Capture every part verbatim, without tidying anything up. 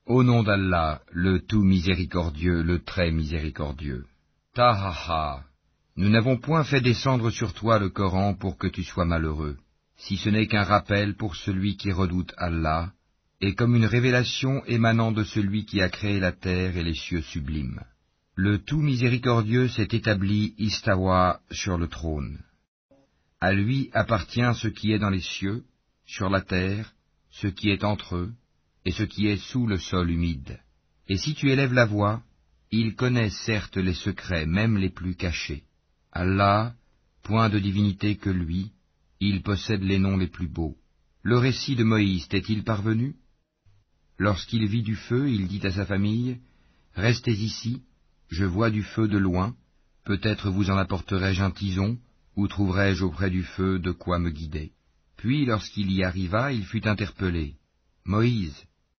Au nom d'Allah, le tout miséricordieux, le très miséricordieux. Tahaha, nous n'avons point fait descendre sur toi le Coran pour que tu sois malheureux, si ce n'est qu'un rappel pour celui qui redoute Allah, et comme une révélation émanant de celui qui a créé la terre et les cieux sublimes. Le tout miséricordieux s'est établi istawa sur le trône. À lui appartient ce qui est dans les cieux, sur la terre, ce qui est entre eux, et ce qui est sous le sol humide. Et si tu élèves la voix, il connaît certes les secrets, même les plus cachés. Allah, point de divinité que lui, il possède les noms les plus beaux. Le récit de Moïse t'est-il parvenu? Lorsqu'il vit du feu, il dit à sa famille, « Restez ici, je vois du feu de loin, peut-être vous en apporterai-je un tison, ou trouverai-je auprès du feu de quoi me guider. » Puis, lorsqu'il y arriva, il fut interpellé. « Moïse,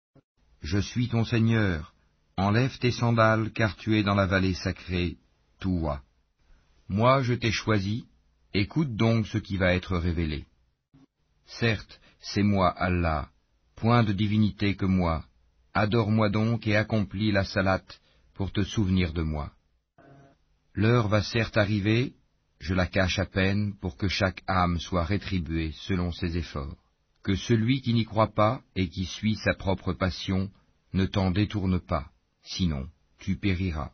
je suis ton Seigneur, enlève tes sandales, car tu es dans la vallée sacrée, Touwa. Moi je t'ai choisi, écoute donc ce qui va être révélé. Certes, c'est moi Allah, point de divinité que moi, adore-moi donc et accomplis la salate pour te souvenir de moi. L'heure va certes arriver, je la cache à peine pour que chaque âme soit rétribuée selon ses efforts. Que celui qui n'y croit pas et qui suit sa propre passion ne t'en détourne pas, sinon tu périras.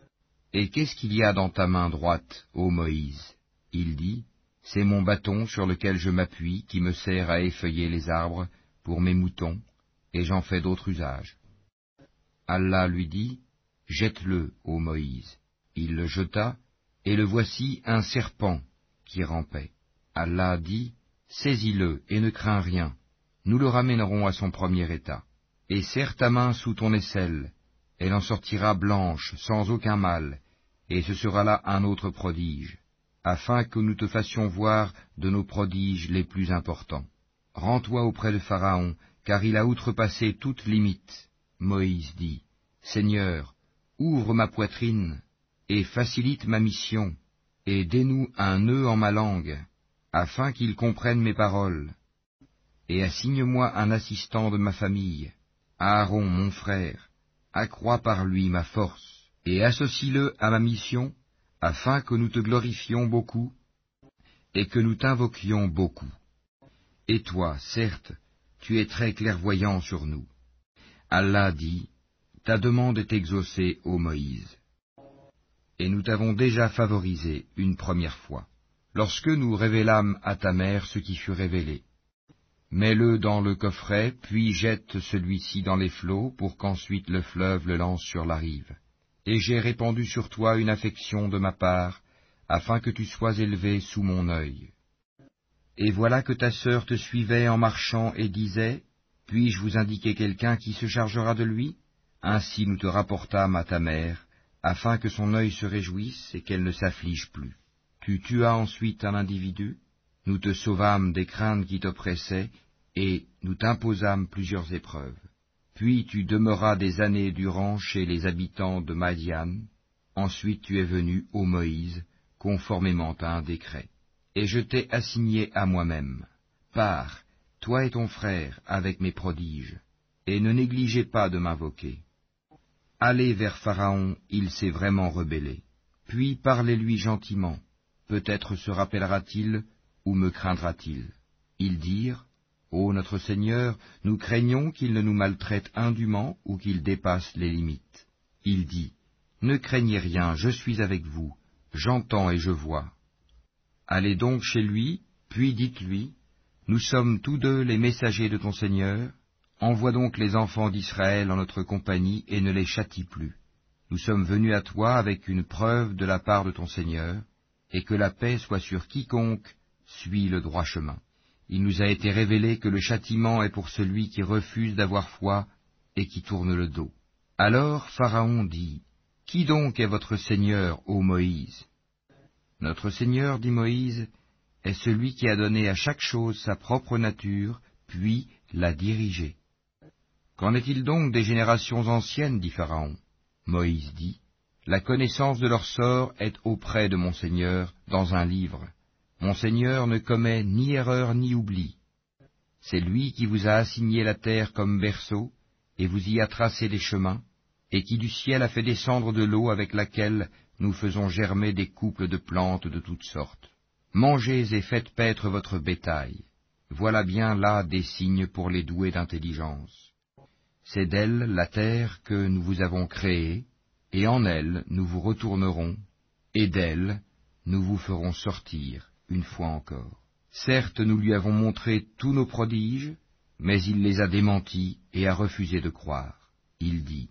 Et qu'est-ce qu'il y a dans ta main droite, ô Moïse? Il dit, c'est mon bâton sur lequel je m'appuie qui me sert à effeuiller les arbres pour mes moutons, et j'en fais d'autres usages. Allah lui dit, jette-le, ô Moïse. Il le jeta, et le voici un serpent qui rampait. Allah dit, saisis-le et ne crains rien, nous le ramènerons à son premier état. Et serre ta main sous ton aisselle, elle en sortira blanche, sans aucun mal, et ce sera là un autre prodige, afin que nous te fassions voir de nos prodiges les plus importants. Rends-toi auprès de Pharaon, car il a outrepassé toute limite. Moïse dit, Seigneur, ouvre ma poitrine, et facilite ma mission, et dénoue un nœud en ma langue, afin qu'il comprenne mes paroles, et assigne-moi un assistant de ma famille, Aaron mon frère, accrois par lui ma force, et associe-le à ma mission, afin que nous te glorifions beaucoup, et que nous t'invoquions beaucoup. Et toi, certes, tu es très clairvoyant sur nous. Allah dit, ta demande est exaucée, ô Moïse. Et nous t'avons déjà favorisé une première fois, lorsque nous révélâmes à ta mère ce qui fut révélé. Mets-le dans le coffret, puis jette celui-ci dans les flots, pour qu'ensuite le fleuve le lance sur la rive. Et j'ai répandu sur toi une affection de ma part, afin que tu sois élevé sous mon œil. Et voilà que ta sœur te suivait en marchant et disait, puis-je vous indiquer quelqu'un qui se chargera de lui? Ainsi nous te rapportâmes à ta mère, afin que son œil se réjouisse et qu'elle ne s'afflige plus. Tu tuas ensuite un individu, nous te sauvâmes des craintes qui t'oppressaient, et nous t'imposâmes plusieurs épreuves. Puis tu demeuras des années durant chez les habitants de Madian. Ensuite tu es venu, ô Moïse, conformément à un décret. Et je t'ai assigné à moi-même. Pars, toi et ton frère, avec mes prodiges, et ne négligez pas de m'invoquer. Allez vers Pharaon, il s'est vraiment rebellé. Puis parlez-lui gentiment, peut-être se rappellera-t-il, ou me craindra-t-il. Ils dirent, ô notre Seigneur, nous craignons qu'il ne nous maltraite indûment ou qu'il dépasse les limites. Il dit, ne craignez rien, je suis avec vous, j'entends et je vois. Allez donc chez lui, puis dites-lui, nous sommes tous deux les messagers de ton Seigneur, envoie donc les enfants d'Israël en notre compagnie et ne les châtie plus. Nous sommes venus à toi avec une preuve de la part de ton Seigneur, et que la paix soit sur quiconque suit le droit chemin. Il nous a été révélé que le châtiment est pour celui qui refuse d'avoir foi et qui tourne le dos. Alors Pharaon dit, qui donc est votre Seigneur, ô Moïse? Notre Seigneur, dit Moïse, est celui qui a donné à chaque chose sa propre nature, puis l'a dirigée. Qu'en est-il donc des générations anciennes, dit Pharaon? Moïse dit, la connaissance de leur sort est auprès de mon Seigneur dans un livre. Mon Seigneur ne commet ni erreur ni oubli. C'est lui qui vous a assigné la terre comme berceau, et vous y a tracé des chemins, et qui du ciel a fait descendre de l'eau avec laquelle nous faisons germer des couples de plantes de toutes sortes. Mangez et faites paître votre bétail. Voilà bien là des signes pour les doués d'intelligence. C'est d'elle, la terre, que nous vous avons créée, et en elle nous vous retournerons, et d'elle nous vous ferons sortir, une fois encore. Certes, nous lui avons montré tous nos prodiges, mais il les a démentis et a refusé de croire. Il dit,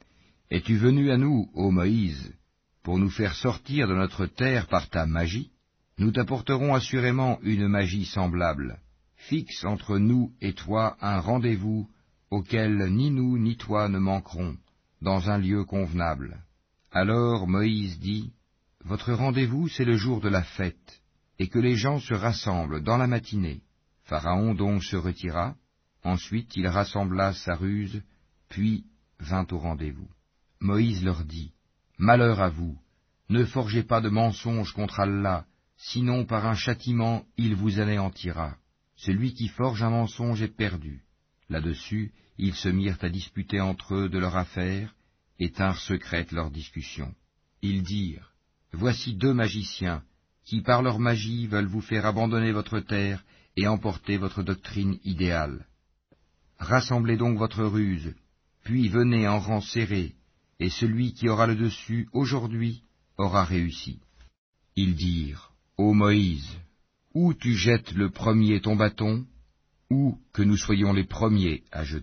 « Es-tu venu à nous, ô Moïse, pour nous faire sortir de notre terre par ta magie? Nous t'apporterons assurément une magie semblable. Fixe entre nous et toi un rendez-vous auquel ni nous ni toi ne manquerons, dans un lieu convenable. » Alors Moïse dit, « Votre rendez-vous, c'est le jour de la fête, et que les gens se rassemblent dans la matinée. » Pharaon donc se retira, ensuite il rassembla sa ruse, puis vint au rendez-vous. Moïse leur dit, « Malheur à vous, ne forgez pas de mensonges contre Allah, sinon par un châtiment il vous anéantira. Celui qui forge un mensonge est perdu. » Là-dessus, ils se mirent à disputer entre eux de leur affaire, et tinrent secrète leur discussion. Ils dirent, « Voici deux magiciens, qui par leur magie veulent vous faire abandonner votre terre et emporter votre doctrine idéale. Rassemblez donc votre ruse, puis venez en rang serré, et celui qui aura le dessus aujourd'hui aura réussi. » Ils dirent, « Ô Moïse, ou tu jettes le premier ton bâton, ou que nous soyons les premiers à jeter. »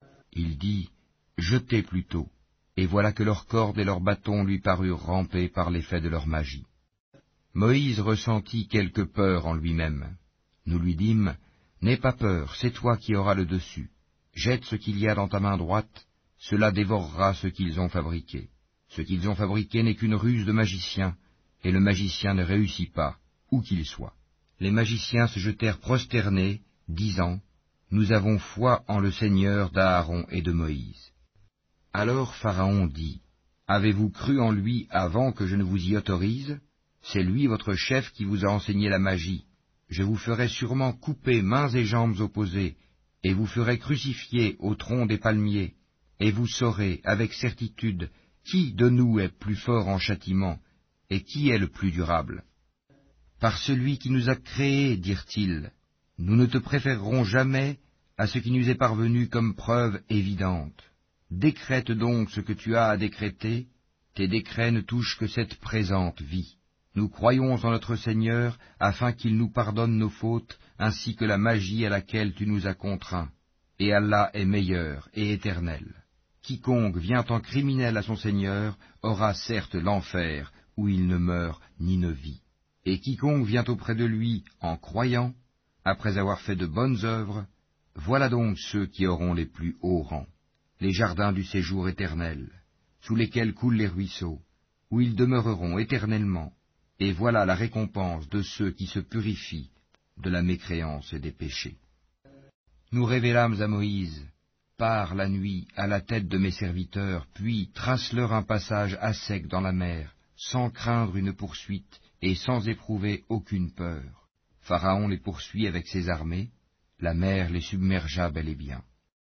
Il dit, « Jetez plutôt. » Et voilà que leurs cordes et leurs bâtons lui parurent ramper par l'effet de leur magie. Moïse ressentit quelque peur en lui-même. Nous lui dîmes, « N'aie pas peur, c'est toi qui auras le dessus. Jette ce qu'il y a dans ta main droite, cela dévorera ce qu'ils ont fabriqué. Ce qu'ils ont fabriqué n'est qu'une ruse de magicien, et le magicien ne réussit pas, où qu'il soit. » Les magiciens se jetèrent prosternés, disant, « Nous avons foi en le Seigneur d'Aaron et de Moïse. » Alors Pharaon dit, « Avez-vous cru en lui avant que je ne vous y autorise? C'est lui votre chef qui vous a enseigné la magie. Je vous ferai sûrement couper mains et jambes opposées, et vous ferai crucifier au tronc des palmiers, et vous saurez avec certitude qui de nous est plus fort en châtiment, et qui est le plus durable. Par celui qui nous a créés, dirent-ils, nous ne te préférerons jamais à ce qui nous est parvenu comme preuve évidente. Décrète donc ce que tu as à décréter, tes décrets ne touchent que cette présente vie. Nous croyons en notre Seigneur, afin qu'il nous pardonne nos fautes, ainsi que la magie à laquelle tu nous as contraints. Et Allah est meilleur et éternel. Quiconque vient en criminel à son Seigneur aura certes l'enfer, où il ne meurt ni ne vit. Et quiconque vient auprès de lui en croyant, après avoir fait de bonnes œuvres, voilà donc ceux qui auront les plus hauts rangs. Les jardins du séjour éternel, sous lesquels coulent les ruisseaux, où ils demeureront éternellement, et voilà la récompense de ceux qui se purifient de la mécréance et des péchés. Nous révélâmes à Moïse, pars la nuit à la tête de mes serviteurs, puis trace-leur un passage à sec dans la mer, sans craindre une poursuite et sans éprouver aucune peur. Pharaon les poursuit avec ses armées, la mer les submergea bel et bien.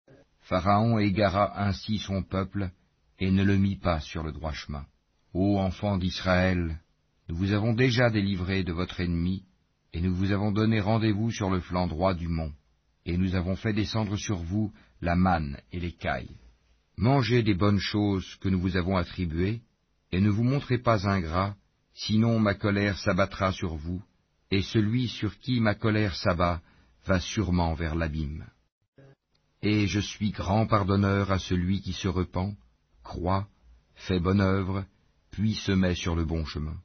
Pharaon égara ainsi son peuple, et ne le mit pas sur le droit chemin. Ô enfants d'Israël, nous vous avons déjà délivrés de votre ennemi, et nous vous avons donné rendez-vous sur le flanc droit du mont, et nous avons fait descendre sur vous la manne et l'écaille. Mangez des bonnes choses que nous vous avons attribuées, et ne vous montrez pas ingrats, sinon ma colère s'abattra sur vous, et celui sur qui ma colère s'abat va sûrement vers l'abîme. Et je suis grand pardonneur à celui qui se repent, croit, fait bonne œuvre, puis se met sur le bon chemin.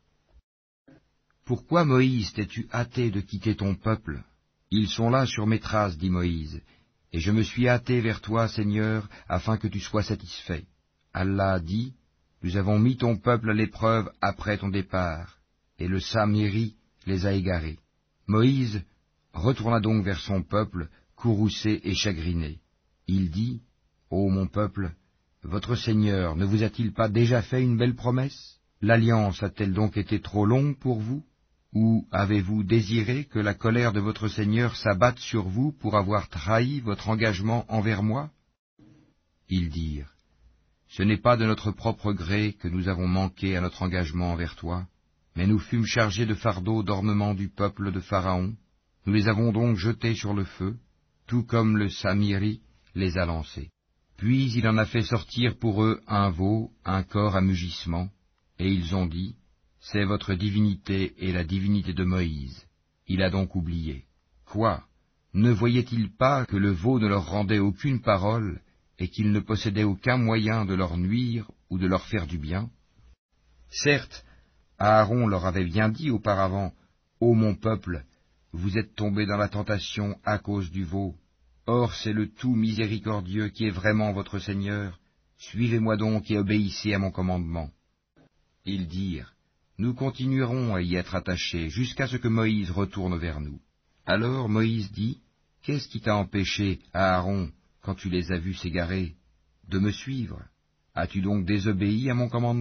Pourquoi, Moïse, t'es-tu hâté de quitter ton peuple? Ils sont là sur mes traces, dit Moïse, et je me suis hâté vers toi, Seigneur, afin que tu sois satisfait. Allah dit, nous avons mis ton peuple à l'épreuve après ton départ, et le Saméri les a égarés. Moïse retourna donc vers son peuple, courroucé et chagriné. Il dit, ô mon peuple, votre Seigneur ne vous a-t-il pas déjà fait une belle promesse? L'alliance a-t-elle donc été trop longue pour vous? Ou avez-vous désiré que la colère de votre Seigneur s'abatte sur vous pour avoir trahi votre engagement envers moi? Ils dirent, « Ce n'est pas de notre propre gré que nous avons manqué à notre engagement envers toi, mais nous fûmes chargés de fardeaux d'ornement du peuple de Pharaon, nous les avons donc jetés sur le feu, tout comme le Samiri les a lancés. Puis il en a fait sortir pour eux un veau, un corps à mugissement, et ils ont dit, « C'est votre divinité et la divinité de Moïse. » Il a donc oublié. Quoi? Ne voyaient-ils pas que le veau ne leur rendait aucune parole, et qu'il ne possédait aucun moyen de leur nuire ou de leur faire du bien? Certes, Aaron leur avait bien dit auparavant, « Ô mon peuple, vous êtes tombés dans la tentation à cause du veau. Or c'est le tout miséricordieux qui est vraiment votre Seigneur. Suivez-moi donc et obéissez à mon commandement. » Ils dirent, « Nous continuerons à y être attachés jusqu'à ce que Moïse retourne vers nous. » Alors Moïse dit, « Qu'est-ce qui t'a empêché, Aaron, quand tu les as vus s'égarer, de me suivre? As-tu donc désobéi à mon commandement? »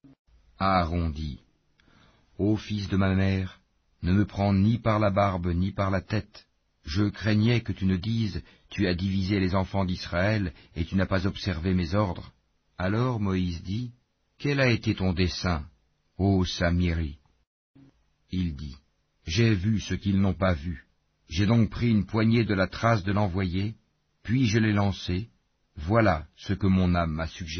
Aaron dit, « Ô fils de ma mère, ne me prends ni par la barbe ni par la tête. Je craignais que tu ne dises, tu as divisé les enfants d'Israël et tu n'as pas observé mes ordres. » Alors Moïse dit, « Quel a été ton dessein, ô Samiri ?» Il dit, « J'ai vu ce qu'ils n'ont pas vu. J'ai donc pris une poignée de la trace de l'envoyé, puis je l'ai lancé. Voilà ce que mon âme m'a suggéré. »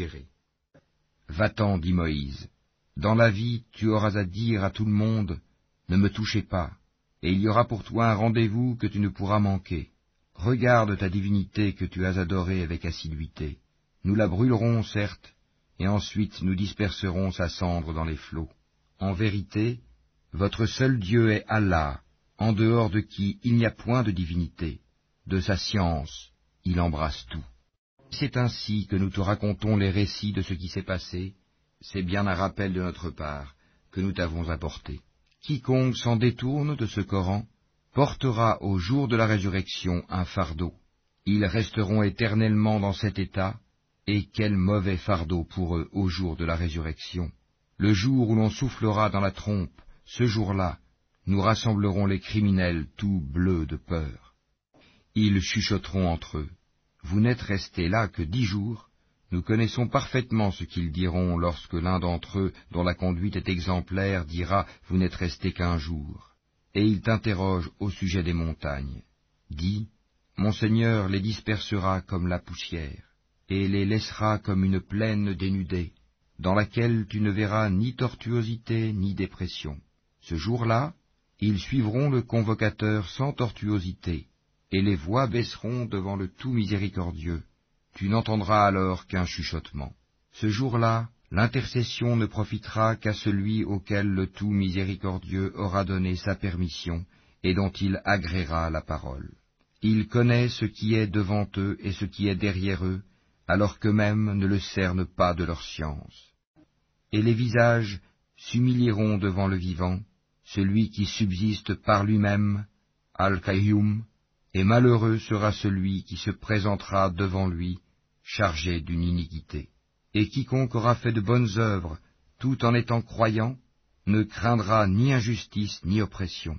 Va-t'en, dit Moïse. Dans la vie, tu auras à dire à tout le monde, « Ne me touchez pas, et il y aura pour toi un rendez-vous que tu ne pourras manquer. Regarde ta divinité que tu as adorée avec assiduité. Nous la brûlerons, certes, et ensuite nous disperserons sa cendre dans les flots. En vérité, votre seul Dieu est Allah, en dehors de qui il n'y a point de divinité. De sa science, il embrasse tout. » C'est ainsi que nous te racontons les récits de ce qui s'est passé. C'est bien un rappel de notre part que nous t'avons apporté. Quiconque s'en détourne de ce Coran portera au jour de la résurrection un fardeau. Ils resteront éternellement dans cet état, et quel mauvais fardeau pour eux au jour de la résurrection. Le jour où l'on soufflera dans la trompe, ce jour-là, nous rassemblerons les criminels tout bleus de peur. Ils chuchoteront entre eux. Vous n'êtes restés là que dix jours. Nous connaissons parfaitement ce qu'ils diront lorsque l'un d'entre eux, dont la conduite est exemplaire, dira « Vous n'êtes restés qu'un jour ». Et il t'interroge au sujet des montagnes. Dis, mon Seigneur les dispersera comme la poussière, et les laissera comme une plaine dénudée, dans laquelle tu ne verras ni tortuosité ni dépression. Ce jour-là, ils suivront le convocateur sans tortuosité, et les voix baisseront devant le tout miséricordieux. Tu n'entendras alors qu'un chuchotement. Ce jour-là, l'intercession ne profitera qu'à celui auquel le tout miséricordieux aura donné sa permission et dont il agréera la parole. Il connaît ce qui est devant eux et ce qui est derrière eux, alors qu'eux-mêmes ne le cernent pas de leur science. Et les visages s'humilieront devant le vivant, celui qui subsiste par lui-même, Al-Qayyum, et malheureux sera celui qui se présentera devant lui, chargé d'une iniquité. Et quiconque aura fait de bonnes œuvres, tout en étant croyant, ne craindra ni injustice ni oppression.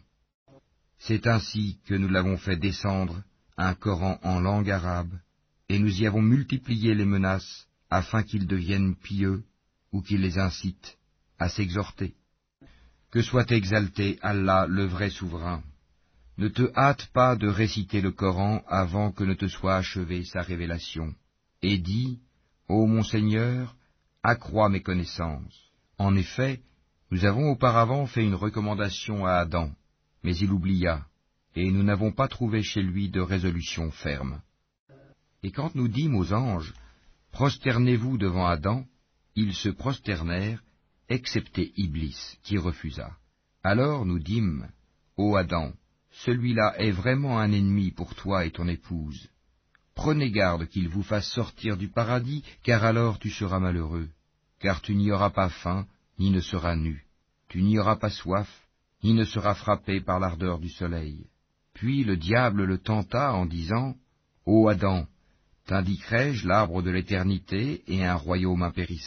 C'est ainsi que nous l'avons fait descendre, un Coran en langue arabe, et nous y avons multiplié les menaces, afin qu'ils deviennent pieux, ou qu'ils les incitent à s'exhorter. Que soit exalté Allah, le vrai souverain. Ne te hâte pas de réciter le Coran avant que ne te soit achevée sa révélation, et dis, ô mon Seigneur, accrois mes connaissances. En effet, nous avons auparavant fait une recommandation à Adam, mais il oublia, et nous n'avons pas trouvé chez lui de résolution ferme. Et quand nous dîmes aux anges, prosternez-vous devant Adam, ils se prosternèrent, excepté Iblis, qui refusa. Alors nous dîmes, ô Adam, celui-là est vraiment un ennemi pour toi et ton épouse. Prenez garde qu'il vous fasse sortir du paradis, car alors tu seras malheureux, car tu n'y auras pas faim, ni ne seras nu. Tu n'y auras pas soif, ni ne seras frappé par l'ardeur du soleil. Puis le diable le tenta en disant, « Ô Adam, t'indiquerai-je l'arbre de l'éternité et un royaume impérissable ?»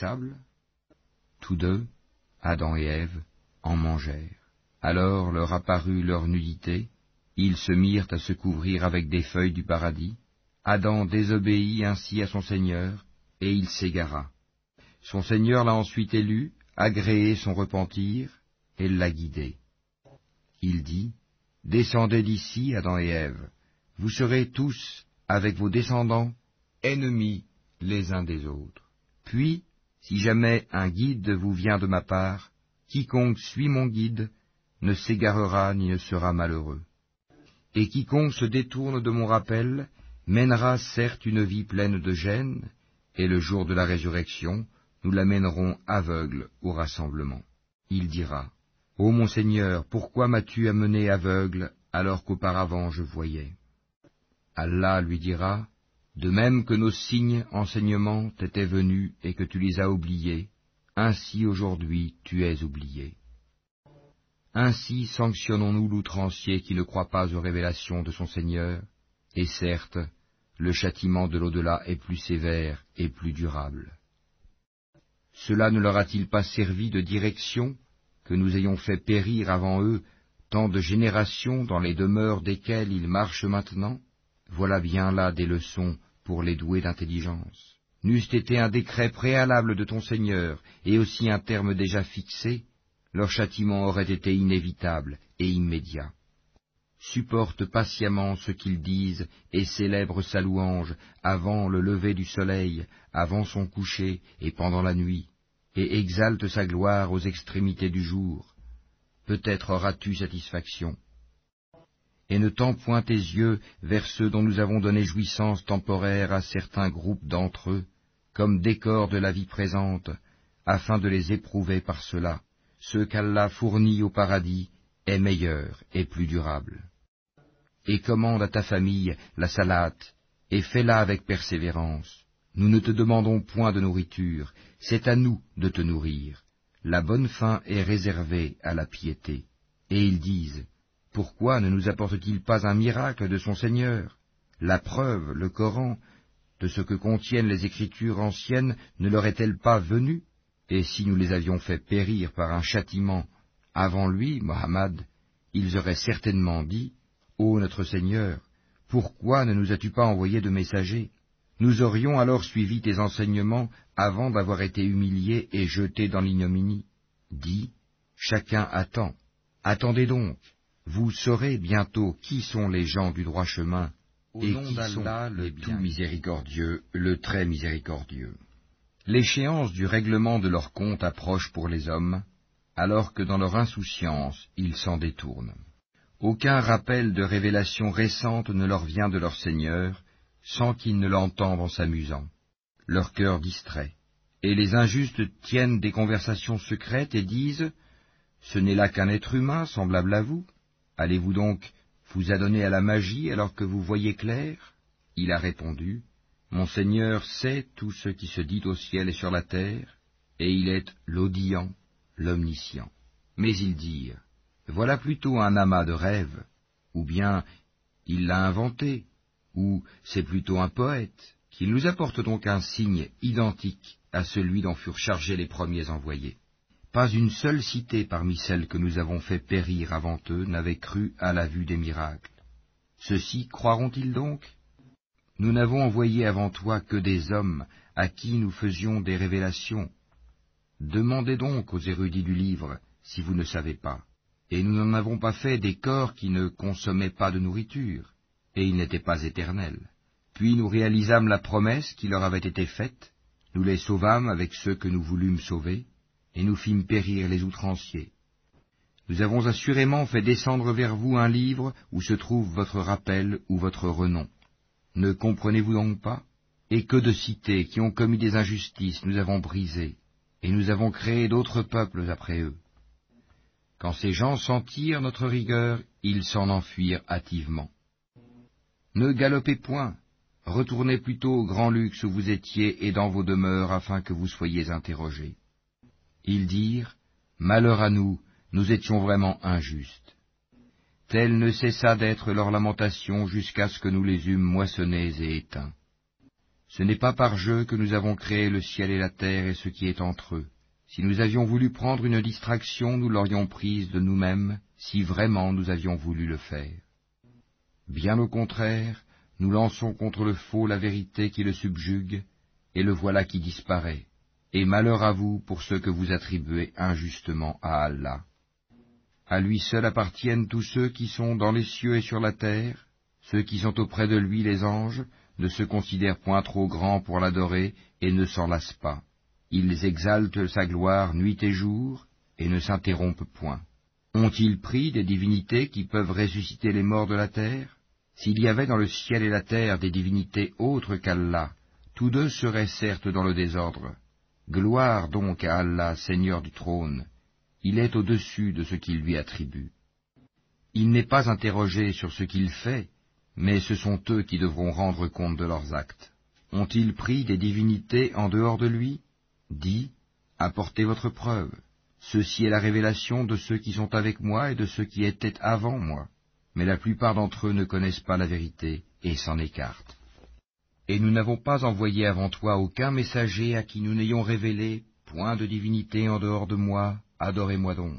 Tous deux, Adam et Ève, en mangèrent. Alors leur apparut leur nudité, ils se mirent à se couvrir avec des feuilles du paradis. Adam désobéit ainsi à son Seigneur, et il s'égara. Son Seigneur l'a ensuite élu, agréé son repentir, et l'a guidé. Il dit, « Descendez d'ici, Adam et Ève, vous serez tous, avec vos descendants, ennemis les uns des autres. Puis, si jamais un guide vous vient de ma part, quiconque suit mon guide ne s'égarera ni ne sera malheureux. Et quiconque se détourne de mon rappel mènera certes une vie pleine de gêne, et le jour de la résurrection, nous l'amènerons aveugle au rassemblement. Il dira, « Ô mon Seigneur, pourquoi m'as-tu amené aveugle alors qu'auparavant je voyais ?» Allah lui dira, « De même que nos signes enseignements t'étaient venus et que tu les as oubliés, ainsi aujourd'hui tu es oublié. » Ainsi sanctionnons-nous l'outrancier qui ne croit pas aux révélations de son Seigneur, et certes, le châtiment de l'au-delà est plus sévère et plus durable. Cela ne leur a-t-il pas servi de direction que nous ayons fait périr avant eux tant de générations dans les demeures desquelles ils marchent maintenant? Voilà bien là des leçons pour les doués d'intelligence. N'eût été un décret préalable de ton Seigneur, et aussi un terme déjà fixé, leur châtiment aurait été inévitable et immédiat. Supporte patiemment ce qu'ils disent et célèbre sa louange avant le lever du soleil, avant son coucher et pendant la nuit, et exalte sa gloire aux extrémités du jour. Peut-être auras-tu satisfaction. Et ne tends point tes yeux vers ceux dont nous avons donné jouissance temporaire à certains groupes d'entre eux, comme décor de la vie présente, afin de les éprouver par cela. Ce qu'Allah fournit au paradis est meilleur et plus durable. Et commande à ta famille la salate, et fais-la avec persévérance. Nous ne te demandons point de nourriture, c'est à nous de te nourrir. La bonne faim est réservée à la piété. Et ils disent, pourquoi ne nous apporte-t-il pas un miracle de son Seigneur? La preuve, le Coran, de ce que contiennent les Écritures anciennes ne leur est-elle pas venue? Et si nous les avions fait périr par un châtiment avant lui, Mohammed, ils auraient certainement dit, ô notre Seigneur, pourquoi ne nous as-tu pas envoyé de messagers? Nous aurions alors suivi tes enseignements avant d'avoir été humiliés et jetés dans l'ignominie. Dis, chacun attend. Attendez donc, vous saurez bientôt qui sont les gens du droit chemin, et qui sont le tout miséricordieux, le très miséricordieux. L'échéance du règlement de leur compte approche pour les hommes, alors que dans leur insouciance, ils s'en détournent. Aucun rappel de révélation récente ne leur vient de leur Seigneur, sans qu'ils ne l'entendent en s'amusant. Leur cœur distrait. Et les injustes tiennent des conversations secrètes et disent, « Ce n'est là qu'un être humain semblable à vous. Allez-vous donc vous adonner à la magie alors que vous voyez clair ?» Il a répondu, « Mon Seigneur sait tout ce qui se dit au ciel et sur la terre, et il est l'audient, l'omniscient. » Mais ils dirent, « Voilà plutôt un amas de rêves, ou bien il l'a inventé, ou c'est plutôt un poète, qu'il nous apporte donc un signe identique à celui dont furent chargés les premiers envoyés. » Pas une seule cité parmi celles que nous avons fait périr avant eux n'avait cru à la vue des miracles. Ceux-ci croiront-ils donc? Nous n'avons envoyé avant toi que des hommes à qui nous faisions des révélations. Demandez donc aux érudits du livre si vous ne savez pas. Et nous n'en avons pas fait des corps qui ne consommaient pas de nourriture, et ils n'étaient pas éternels. Puis nous réalisâmes la promesse qui leur avait été faite, nous les sauvâmes avec ceux que nous voulûmes sauver, et nous fîmes périr les outranciers. Nous avons assurément fait descendre vers vous un livre où se trouve votre rappel ou votre renom. Ne comprenez-vous donc pas? Et que de cités qui ont commis des injustices nous avons brisées, et nous avons créé d'autres peuples après eux. Quand ces gens sentirent notre rigueur, ils s'en enfuirent hâtivement. Ne galopez point, retournez plutôt au grand luxe où vous étiez et dans vos demeures afin que vous soyez interrogés. Ils dirent, malheur à nous, nous étions vraiment injustes. Telle ne cessa d'être leur lamentation jusqu'à ce que nous les eûmes moissonnés et éteints. Ce n'est pas par jeu que nous avons créé le ciel et la terre et ce qui est entre eux. Si nous avions voulu prendre une distraction, nous l'aurions prise de nous-mêmes, si vraiment nous avions voulu le faire. Bien au contraire, Nous lançons contre le faux la vérité qui le subjugue, et le voilà qui disparaît. Et malheur à vous pour ce que vous attribuez injustement à Allah. À lui seul appartiennent tous ceux qui sont dans les cieux et sur la terre, ceux qui sont auprès de lui, les anges, ne se considèrent point trop grands pour l'adorer et ne s'en lassent pas. Ils exaltent sa gloire nuit et jour, et ne s'interrompent point. Ont-ils pris des divinités qui peuvent ressusciter les morts de la terre? S'il y avait dans le ciel et la terre des divinités autres qu'Allah, tous deux seraient certes dans le désordre. Gloire donc à Allah, Seigneur du trône. Il est au-dessus de ce qu'il lui attribue. Il n'est pas interrogé sur ce qu'il fait, mais ce sont eux qui devront rendre compte de leurs actes. Ont-ils pris des divinités en dehors de lui? Dis, apportez votre preuve. Ceci est la révélation de ceux qui sont avec moi et de ceux qui étaient avant moi. Mais la plupart d'entre eux ne connaissent pas la vérité et s'en écartent. Et nous n'avons pas envoyé avant toi aucun messager à qui nous n'ayons révélé point de divinité en dehors de moi, adorez-moi donc.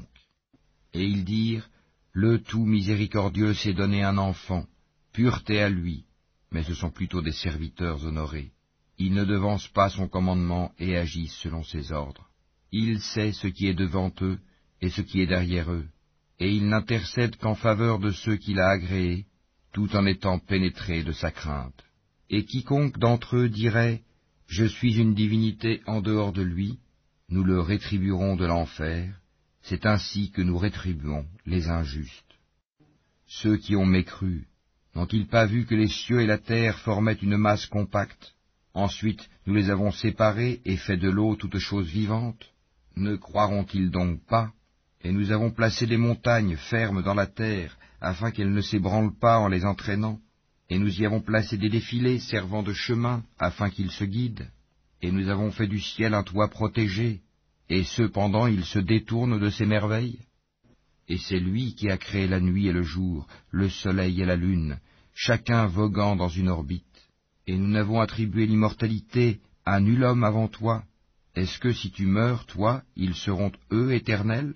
Et ils dirent, le tout miséricordieux s'est donné un enfant, pureté à lui, mais ce sont plutôt des serviteurs honorés. Ils ne devancent pas son commandement et agissent selon ses ordres. Il sait ce qui est devant eux et ce qui est derrière eux, et il n'intercède qu'en faveur de ceux qu'il a agréés, tout en étant pénétré de sa crainte. Et quiconque d'entre eux dirait « Je suis une divinité en dehors de lui », nous le rétribuerons de l'enfer, c'est ainsi que nous rétribuons les injustes. Ceux qui ont mécru, n'ont-ils pas vu que les cieux et la terre formaient une masse compacte? Ensuite nous les avons séparés et fait de l'eau toute chose vivante. Ne croiront-ils donc pas? Et nous avons placé des montagnes fermes dans la terre, afin qu'elles ne s'ébranlent pas en les entraînant. Et nous y avons placé des défilés servant de chemin, afin qu'ils se guident. Et nous avons fait du ciel un toit protégé, et cependant il se détourne de ces merveilles. Et c'est lui qui a créé la nuit et le jour, le soleil et la lune, chacun voguant dans une orbite. Et nous n'avons attribué l'immortalité à nul homme avant toi. Est-ce que si tu meurs, toi, ils seront eux éternels?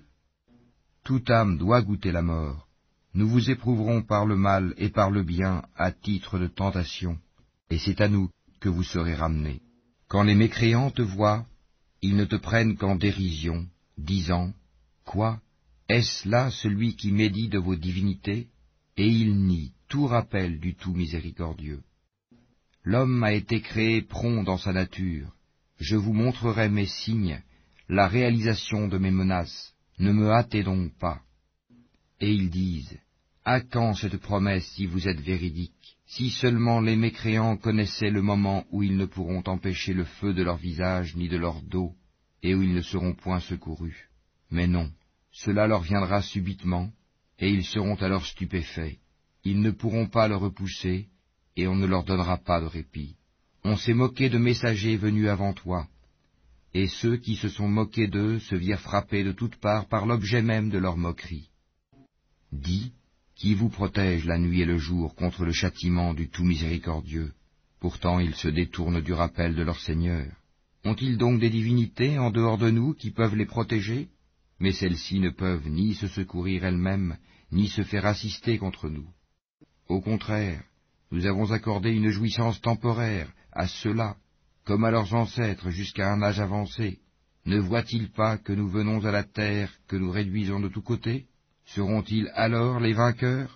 Toute âme doit goûter la mort. Nous vous éprouverons par le mal et par le bien à titre de tentation, et c'est à nous que vous serez ramenés. Quand les mécréants te voient, ils ne te prennent qu'en dérision, disant « Quoi? Est-ce là celui qui médit de vos divinités ?» Et ils nient tout rappel du tout miséricordieux. L'homme a été créé prompt dans sa nature. Je vous montrerai mes signes, la réalisation de mes menaces. Ne me hâtez donc pas. Et ils disent, à quand cette promesse si vous êtes véridique? Si seulement les mécréants connaissaient le moment où ils ne pourront empêcher le feu de leur visage ni de leur dos, et où ils ne seront point secourus. Mais non, cela leur viendra subitement, et ils seront alors stupéfaits. Ils ne pourront pas le repousser, et on ne leur donnera pas de répit. On s'est moqué de messagers venus avant toi, et ceux qui se sont moqués d'eux se virent frappés de toutes parts par l'objet même de leur moquerie. Dis, qui vous protège la nuit et le jour contre le châtiment du tout miséricordieux? Pourtant ils se détournent du rappel de leur Seigneur. Ont-ils donc des divinités en dehors de nous qui peuvent les protéger? Mais celles-ci ne peuvent ni se secourir elles-mêmes, ni se faire assister contre nous. Au contraire, nous avons accordé une jouissance temporaire à ceux-là, comme à leurs ancêtres jusqu'à un âge avancé. Ne voient-ils pas que nous venons à la terre, que nous réduisons de tous côtés? Seront-ils alors les vainqueurs?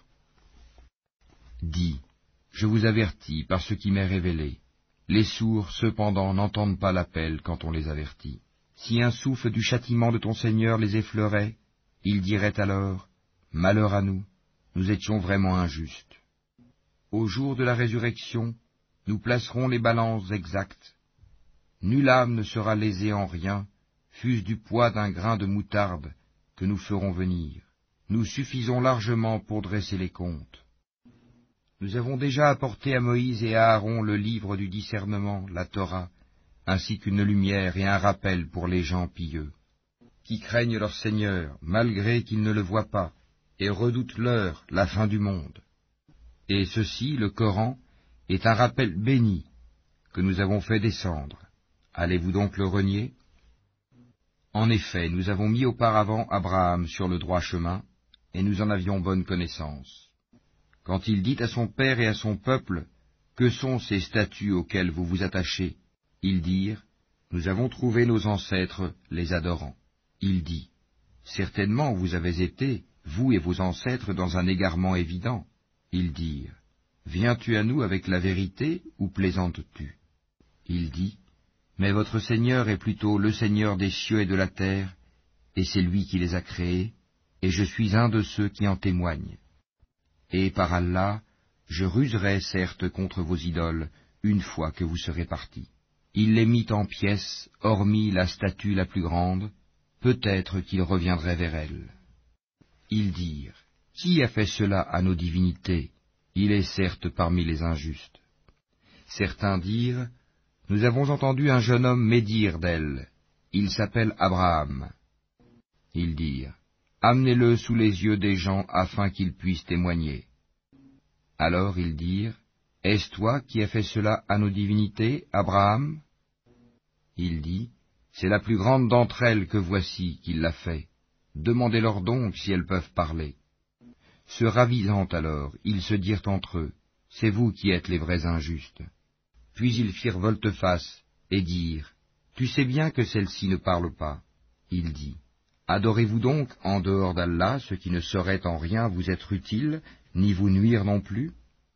Dis, je vous avertis par ce qui m'est révélé. Les sourds, cependant, n'entendent pas l'appel quand on les avertit. Si un souffle du châtiment de ton Seigneur les effleurait, ils diraient alors, malheur à nous, nous étions vraiment injustes. Au jour de la résurrection, nous placerons les balances exactes. Nulle âme ne sera lésée en rien, fût-ce du poids d'un grain de moutarde que nous ferons venir. Nous suffisons largement pour dresser les comptes. Nous avons déjà apporté à Moïse et à Aaron le livre du discernement, la Torah, ainsi qu'une lumière et un rappel pour les gens pieux, qui craignent leur Seigneur, malgré qu'ils ne le voient pas, et redoutent l'heure, la fin du monde. Et ceci, le Coran, est un rappel béni que nous avons fait descendre. Allez-vous donc le renier? En effet, nous avons mis auparavant Abraham sur le droit chemin, et nous en avions bonne connaissance. Quand il dit à son père et à son peuple, Que sont ces statues auxquelles vous vous attachez? Ils dirent, Nous avons trouvé nos ancêtres les adorant. Il dit, Certainement vous avez été, vous et vos ancêtres, dans un égarement évident. Ils dirent, Viens-tu à nous avec la vérité, ou plaisantes-tu? Il dit, Mais votre Seigneur est plutôt le Seigneur des cieux et de la terre, et c'est lui qui les a créés, et je suis un de ceux qui en témoignent. Et par Allah, je ruserai certes contre vos idoles, une fois que vous serez partis. Il les mit en pièces, hormis la statue la plus grande, peut-être qu'il reviendrait vers elle. Ils dirent, Qui a fait cela à nos divinités? Il est certes parmi les injustes. Certains dirent, Nous avons entendu un jeune homme médire d'elle. Il s'appelle Abraham. Ils dirent, Amenez-le sous les yeux des gens afin qu'ils puissent témoigner. Alors ils dirent, Est-ce toi qui as fait cela à nos divinités, Abraham? Il dit, C'est la plus grande d'entre elles que voici qui l'a fait. Demandez-leur donc si elles peuvent parler. Se ravisant alors, ils se dirent entre eux, C'est vous qui êtes les vrais injustes. Puis ils firent volte-face et dirent, Tu sais bien que celle-ci ne parle pas. Il dit, Adorez-vous donc en dehors d'Allah ce qui ne saurait en rien vous être utile, ni vous nuire non plus?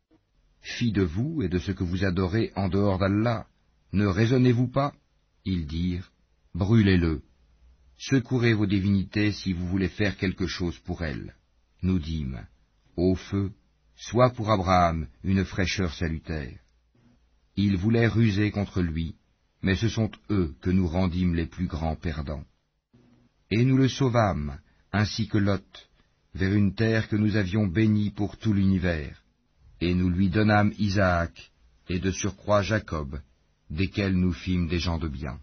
Fi de vous et de ce que vous adorez en dehors d'Allah, ne raisonnez-vous pas? Ils dirent, Brûlez-le. Secourez vos divinités si vous voulez faire quelque chose pour elles. Nous dîmes, Au feu, soit pour Abraham une fraîcheur salutaire. Ils voulaient ruser contre lui, mais ce sont eux que nous rendîmes les plus grands perdants. Et nous le sauvâmes, ainsi que Lot, vers une terre que nous avions bénie pour tout l'univers, et nous lui donnâmes Isaac, et de surcroît Jacob, desquels nous fîmes des gens de bien.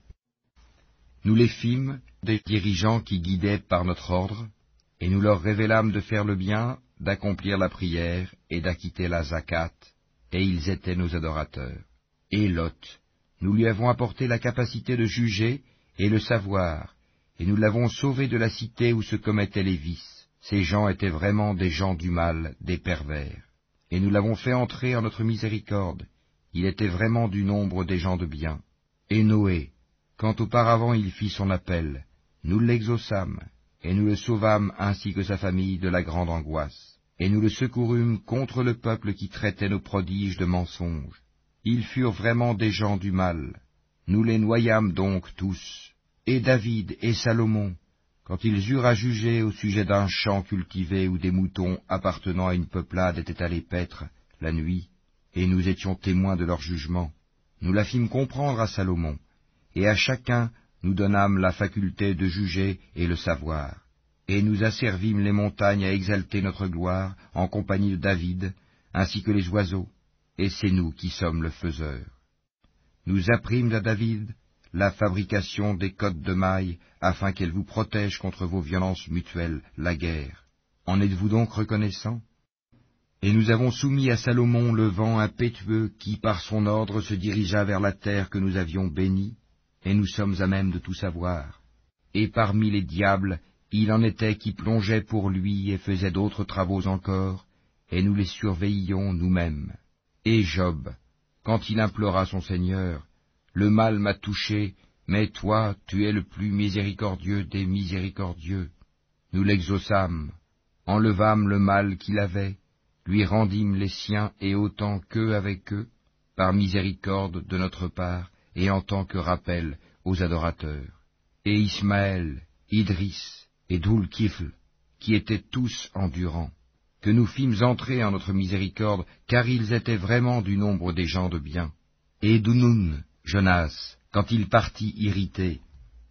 Nous les fîmes des dirigeants qui guidaient par notre ordre, et nous leur révélâmes de faire le bien, d'accomplir la prière et d'acquitter la zakat, et ils étaient nos adorateurs. Et Lot, nous lui avons apporté la capacité de juger et le savoir, et nous l'avons sauvé de la cité où se commettaient les vices. Ces gens étaient vraiment des gens du mal, des pervers. Et nous l'avons fait entrer en notre miséricorde. Il était vraiment du nombre des gens de bien. Et Noé, quand auparavant il fit son appel, nous l'exaucâmes, et nous le sauvâmes ainsi que sa famille de la grande angoisse. Et nous le secourûmes contre le peuple qui traitait nos prodiges de mensonges. Ils furent vraiment des gens du mal. Nous les noyâmes donc tous. Et David et Salomon, quand ils eurent à juger au sujet d'un champ cultivé où des moutons appartenant à une peuplade étaient allés paître la nuit, et nous étions témoins de leur jugement, nous la fîmes comprendre à Salomon, et à chacun nous donnâmes la faculté de juger et le savoir, et nous asservîmes les montagnes à exalter notre gloire en compagnie de David, ainsi que les oiseaux, et c'est nous qui sommes le faiseur. Nous apprîmes à David la fabrication des cottes de mailles, afin qu'elles vous protègent contre vos violences mutuelles, la guerre. En êtes-vous donc reconnaissants? Et nous avons soumis à Salomon le vent impétueux qui, par son ordre, se dirigea vers la terre que nous avions bénie, et nous sommes à même de tout savoir. Et parmi les diables, il en était qui plongeaient pour lui et faisaient d'autres travaux encore, et nous les surveillions nous-mêmes. Et Job, quand il implora son Seigneur, le mal m'a touché, mais toi, tu es le plus miséricordieux des miséricordieux. Nous l'exaucâmes, enlevâmes le mal qu'il avait, lui rendîmes les siens et autant qu'eux avec eux, par miséricorde de notre part et en tant que rappel aux adorateurs. Et Ismaël, Idris et Dhul-Kifl, qui étaient tous endurants, que nous fîmes entrer en notre miséricorde, car ils étaient vraiment du nombre des gens de bien. Et Dounoun, Jonas, quand il partit irrité,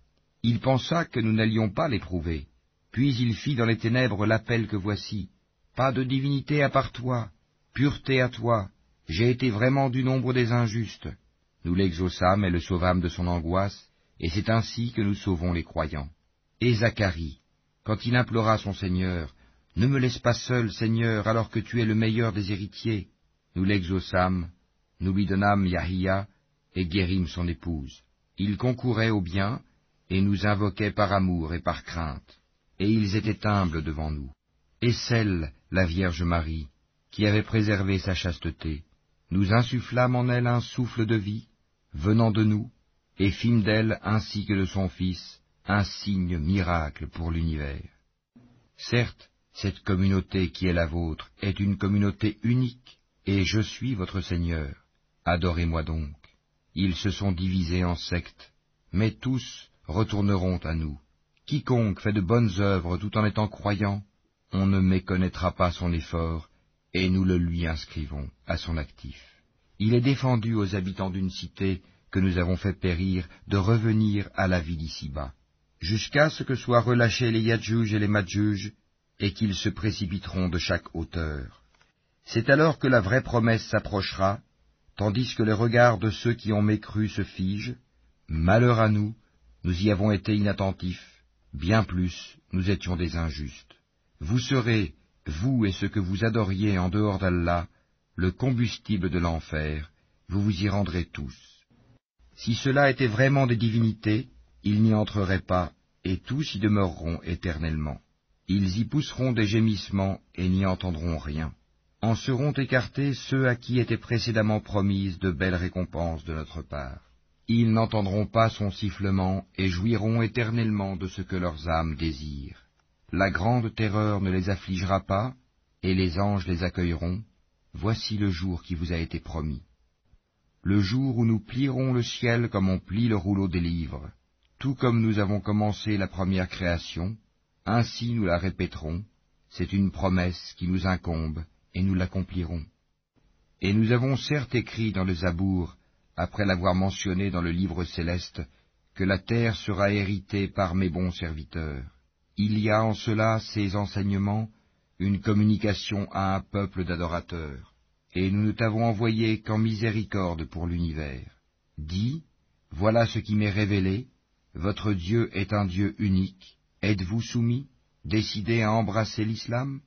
il pensa que nous n'allions pas l'éprouver, puis il fit dans les ténèbres l'appel que voici, pas de divinité à part toi, pureté à toi, j'ai été vraiment du nombre des injustes. Nous l'exaucâmes et le sauvâmes de son angoisse, et c'est ainsi que nous sauvons les croyants. Et Zacharie, quand il implora son Seigneur, ne me laisse pas seul, Seigneur, alors que tu es le meilleur des héritiers. Nous l'exaucâmes, nous lui donnâmes Yahia, et guérîmes son épouse. Il concourait au bien, et nous invoquait par amour et par crainte, et ils étaient humbles devant nous. Et celle, la Vierge Marie, qui avait préservé sa chasteté, nous insufflâmes en elle un souffle de vie, venant de nous, et fîmes d'elle, ainsi que de son Fils, un signe miracle pour l'univers. Certes, cette communauté qui est la vôtre est une communauté unique, et je suis votre Seigneur. Adorez-moi donc. Ils se sont divisés en sectes, mais tous retourneront à nous. Quiconque fait de bonnes œuvres tout en étant croyant, on ne méconnaîtra pas son effort, et nous le lui inscrivons à son actif. Il est défendu aux habitants d'une cité que nous avons fait périr de revenir à la vie d'ici-bas, jusqu'à ce que soient relâchés les Yadjuj et les Madjuj, et qu'ils se précipiteront de chaque hauteur. C'est alors que la vraie promesse s'approchera, tandis que les regards de ceux qui ont mécru se figent. Malheur à nous, nous y avons été inattentifs, bien plus, nous étions des injustes. Vous serez, vous et ceux que vous adoriez en dehors d'Allah, le combustible de l'enfer, vous vous y rendrez tous. Si cela était vraiment des divinités, ils n'y entreraient pas, et tous y demeureront éternellement. Ils y pousseront des gémissements et n'y entendront rien. En seront écartés ceux à qui étaient précédemment promises de belles récompenses de notre part. Ils n'entendront pas son sifflement et jouiront éternellement de ce que leurs âmes désirent. La grande terreur ne les affligera pas, et les anges les accueilleront. Voici le jour qui vous a été promis. Le jour où nous plierons le ciel comme on plie le rouleau des livres, tout comme nous avons commencé la première création, ainsi nous la répéterons, c'est une promesse qui nous incombe, et nous l'accomplirons. Et nous avons certes écrit dans le Zabour, après l'avoir mentionné dans le livre céleste, que la terre sera héritée par mes bons serviteurs. Il y a en cela, ces enseignements, une communication à un peuple d'adorateurs, et nous ne t'avons envoyé qu'en miséricorde pour l'univers. Dis, voilà ce qui m'est révélé, votre Dieu est un Dieu unique, êtes-vous soumis, décidés à embrasser l'islam?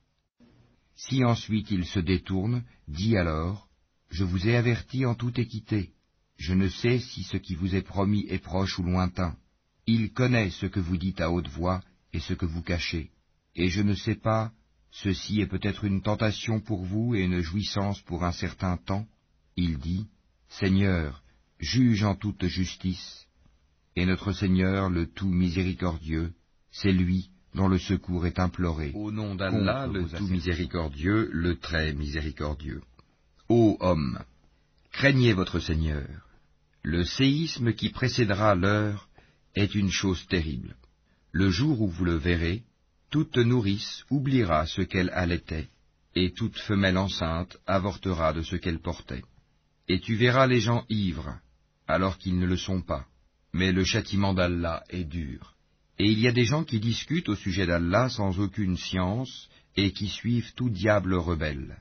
Si ensuite il se détourne, dis alors, je vous ai averti en toute équité, je ne sais si ce qui vous est promis est proche ou lointain. Il connaît ce que vous dites à haute voix et ce que vous cachez, et je ne sais pas, ceci est peut-être une tentation pour vous et une jouissance pour un certain temps. Il dit, Seigneur, juge en toute justice, et notre Seigneur, le tout miséricordieux, c'est lui dont le secours est imploré. Au nom d'Allah, le tout miséricordieux, le très miséricordieux. Ô hommes, craignez votre Seigneur. Le séisme qui précédera l'heure est une chose terrible. Le jour où vous le verrez, toute nourrice oubliera ce qu'elle allaitait, et toute femelle enceinte avortera de ce qu'elle portait. Et tu verras les gens ivres, alors qu'ils ne le sont pas. Mais le châtiment d'Allah est dur. Et il y a des gens qui discutent au sujet d'Allah sans aucune science, et qui suivent tout diable rebelle.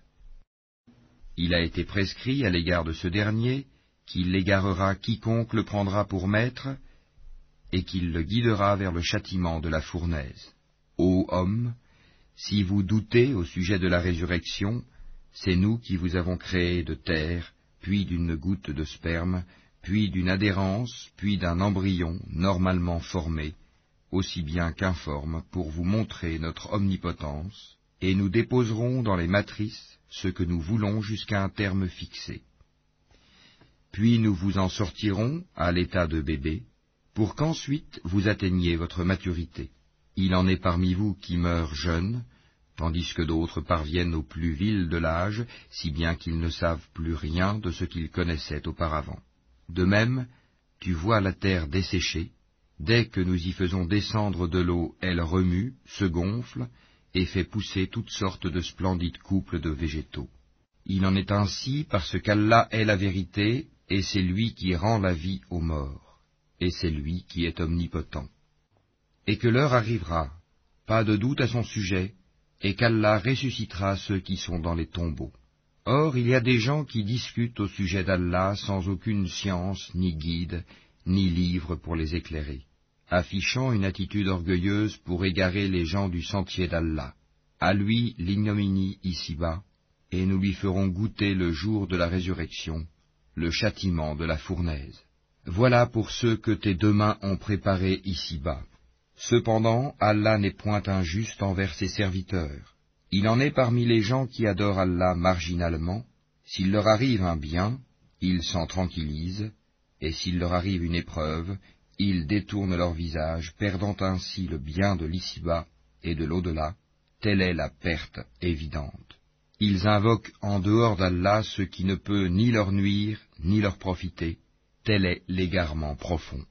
Il a été prescrit à l'égard de ce dernier, qu'il égarera quiconque le prendra pour maître, et qu'il le guidera vers le châtiment de la fournaise. Ô hommes, si vous doutez au sujet de la résurrection, c'est nous qui vous avons créé de terre, puis d'une goutte de sperme, puis d'une adhérence, puis d'un embryon normalement formé, aussi bien qu'informe, pour vous montrer notre omnipotence, et nous déposerons dans les matrices ce que nous voulons jusqu'à un terme fixé. Puis nous vous en sortirons à l'état de bébé, pour qu'ensuite vous atteigniez votre maturité. Il en est parmi vous qui meurent jeunes, tandis que d'autres parviennent au plus vil de l'âge, si bien qu'ils ne savent plus rien de ce qu'ils connaissaient auparavant. De même, tu vois la terre desséchée, dès que nous y faisons descendre de l'eau, elle remue, se gonfle, et fait pousser toutes sortes de splendides couples de végétaux. Il en est ainsi parce qu'Allah est la vérité, et c'est lui qui rend la vie aux morts, et c'est lui qui est omnipotent. Et que l'heure arrivera, pas de doute à son sujet, et qu'Allah ressuscitera ceux qui sont dans les tombeaux. Or, il y a des gens qui discutent au sujet d'Allah sans aucune science, ni guide, ni livre pour les éclairer, affichant une attitude orgueilleuse pour égarer les gens du sentier d'Allah. À lui l'ignominie ici-bas, et nous lui ferons goûter le jour de la résurrection, le châtiment de la fournaise. Voilà pour ceux que tes deux mains ont préparés ici-bas. Cependant, Allah n'est point injuste envers ses serviteurs. Il en est parmi les gens qui adorent Allah marginalement, S'il leur arrive un bien, ils s'en tranquillisent, et s'il leur arrive une épreuve, ils détournent leur visage, perdant ainsi le bien de l'ici-bas et de l'au-delà. Telle est la perte évidente. Ils invoquent en dehors d'Allah ce qui ne peut ni leur nuire, ni leur profiter. Tel est l'égarement profond.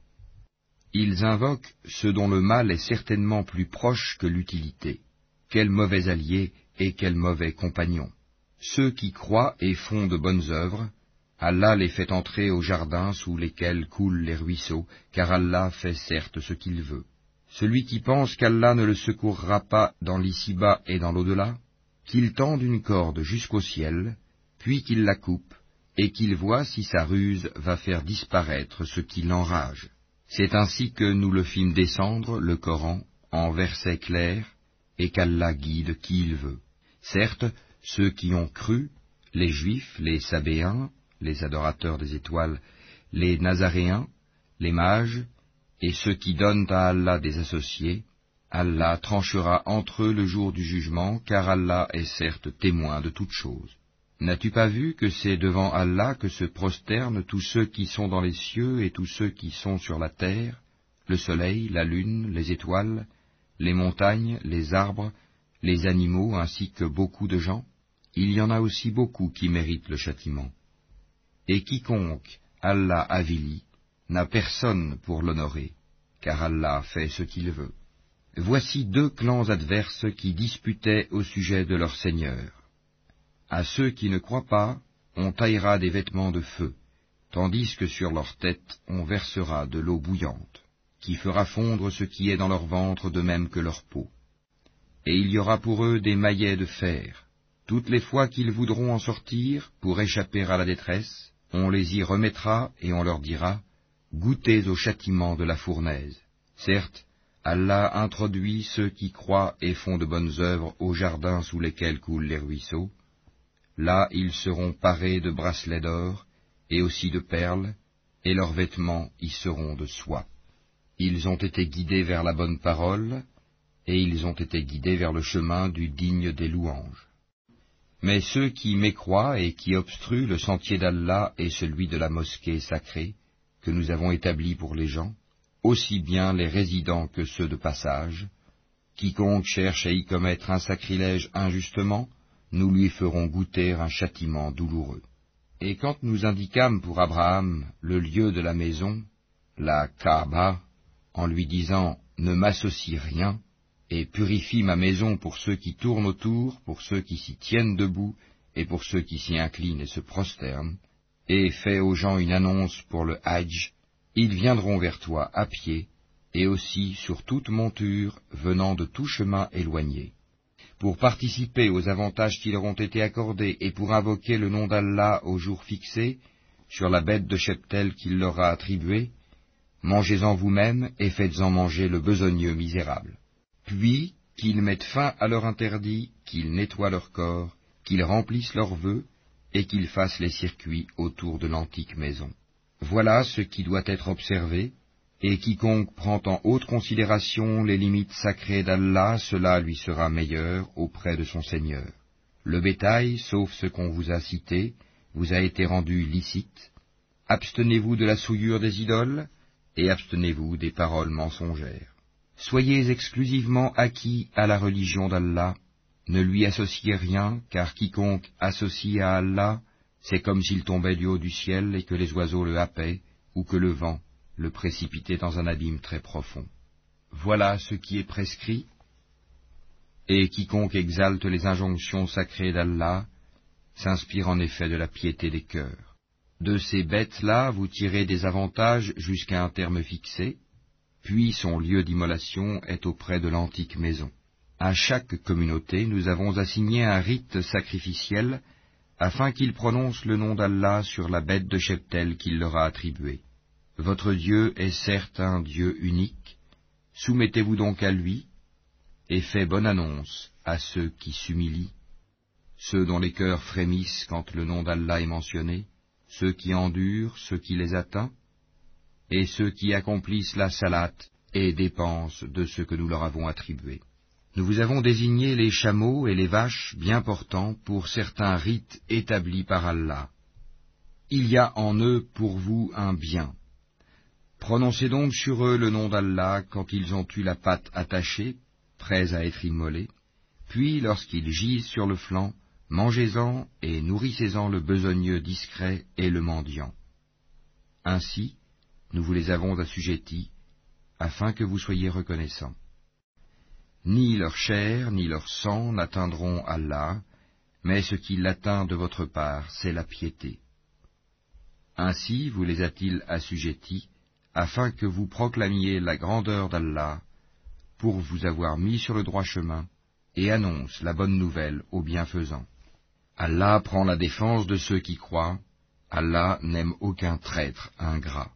Ils invoquent ce dont le mal est certainement plus proche que l'utilité. Quel mauvais allié et quel mauvais compagnon. Ceux qui croient et font de bonnes œuvres, Allah les fait entrer au jardin sous lesquels coulent les ruisseaux, car Allah fait certes ce qu'il veut. Celui qui pense qu'Allah ne le secourra pas dans l'ici-bas et dans l'au-delà, qu'il tende une corde jusqu'au ciel, puis qu'il la coupe, et qu'il voit si sa ruse va faire disparaître ce qui l'enrage. C'est ainsi que nous le fîmes descendre, le Coran, en versets clairs, et qu'Allah guide qui il veut. Certes, ceux qui ont cru, les Juifs, les Sabéens, les adorateurs des étoiles, les Nazaréens, les mages, et ceux qui donnent à Allah des associés, Allah tranchera entre eux le jour du jugement, car Allah est certes témoin de toutes choses. N'as-tu pas vu que c'est devant Allah que se prosternent tous ceux qui sont dans les cieux et tous ceux qui sont sur la terre, le soleil, la lune, les étoiles, les montagnes, les arbres, les animaux, ainsi que beaucoup de gens? Il y en a aussi beaucoup qui méritent le châtiment. Et quiconque Allah avilit n'a personne pour l'honorer, car Allah fait ce qu'il veut. Voici deux clans adverses qui disputaient au sujet de leur Seigneur. À ceux qui ne croient pas, on taillera des vêtements de feu, tandis que sur leur tête on versera de l'eau bouillante, qui fera fondre ce qui est dans leur ventre de même que leur peau. Et il y aura pour eux des maillets de fer. Toutes les fois qu'ils voudront en sortir, pour échapper à la détresse, on les y remettra et on leur dira, « Goûtez au châtiment de la fournaise. » Certes, Allah introduit ceux qui croient et font de bonnes œuvres au jardin sous lesquels coulent les ruisseaux. Là ils seront parés de bracelets d'or et aussi de perles, et leurs vêtements y seront de soie. Ils ont été guidés vers la bonne parole, et ils ont été guidés vers le chemin du digne des louanges. Mais ceux qui mécroient et qui obstruent le sentier d'Allah et celui de la mosquée sacrée, que nous avons établi pour les gens, aussi bien les résidents que ceux de passage, quiconque cherche à y commettre un sacrilège injustement, nous lui ferons goûter un châtiment douloureux. Et quand nous indiquâmes pour Abraham le lieu de la maison, la Kaaba, en lui disant « Ne m'associe rien », et purifie ma maison pour ceux qui tournent autour, pour ceux qui s'y tiennent debout, et pour ceux qui s'y inclinent et se prosternent, et fais aux gens une annonce pour le Hajj, ils viendront vers toi à pied, et aussi sur toute monture, venant de tout chemin éloigné. Pour participer aux avantages qui leur ont été accordés, et pour invoquer le nom d'Allah au jour fixé, sur la bête de cheptel qu'il leur a attribuée, mangez-en vous-même et faites-en manger le besogneux misérable. Puis, qu'ils mettent fin à leur interdit, qu'ils nettoient leur corps, qu'ils remplissent leurs vœux, et qu'ils fassent les circuits autour de l'antique maison. Voilà ce qui doit être observé, et quiconque prend en haute considération les limites sacrées d'Allah, cela lui sera meilleur auprès de son Seigneur. Le bétail, sauf ce qu'on vous a cité, vous a été rendu licite. Abstenez-vous de la souillure des idoles, et abstenez-vous des paroles mensongères. Soyez exclusivement acquis à la religion d'Allah, ne lui associez rien, car quiconque associe à Allah, c'est comme s'il tombait du haut du ciel et que les oiseaux le happaient, ou que le vent le précipitait dans un abîme très profond. Voilà ce qui est prescrit, et quiconque exalte les injonctions sacrées d'Allah, s'inspire en effet de la piété des cœurs. De ces bêtes-là, vous tirez des avantages jusqu'à un terme fixé, puis son lieu d'immolation est auprès de l'antique maison. À chaque communauté, nous avons assigné un rite sacrificiel, afin qu'ils prononcent le nom d'Allah sur la bête de cheptel qu'il leur a attribuée. Votre Dieu est certes un Dieu unique, soumettez-vous donc à lui, et faites bonne annonce à ceux qui s'humilient, ceux dont les cœurs frémissent quand le nom d'Allah est mentionné, ceux qui endurent, ceux qui les atteignent, et ceux qui accomplissent la salate et dépensent de ce que nous leur avons attribué. Nous vous avons désigné les chameaux et les vaches bien portants pour certains rites établis par Allah. Il y a en eux pour vous un bien. Prononcez donc sur eux le nom d'Allah quand ils ont eu la patte attachée, prêts à être immolés, puis lorsqu'ils gisent sur le flanc, mangez-en et nourrissez-en le besogneux discret et le mendiant. Ainsi, nous vous les avons assujettis, afin que vous soyez reconnaissants. Ni leur chair, ni leur sang n'atteindront Allah, mais ce qui l'atteint de votre part, c'est la piété. Ainsi vous les a-t-il assujettis, afin que vous proclamiez la grandeur d'Allah, pour vous avoir mis sur le droit chemin, et annonce la bonne nouvelle aux bienfaisants. Allah prend la défense de ceux qui croient, Allah n'aime aucun traître ingrat.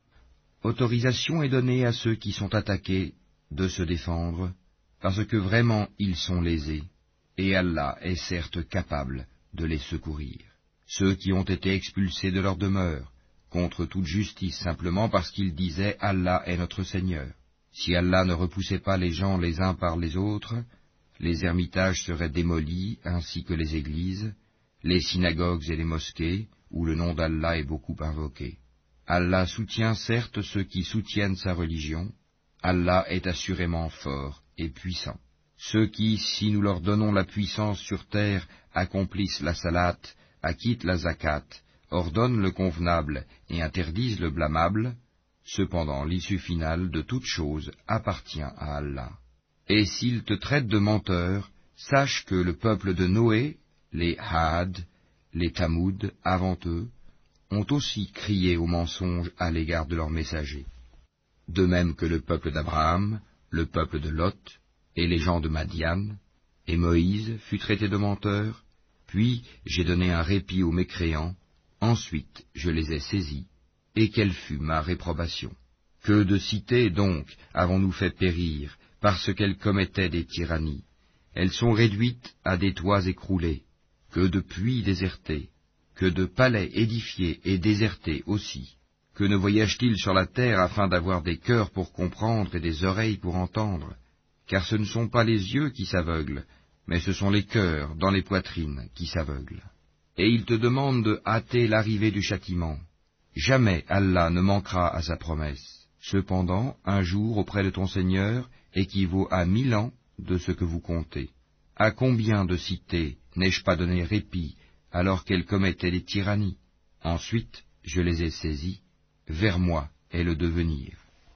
Autorisation est donnée à ceux qui sont attaqués de se défendre, parce que vraiment ils sont lésés, et Allah est certes capable de les secourir. Ceux qui ont été expulsés de leur demeure, contre toute justice, simplement parce qu'ils disaient « Allah est notre Seigneur ». Si Allah ne repoussait pas les gens les uns par les autres, les ermitages seraient démolis, ainsi que les églises, les synagogues et les mosquées, où le nom d'Allah est beaucoup invoqué. Allah soutient certes ceux qui soutiennent sa religion, Allah est assurément fort et puissant. Ceux qui, si nous leur donnons la puissance sur terre, accomplissent la salat, acquittent la zakat, ordonnent le convenable et interdisent le blâmable, cependant l'issue finale de toute chose appartient à Allah. Et s'ils te traitent de menteur, sache que le peuple de Noé, les Had, les Tamoud, avant eux, ont aussi crié au mensonge à l'égard de leurs messagers. De même que le peuple d'Abraham, le peuple de Lot, et les gens de Madian, et Moïse fut traité de menteur, puis j'ai donné un répit aux mécréants, ensuite je les ai saisis, et quelle fut ma réprobation. Que de cités donc avons-nous fait périr, parce qu'elles commettaient des tyrannies. Elles sont réduites à des toits écroulés, que de puits désertés, que de palais édifiés et désertés aussi. Que ne voyage-t-il sur la terre afin d'avoir des cœurs pour comprendre et des oreilles pour entendre? Car ce ne sont pas les yeux qui s'aveuglent, mais ce sont les cœurs dans les poitrines qui s'aveuglent. Et il te demande de hâter l'arrivée du châtiment. Jamais Allah ne manquera à sa promesse. Cependant, un jour auprès de ton Seigneur équivaut à mille ans de ce que vous comptez. À combien de cités n'ai-je pas donné répit alors qu'elles commettaient des tyrannies? Ensuite, je les ai saisies. Vers moi est le devenir.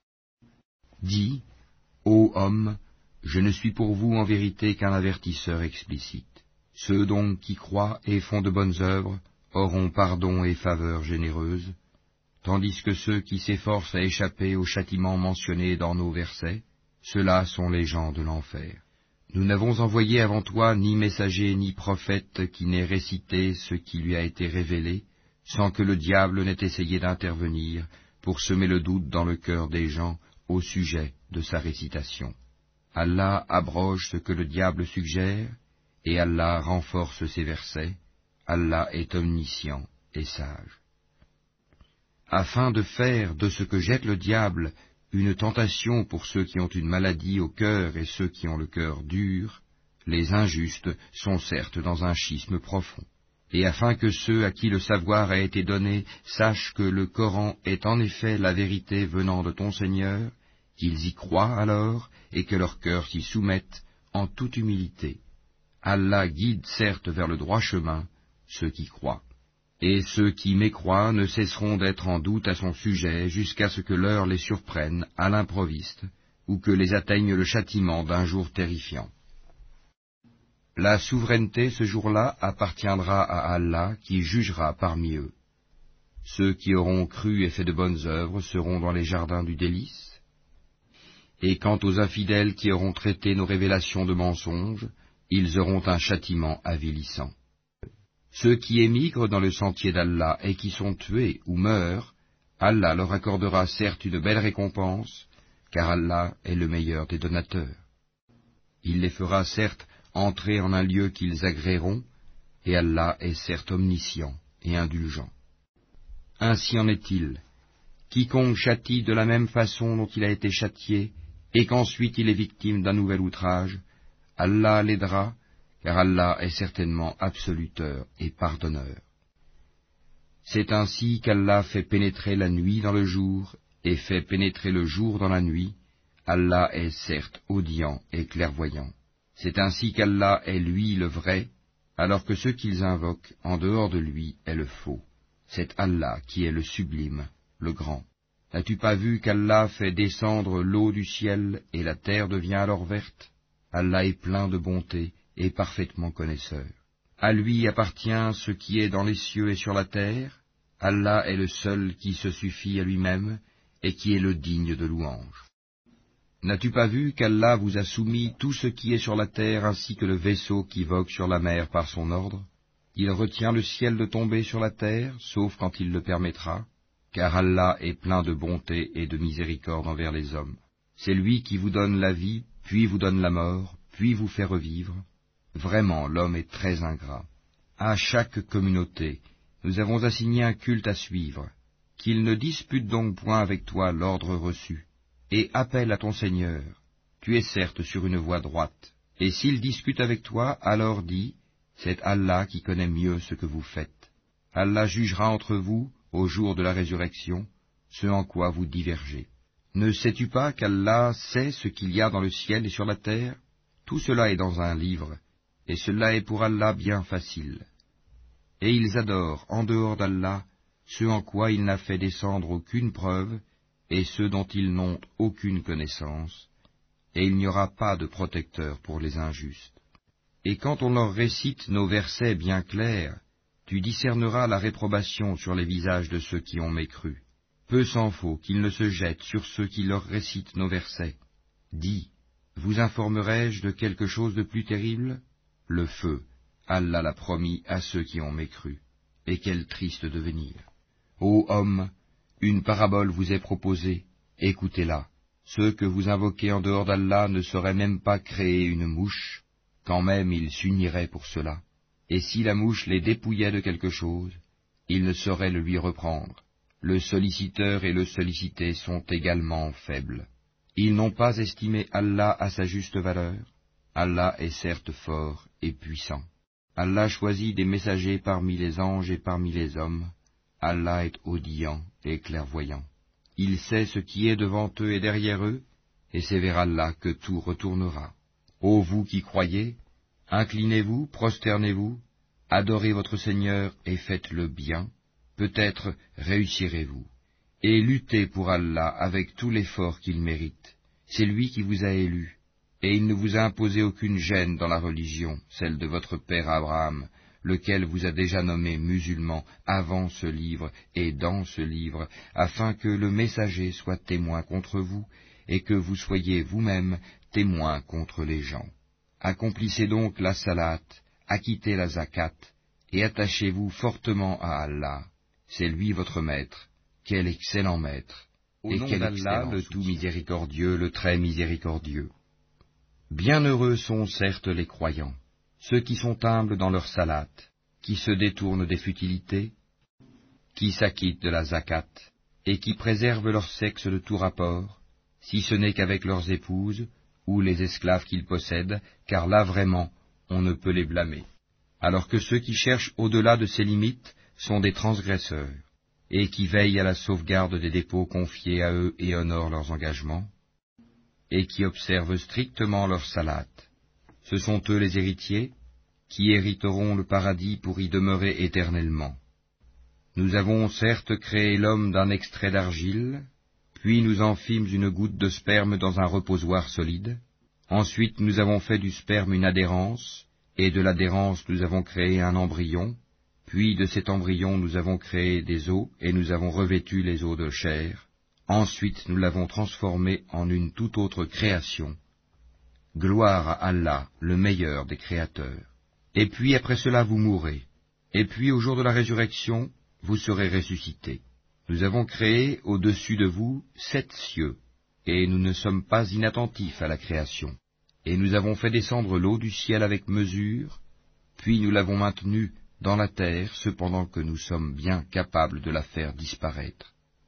Dis, ô homme, je ne suis pour vous en vérité qu'un avertisseur explicite. Ceux donc qui croient et font de bonnes œuvres auront pardon et faveur généreuse, tandis que ceux qui s'efforcent à échapper au châtiment mentionné dans nos versets, ceux-là sont les gens de l'enfer. Nous n'avons envoyé avant toi ni messager ni prophète qui n'ait récité ce qui lui a été révélé, sans que le diable n'ait essayé d'intervenir pour semer le doute dans le cœur des gens au sujet de sa récitation. Allah abroge ce que le diable suggère, et Allah renforce ses versets. Allah est omniscient et sage. Afin de faire de ce que jette le diable une tentation pour ceux qui ont une maladie au cœur et ceux qui ont le cœur dur, les injustes sont certes dans un schisme profond. Et afin que ceux à qui le savoir a été donné sachent que le Coran est en effet la vérité venant de ton Seigneur, qu'ils y croient alors et que leur cœur s'y soumette en toute humilité. Allah guide certes vers le droit chemin ceux qui croient. Et ceux qui mécroient ne cesseront d'être en doute à son sujet jusqu'à ce que l'heure les surprenne à l'improviste ou que les atteigne le châtiment d'un jour terrifiant. La souveraineté ce jour-là appartiendra à Allah qui jugera parmi eux. Ceux qui auront cru et fait de bonnes œuvres seront dans les jardins du délice. Et quant aux infidèles qui auront traité nos révélations de mensonges, ils auront un châtiment avilissant. Ceux qui émigrent dans le sentier d'Allah et qui sont tués ou meurent, Allah leur accordera certes une belle récompense, car Allah est le meilleur des donateurs. Il les fera certes entrer en un lieu qu'ils agréeront, et Allah est certes omniscient et indulgent. Ainsi en est-il. Quiconque châtie de la même façon dont il a été châtié, et qu'ensuite il est victime d'un nouvel outrage, Allah l'aidera, car Allah est certainement absoluteur et pardonneur. C'est ainsi qu'Allah fait pénétrer la nuit dans le jour, et fait pénétrer le jour dans la nuit. Allah est certes audient et clairvoyant. C'est ainsi qu'Allah est lui le vrai, alors que ceux qu'ils invoquent en dehors de lui est le faux. C'est Allah qui est le sublime, le grand. N'as-tu pas vu qu'Allah fait descendre l'eau du ciel et la terre devient alors verte? Allah est plein de bonté et parfaitement connaisseur. À lui appartient ce qui est dans les cieux et sur la terre. Allah est le seul qui se suffit à lui-même et qui est le digne de louange. N'as-tu pas vu qu'Allah vous a soumis tout ce qui est sur la terre ainsi que le vaisseau qui vogue sur la mer par son ordre? Il retient le ciel de tomber sur la terre, sauf quand il le permettra, car Allah est plein de bonté et de miséricorde envers les hommes. C'est lui qui vous donne la vie, puis vous donne la mort, puis vous fait revivre. Vraiment, l'homme est très ingrat. À chaque communauté, nous avons assigné un culte à suivre. Qu'il ne dispute donc point avec toi l'ordre reçu, et appelle à ton Seigneur. Tu es certes sur une voie droite. Et s'il discute avec toi, alors dis, c'est Allah qui connaît mieux ce que vous faites. Allah jugera entre vous, au jour de la résurrection, ce en quoi vous divergez. Ne sais-tu pas qu'Allah sait ce qu'il y a dans le ciel et sur la terre? Tout cela est dans un livre, et cela est pour Allah bien facile. Et ils adorent, en dehors d'Allah, ce en quoi il n'a fait descendre aucune preuve, et ceux dont ils n'ont aucune connaissance, et il n'y aura pas de protecteur pour les injustes. Et quand on leur récite nos versets bien clairs, tu discerneras la réprobation sur les visages de ceux qui ont mécru. Peu s'en faut qu'ils ne se jettent sur ceux qui leur récitent nos versets. Dis, vous informerai-je de quelque chose de plus terrible? Le feu, Allah l'a promis à ceux qui ont mécru. Et quel triste devenir! Ô homme, une parabole vous est proposée, écoutez-la. Ceux que vous invoquez en dehors d'Allah ne sauraient même pas créer une mouche, quand même ils s'uniraient pour cela. Et si la mouche les dépouillait de quelque chose, ils ne sauraient le lui reprendre. Le solliciteur et le sollicité sont également faibles. Ils n'ont pas estimé Allah à sa juste valeur. Allah est certes fort et puissant. Allah choisit des messagers parmi les anges et parmi les hommes. Allah est audient et clairvoyant. Il sait ce qui est devant eux et derrière eux, et c'est vers Allah que tout retournera. Ô vous qui croyez, inclinez-vous, prosternez-vous, adorez votre Seigneur et faites le bien, peut-être réussirez-vous. Et luttez pour Allah avec tout l'effort qu'il mérite. C'est lui qui vous a élu, et il ne vous a imposé aucune gêne dans la religion, celle de votre père Abraham, lequel vous a déjà nommé musulman avant ce livre et dans ce livre, afin que le messager soit témoin contre vous, et que vous soyez vous-même témoin contre les gens. Accomplissez donc la salat, acquittez la zakat, et attachez-vous fortement à Allah. C'est lui votre maître. Quel excellent maître! Au et quel Allah, le tout miséricordieux, le très miséricordieux. Bienheureux sont certes les croyants, ceux qui sont humbles dans leur salat, qui se détournent des futilités, qui s'acquittent de la zakat, et qui préservent leur sexe de tout rapport, si ce n'est qu'avec leurs épouses, ou les esclaves qu'ils possèdent, car là vraiment, on ne peut les blâmer. Alors que ceux qui cherchent au-delà de ces limites sont des transgresseurs, et qui veillent à la sauvegarde des dépôts confiés à eux et honorent leurs engagements, et qui observent strictement leur salat. Ce sont eux les héritiers, qui hériteront le paradis pour y demeurer éternellement. Nous avons certes créé l'homme d'un extrait d'argile, puis nous en fîmes une goutte de sperme dans un reposoir solide. Ensuite nous avons fait du sperme une adhérence, et de l'adhérence nous avons créé un embryon, puis de cet embryon nous avons créé des os, et nous avons revêtu les os de chair. Ensuite nous l'avons transformé en une toute autre création. Gloire à Allah, le meilleur des créateurs. Et puis après cela vous mourrez, et puis au jour de la résurrection, vous serez ressuscités. Nous avons créé au-dessus de vous sept cieux, et nous ne sommes pas inattentifs à la création. Et nous avons fait descendre l'eau du ciel avec mesure, puis nous l'avons maintenue dans la terre, cependant que nous sommes bien capables de la faire disparaître.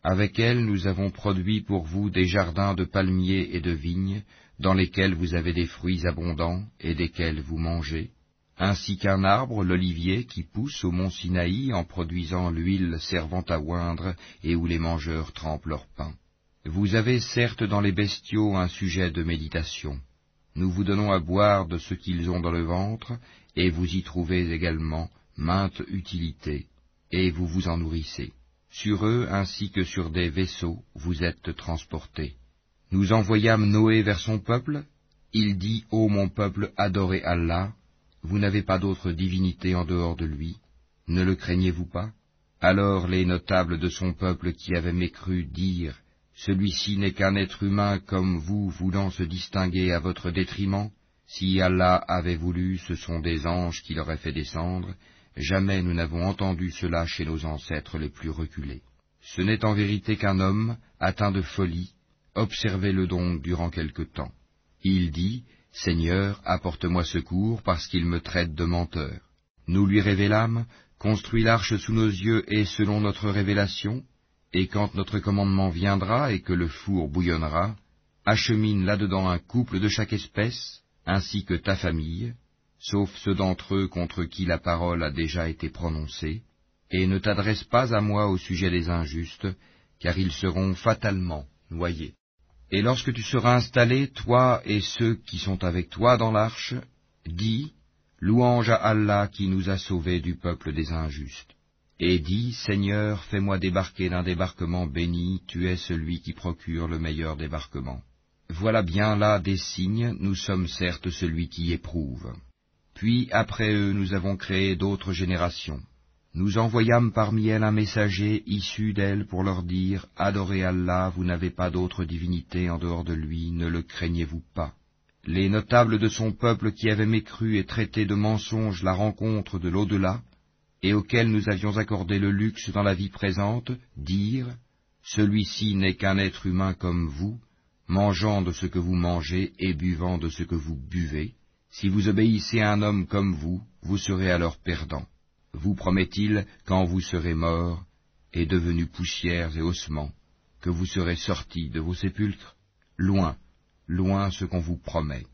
Avec elle nous avons produit pour vous des jardins de palmiers et de vignes, dans lesquels vous avez des fruits abondants et desquels vous mangez, ainsi qu'un arbre, l'olivier, qui pousse au mont Sinaï en produisant l'huile servant à oindre et où les mangeurs trempent leur pain. Vous avez certes dans les bestiaux un sujet de méditation. Nous vous donnons à boire de ce qu'ils ont dans le ventre, et vous y trouvez également mainte utilité, et vous vous en nourrissez. Sur eux, ainsi que sur des vaisseaux, vous êtes transportés. Nous envoyâmes Noé vers son peuple. Il dit, ô mon peuple, adorez Allah. Vous n'avez pas d'autre divinité en dehors de lui. Ne le craignez-vous pas? Alors les notables de son peuple qui avaient mécru dirent, celui-ci n'est qu'un être humain comme vous, voulant se distinguer à votre détriment. Si Allah avait voulu, ce sont des anges qui l'auraient fait descendre. Jamais nous n'avons entendu cela chez nos ancêtres les plus reculés. Ce n'est en vérité qu'un homme, atteint de folie. Observez-le donc durant quelque temps. Il dit, Seigneur, apporte-moi secours, parce qu'il me traite de menteur. Nous lui révélâmes, construis l'arche sous nos yeux et selon notre révélation, et quand notre commandement viendra et que le four bouillonnera, achemine là-dedans un couple de chaque espèce, ainsi que ta famille, sauf ceux d'entre eux contre qui la parole a déjà été prononcée, et ne t'adresse pas à moi au sujet des injustes, car ils seront fatalement noyés. Et lorsque tu seras installé, toi et ceux qui sont avec toi dans l'arche, dis, louange à Allah qui nous a sauvés du peuple des injustes. Et dis, Seigneur, fais-moi débarquer d'un débarquement béni, tu es celui qui procure le meilleur débarquement. Voilà bien là des signes, nous sommes certes celui qui éprouve. Puis après eux nous avons créé d'autres générations. Nous envoyâmes parmi elles un messager issu d'elles pour leur dire, adorez Allah, vous n'avez pas d'autre divinité en dehors de lui, ne le craignez-vous pas. Les notables de son peuple qui avaient mécru et traité de mensonge la rencontre de l'au-delà, et auxquels nous avions accordé le luxe dans la vie présente, dirent, celui-ci n'est qu'un être humain comme vous, mangeant de ce que vous mangez et buvant de ce que vous buvez. Si vous obéissez à un homme comme vous, vous serez alors perdant. Vous promet-il, quand vous serez morts, et devenus poussières et ossements, que vous serez sortis de vos sépulcres? Loin, loin ce qu'on vous promet.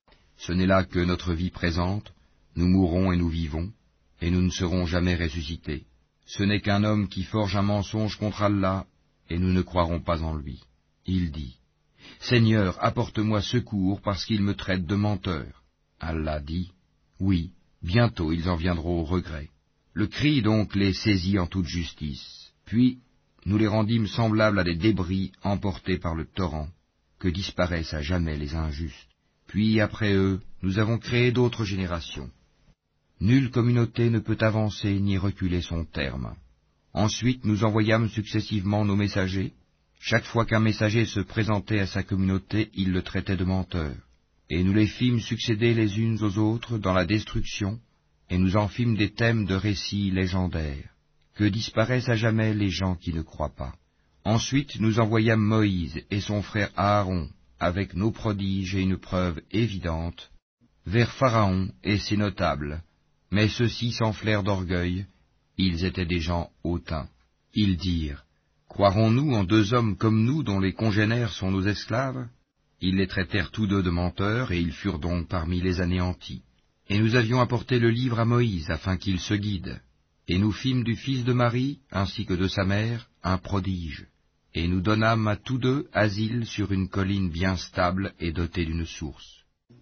Ce n'est là que notre vie présente, nous mourrons et nous vivons, et nous ne serons jamais ressuscités. Ce n'est qu'un homme qui forge un mensonge contre Allah, et nous ne croirons pas en lui. Il dit, Seigneur, apporte-moi secours parce qu'il me traite de menteur. Allah dit, oui, bientôt ils en viendront au regret. Le cri donc les saisit en toute justice. Puis nous les rendîmes semblables à des débris emportés par le torrent, que disparaissent à jamais les injustes. Puis après eux, nous avons créé d'autres générations. Nulle communauté ne peut avancer ni reculer son terme. Ensuite nous envoyâmes successivement nos messagers. Chaque fois qu'un messager se présentait à sa communauté, il le traitait de menteur. Et nous les fîmes succéder les unes aux autres dans la destruction, et nous en fîmes des thèmes de récits légendaires, que disparaissent à jamais les gens qui ne croient pas. Ensuite nous envoyâmes Moïse et son frère Aaron, avec nos prodiges et une preuve évidente, vers Pharaon et ses notables, mais ceux-ci s'enflèrent d'orgueil, ils étaient des gens hautains. Ils dirent, croirons-nous en deux hommes comme nous dont les congénères sont nos esclaves? Ils les traitèrent tous deux de menteurs, et ils furent donc parmi les anéantis. Et nous avions apporté le livre à Moïse, afin qu'il se guide. Et nous fîmes du fils de Marie, ainsi que de sa mère, un prodige. Et nous donnâmes à tous deux asile sur une colline bien stable et dotée d'une source.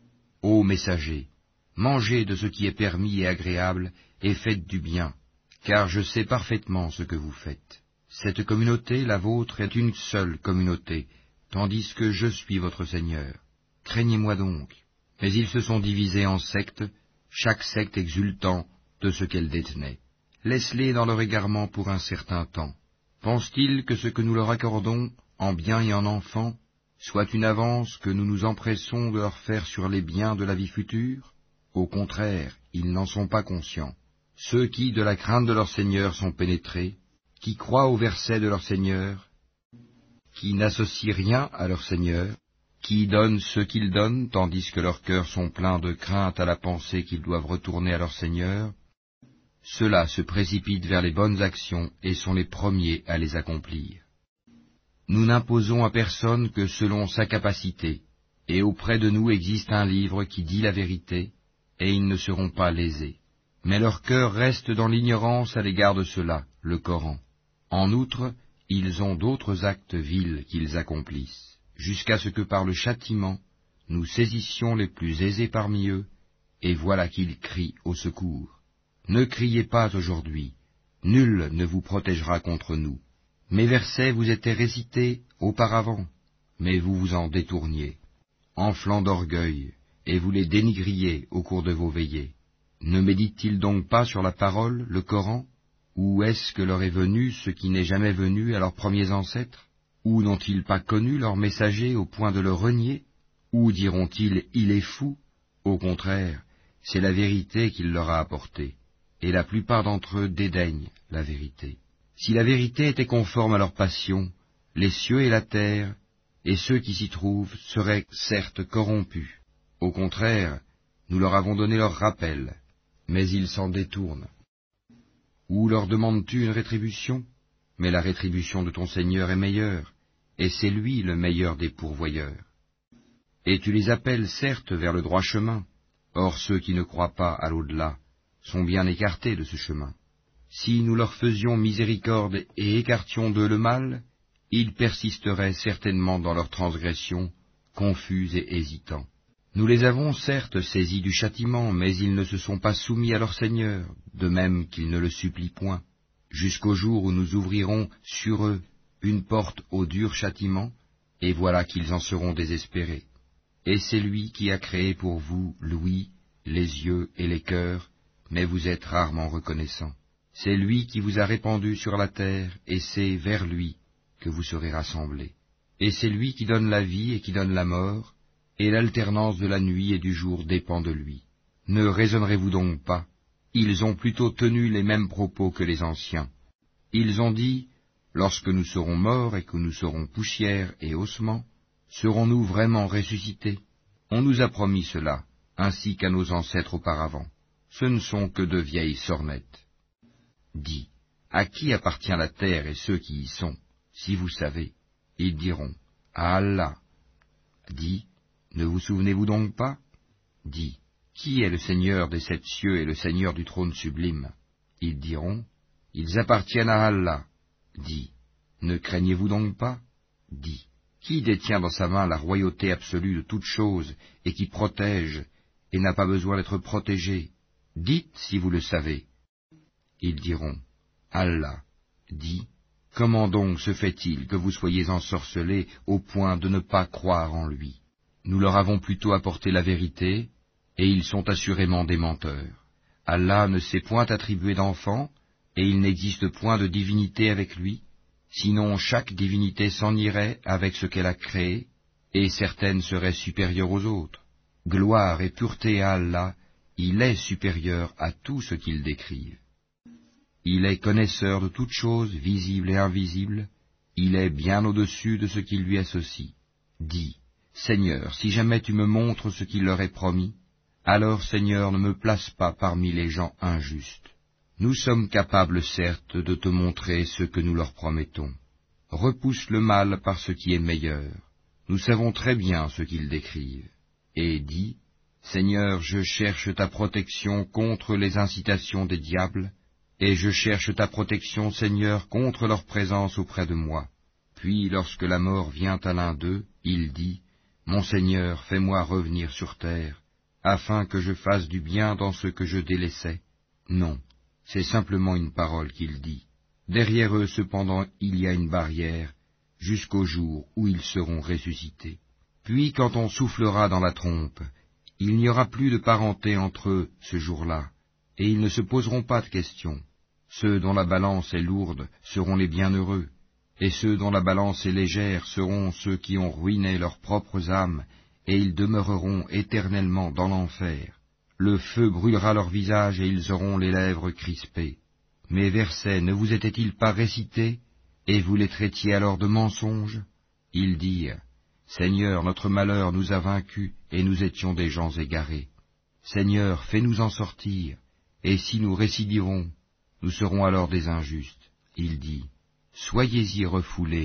Ô messagers, mangez de ce qui est permis et agréable, et faites du bien, car je sais parfaitement ce que vous faites. Cette communauté, la vôtre, est une seule communauté, tandis que je suis votre Seigneur. Craignez-moi donc. Mais ils se sont divisés en sectes, chaque secte exultant de ce qu'elle détenait. Laisse-les dans leur égarement pour un certain temps. Pensent-ils que ce que nous leur accordons, en biens et en enfants, soit une avance que nous nous empressons de leur faire sur les biens de la vie future? Au contraire, ils n'en sont pas conscients. Ceux qui, de la crainte de leur Seigneur, sont pénétrés, qui croient au verset de leur Seigneur, qui n'associent rien à leur Seigneur, qui donnent ce qu'ils donnent, tandis que leurs cœurs sont pleins de crainte à la pensée qu'ils doivent retourner à leur Seigneur, ceux-là se précipitent vers les bonnes actions et sont les premiers à les accomplir. Nous n'imposons à personne que selon sa capacité, et auprès de nous existe un livre qui dit la vérité, et ils ne seront pas lésés. Mais leur cœur reste dans l'ignorance à l'égard de cela, le Coran. En outre, ils ont d'autres actes vils qu'ils accomplissent, jusqu'à ce que par le châtiment, nous saisissions les plus aisés parmi eux, et voilà qu'ils crient au secours. Ne criez pas aujourd'hui, nul ne vous protégera contre nous. Mes versets vous étaient récités auparavant, mais vous vous en détourniez, enflants d'orgueil, et vous les dénigriez au cours de vos veillées. Ne méditent-ils donc pas sur la parole, le Coran? Ou est-ce que leur est venu ce qui n'est jamais venu à leurs premiers ancêtres? Ou n'ont-ils pas connu leur messager au point de le renier? Ou diront-ils, il est fou? Au contraire, c'est la vérité qu'il leur a apportée, et la plupart d'entre eux dédaignent la vérité. Si la vérité était conforme à leur passion, les cieux et la terre, et ceux qui s'y trouvent, seraient certes corrompus. Au contraire, nous leur avons donné leur rappel, mais ils s'en détournent. Ou leur demandes-tu une rétribution? Mais la rétribution de ton Seigneur est meilleure, et c'est lui le meilleur des pourvoyeurs. Et tu les appelles certes vers le droit chemin, or ceux qui ne croient pas à l'au-delà sont bien écartés de ce chemin. Si nous leur faisions miséricorde et écartions d'eux le mal, ils persisteraient certainement dans leur transgression, confus et hésitants. Nous les avons certes saisis du châtiment, mais ils ne se sont pas soumis à leur Seigneur, de même qu'ils ne le supplient point, jusqu'au jour où nous ouvrirons sur eux une porte au dur châtiment, et voilà qu'ils en seront désespérés. Et c'est lui qui a créé pour vous l'ouïe, les yeux et les cœurs, mais vous êtes rarement reconnaissants. C'est lui qui vous a répandu sur la terre, et c'est vers lui que vous serez rassemblés. Et c'est lui qui donne la vie et qui donne la mort, et l'alternance de la nuit et du jour dépend de lui. Ne raisonnerez-vous donc pas? Ils ont plutôt tenu les mêmes propos que les anciens. Ils ont dit, lorsque nous serons morts et que nous serons poussière et ossements, serons-nous vraiment ressuscités? On nous a promis cela, ainsi qu'à nos ancêtres auparavant. Ce ne sont que de vieilles sornettes. Dis, à qui appartient la terre et ceux qui y sont? Si vous savez, ils diront, à Allah. Dis, ne vous souvenez-vous donc pas? Dis, qui est le Seigneur des sept cieux et le Seigneur du trône sublime? Ils diront, ils appartiennent à Allah. Dis, ne craignez-vous donc pas? Dis, qui détient dans sa main la royauté absolue de toutes choses et qui protège et n'a pas besoin d'être protégé? Dites si vous le savez. Ils diront, Allah. Dis, comment donc se fait-il que vous soyez ensorcelés au point de ne pas croire en lui? Nous leur avons plutôt apporté la vérité, et ils sont assurément des menteurs. Allah ne s'est point attribué d'enfant, et il n'existe point de divinité avec lui, sinon chaque divinité s'en irait avec ce qu'elle a créé, et certaines seraient supérieures aux autres. Gloire et pureté à Allah, il est supérieur à tout ce qu'ils décrivent. Il est connaisseur de toutes choses visibles et invisibles, il est bien au-dessus de ce qu'il lui associe. Dis, Seigneur, si jamais tu me montres ce qu'il leur est promis, alors, Seigneur, ne me place pas parmi les gens injustes. Nous sommes capables, certes, de te montrer ce que nous leur promettons. Repousse le mal par ce qui est meilleur. Nous savons très bien ce qu'ils décrivent. Et dis, Seigneur, je cherche ta protection contre les incitations des diables, et je cherche ta protection, Seigneur, contre leur présence auprès de moi. Puis, lorsque la mort vient à l'un d'eux, il dit, Mon Seigneur, fais-moi revenir sur terre, afin que je fasse du bien dans ce que je délaissais. Non, c'est simplement une parole qu'il dit. Derrière eux, cependant, il y a une barrière, jusqu'au jour où ils seront ressuscités. Puis, quand on soufflera dans la trompe, il n'y aura plus de parenté entre eux ce jour-là, et ils ne se poseront pas de questions. Ceux dont la balance est lourde seront les bienheureux, et ceux dont la balance est légère seront ceux qui ont ruiné leurs propres âmes, et ils demeureront éternellement dans l'enfer. Le feu brûlera leur visage et ils auront les lèvres crispées. Mes versets ne vous étaient-ils pas récités, et vous les traitiez alors de mensonges? Ils dirent, Seigneur, notre malheur nous a vaincus, et nous étions des gens égarés. Seigneur, fais-nous en sortir, et si nous récidivons, nous serons alors des injustes. Il dit, Soyez-y refoulés,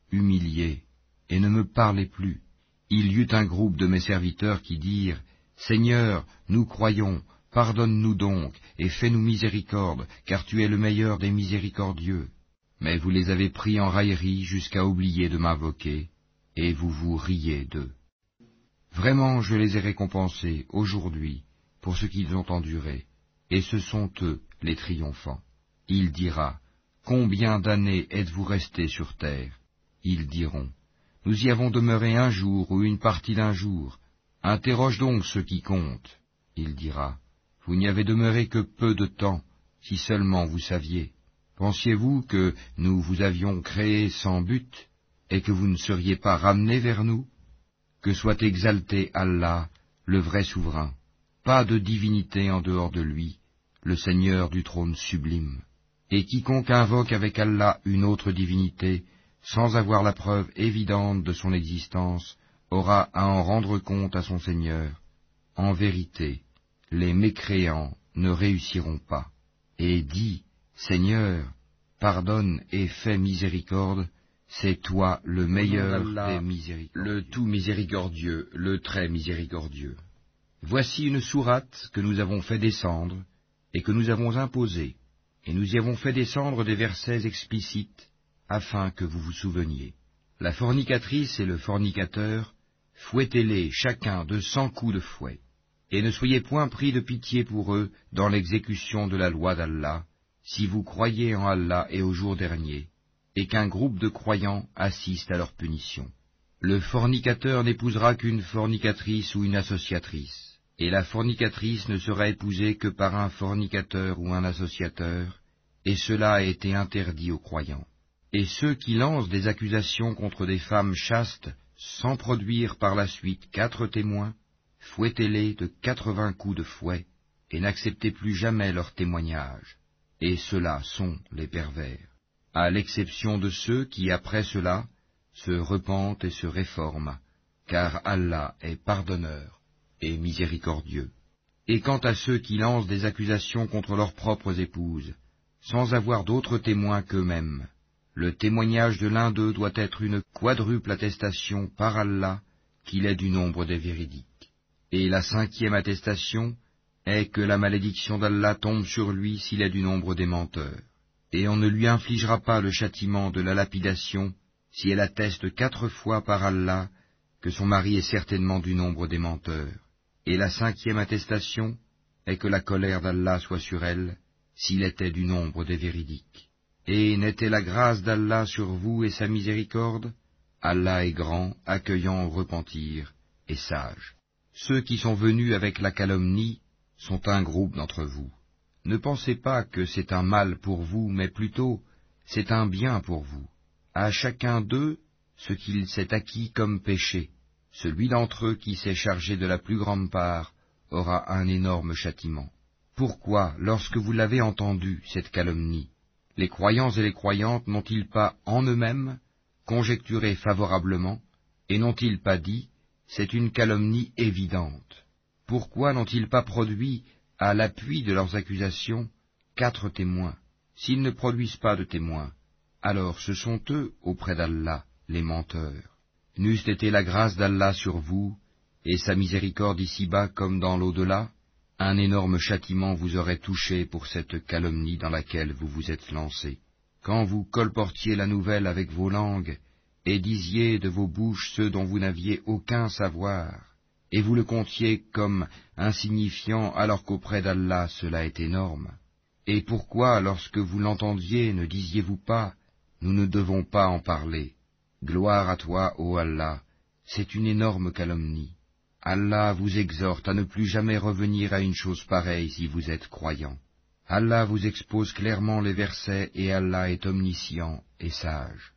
humiliez, et ne me parlez plus. Il y eut un groupe de mes serviteurs qui dirent, Seigneur, nous croyons, pardonne-nous donc, et fais-nous miséricorde, car tu es le meilleur des miséricordieux. Mais vous les avez pris en raillerie jusqu'à oublier de m'invoquer, et vous vous riez d'eux. Vraiment, je les ai récompensés aujourd'hui pour ce qu'ils ont enduré, et ce sont eux les triomphants. Il dira, combien d'années êtes-vous restés sur terre? Ils diront, nous y avons demeuré un jour ou une partie d'un jour. Interroge donc ceux qui comptent. Il dira, vous n'y avez demeuré que peu de temps, si seulement vous saviez. Pensiez-vous que nous vous avions créé sans but, et que vous ne seriez pas ramenés vers nous? Que soit exalté Allah, le vrai souverain. Pas de divinité en dehors de lui, le Seigneur du trône sublime. Et quiconque invoque avec Allah une autre divinité, sans avoir la preuve évidente de son existence, aura à en rendre compte à son Seigneur. En vérité, les mécréants ne réussiront pas. Et dis, Seigneur, pardonne et fais miséricorde, c'est toi le meilleur des miséricordieux, le tout miséricordieux, le très miséricordieux. Voici une sourate que nous avons fait descendre et que nous avons imposée, et nous y avons fait descendre des versets explicites, afin que vous vous souveniez. La fornicatrice et le fornicateur, fouettez-les chacun de cent coups de fouet, et ne soyez point pris de pitié pour eux dans l'exécution de la loi d'Allah, si vous croyez en Allah et au jour dernier, et qu'un groupe de croyants assiste à leur punition. Le fornicateur n'épousera qu'une fornicatrice ou une associatrice, et la fornicatrice ne sera épousée que par un fornicateur ou un associateur, et cela a été interdit aux croyants. Et ceux qui lancent des accusations contre des femmes chastes, sans produire par la suite quatre témoins, fouettez-les de quatre-vingts coups de fouet, et n'acceptez plus jamais leur témoignage. Et ceux-là sont les pervers, à l'exception de ceux qui, après cela, se repentent et se réforment, car Allah est pardonneur et miséricordieux. Et quant à ceux qui lancent des accusations contre leurs propres épouses, sans avoir d'autres témoins qu'eux-mêmes, le témoignage de l'un d'eux doit être une quadruple attestation par Allah qu'il est du nombre des véridiques. Et la cinquième attestation est que la malédiction d'Allah tombe sur lui s'il est du nombre des menteurs. Et on ne lui infligera pas le châtiment de la lapidation si elle atteste quatre fois par Allah que son mari est certainement du nombre des menteurs. Et la cinquième attestation est que la colère d'Allah soit sur elle s'il était du nombre des véridiques. Et n'était la grâce d'Allah sur vous et sa miséricorde? Allah est grand, accueillant au repentir, et sage. Ceux qui sont venus avec la calomnie sont un groupe d'entre vous. Ne pensez pas que c'est un mal pour vous, mais plutôt c'est un bien pour vous. À chacun d'eux ce qu'il s'est acquis comme péché. Celui d'entre eux qui s'est chargé de la plus grande part aura un énorme châtiment. Pourquoi, lorsque vous l'avez entendu, cette calomnie, les croyants et les croyantes n'ont-ils pas, en eux-mêmes, conjecturé favorablement, et n'ont-ils pas dit, c'est une calomnie évidente? Pourquoi n'ont-ils pas produit, à l'appui de leurs accusations, quatre témoins? S'ils ne produisent pas de témoins, alors ce sont eux, auprès d'Allah, les menteurs. N'eût été la grâce d'Allah sur vous, et sa miséricorde ici-bas comme dans l'au-delà, un énorme châtiment vous aurait touché pour cette calomnie dans laquelle vous vous êtes lancés. Quand vous colportiez la nouvelle avec vos langues, et disiez de vos bouches ceux dont vous n'aviez aucun savoir, et vous le comptiez comme insignifiant alors qu'auprès d'Allah cela est énorme. Et pourquoi, lorsque vous l'entendiez, ne disiez-vous pas, nous ne devons pas en parler? Gloire à toi, ô Allah, c'est une énorme calomnie. Allah vous exhorte à ne plus jamais revenir à une chose pareille si vous êtes croyant. Allah vous expose clairement les versets et Allah est omniscient et sage.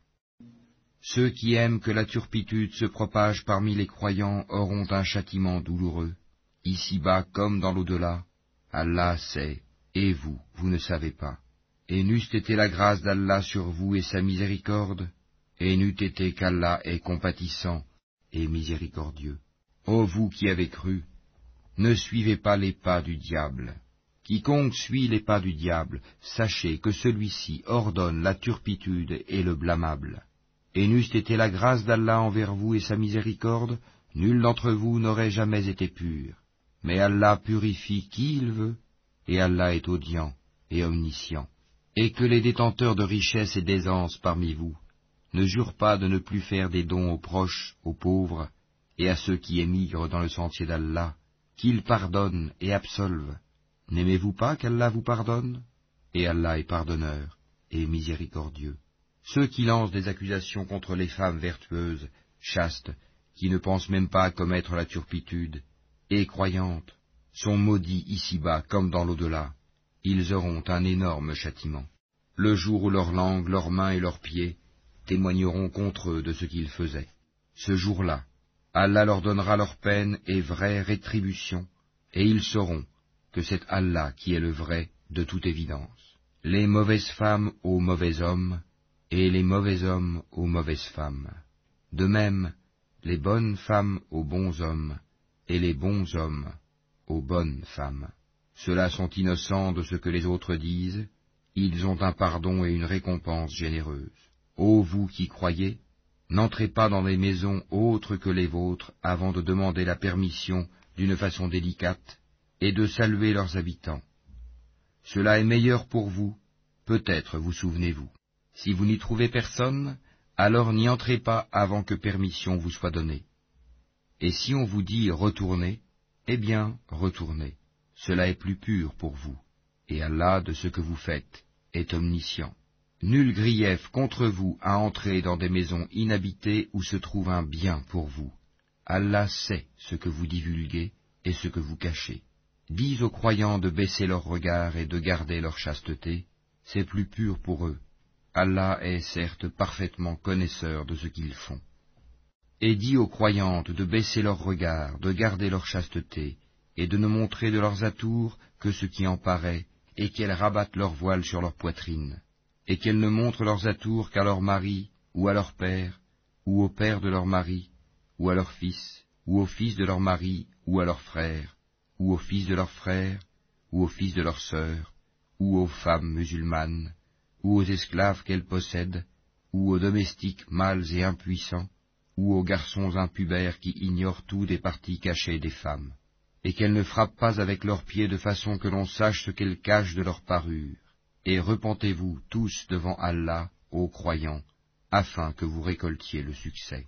Ceux qui aiment que la turpitude se propage parmi les croyants auront un châtiment douloureux, ici-bas comme dans l'au-delà. Allah sait, et vous, vous ne savez pas. Et n'eût été la grâce d'Allah sur vous et sa miséricorde, et n'eût été qu'Allah est compatissant et miséricordieux. Ô vous qui avez cru, ne suivez pas les pas du diable. Quiconque suit les pas du diable, sachez que celui-ci ordonne la turpitude et le blâmable. et n'eût été la grâce d'Allah envers vous et sa miséricorde, nul d'entre vous n'aurait jamais été pur. Mais Allah purifie qui il veut, et Allah est audient et omniscient. Et que les détenteurs de richesses et d'aisance parmi vous ne jurent pas de ne plus faire des dons aux proches, aux pauvres, et à ceux qui émigrent dans le sentier d'Allah, qu'ils pardonnent et absolvent. N'aimez-vous pas qu'Allah vous pardonne? Et Allah est pardonneur et miséricordieux. Ceux qui lancent des accusations contre les femmes vertueuses, chastes, qui ne pensent même pas à commettre la turpitude, et croyantes, sont maudits ici-bas comme dans l'au-delà. Ils auront un énorme châtiment. Le jour où leur langue, leurs mains et leurs pieds témoigneront contre eux de ce qu'ils faisaient. Ce jour-là, Allah leur donnera leur peine et vraie rétribution, et ils sauront que c'est Allah qui est le vrai de toute évidence. Les mauvaises femmes aux mauvais hommes, et les mauvais hommes aux mauvaises femmes. De même, les bonnes femmes aux bons hommes, et les bons hommes aux bonnes femmes. Ceux-là sont innocents de ce que les autres disent, ils ont un pardon et une récompense généreuse. Ô vous qui croyez, n'entrez pas dans les maisons autres que les vôtres avant de demander la permission d'une façon délicate et de saluer leurs habitants. Cela est meilleur pour vous, peut-être vous souvenez-vous. Si vous n'y trouvez personne, alors n'y entrez pas avant que permission vous soit donnée. Et si on vous dit retournez, eh bien retournez. Cela est plus pur pour vous, et Allah de ce que vous faites est omniscient. Nul grief contre vous à entrer dans des maisons inhabitées où se trouve un bien pour vous. Allah sait ce que vous divulguez et ce que vous cachez. Dis aux croyants de baisser leur regard et de garder leur chasteté, c'est plus pur pour eux. Allah est certes parfaitement connaisseur de ce qu'ils font. Et dis aux croyantes de baisser leur regard, de garder leur chasteté, et de ne montrer de leurs atours que ce qui en paraît, et qu'elles rabattent leur voile sur leur poitrine, et qu'elles ne montrent leurs atours qu'à leur mari, ou à leur père, ou au père de leur mari, ou à leur fils, ou au fils de leur mari, ou à leur frère, ou au fils de leur frère, ou au fils de leur sœur, ou aux femmes musulmanes, ou aux esclaves qu'elles possèdent, ou aux domestiques mâles et impuissants, ou aux garçons impubères qui ignorent tout des parties cachées des femmes, et qu'elles ne frappent pas avec leurs pieds de façon que l'on sache ce qu'elles cachent de leur parure. Et repentez-vous tous devant Allah, ô croyants, afin que vous récoltiez le succès.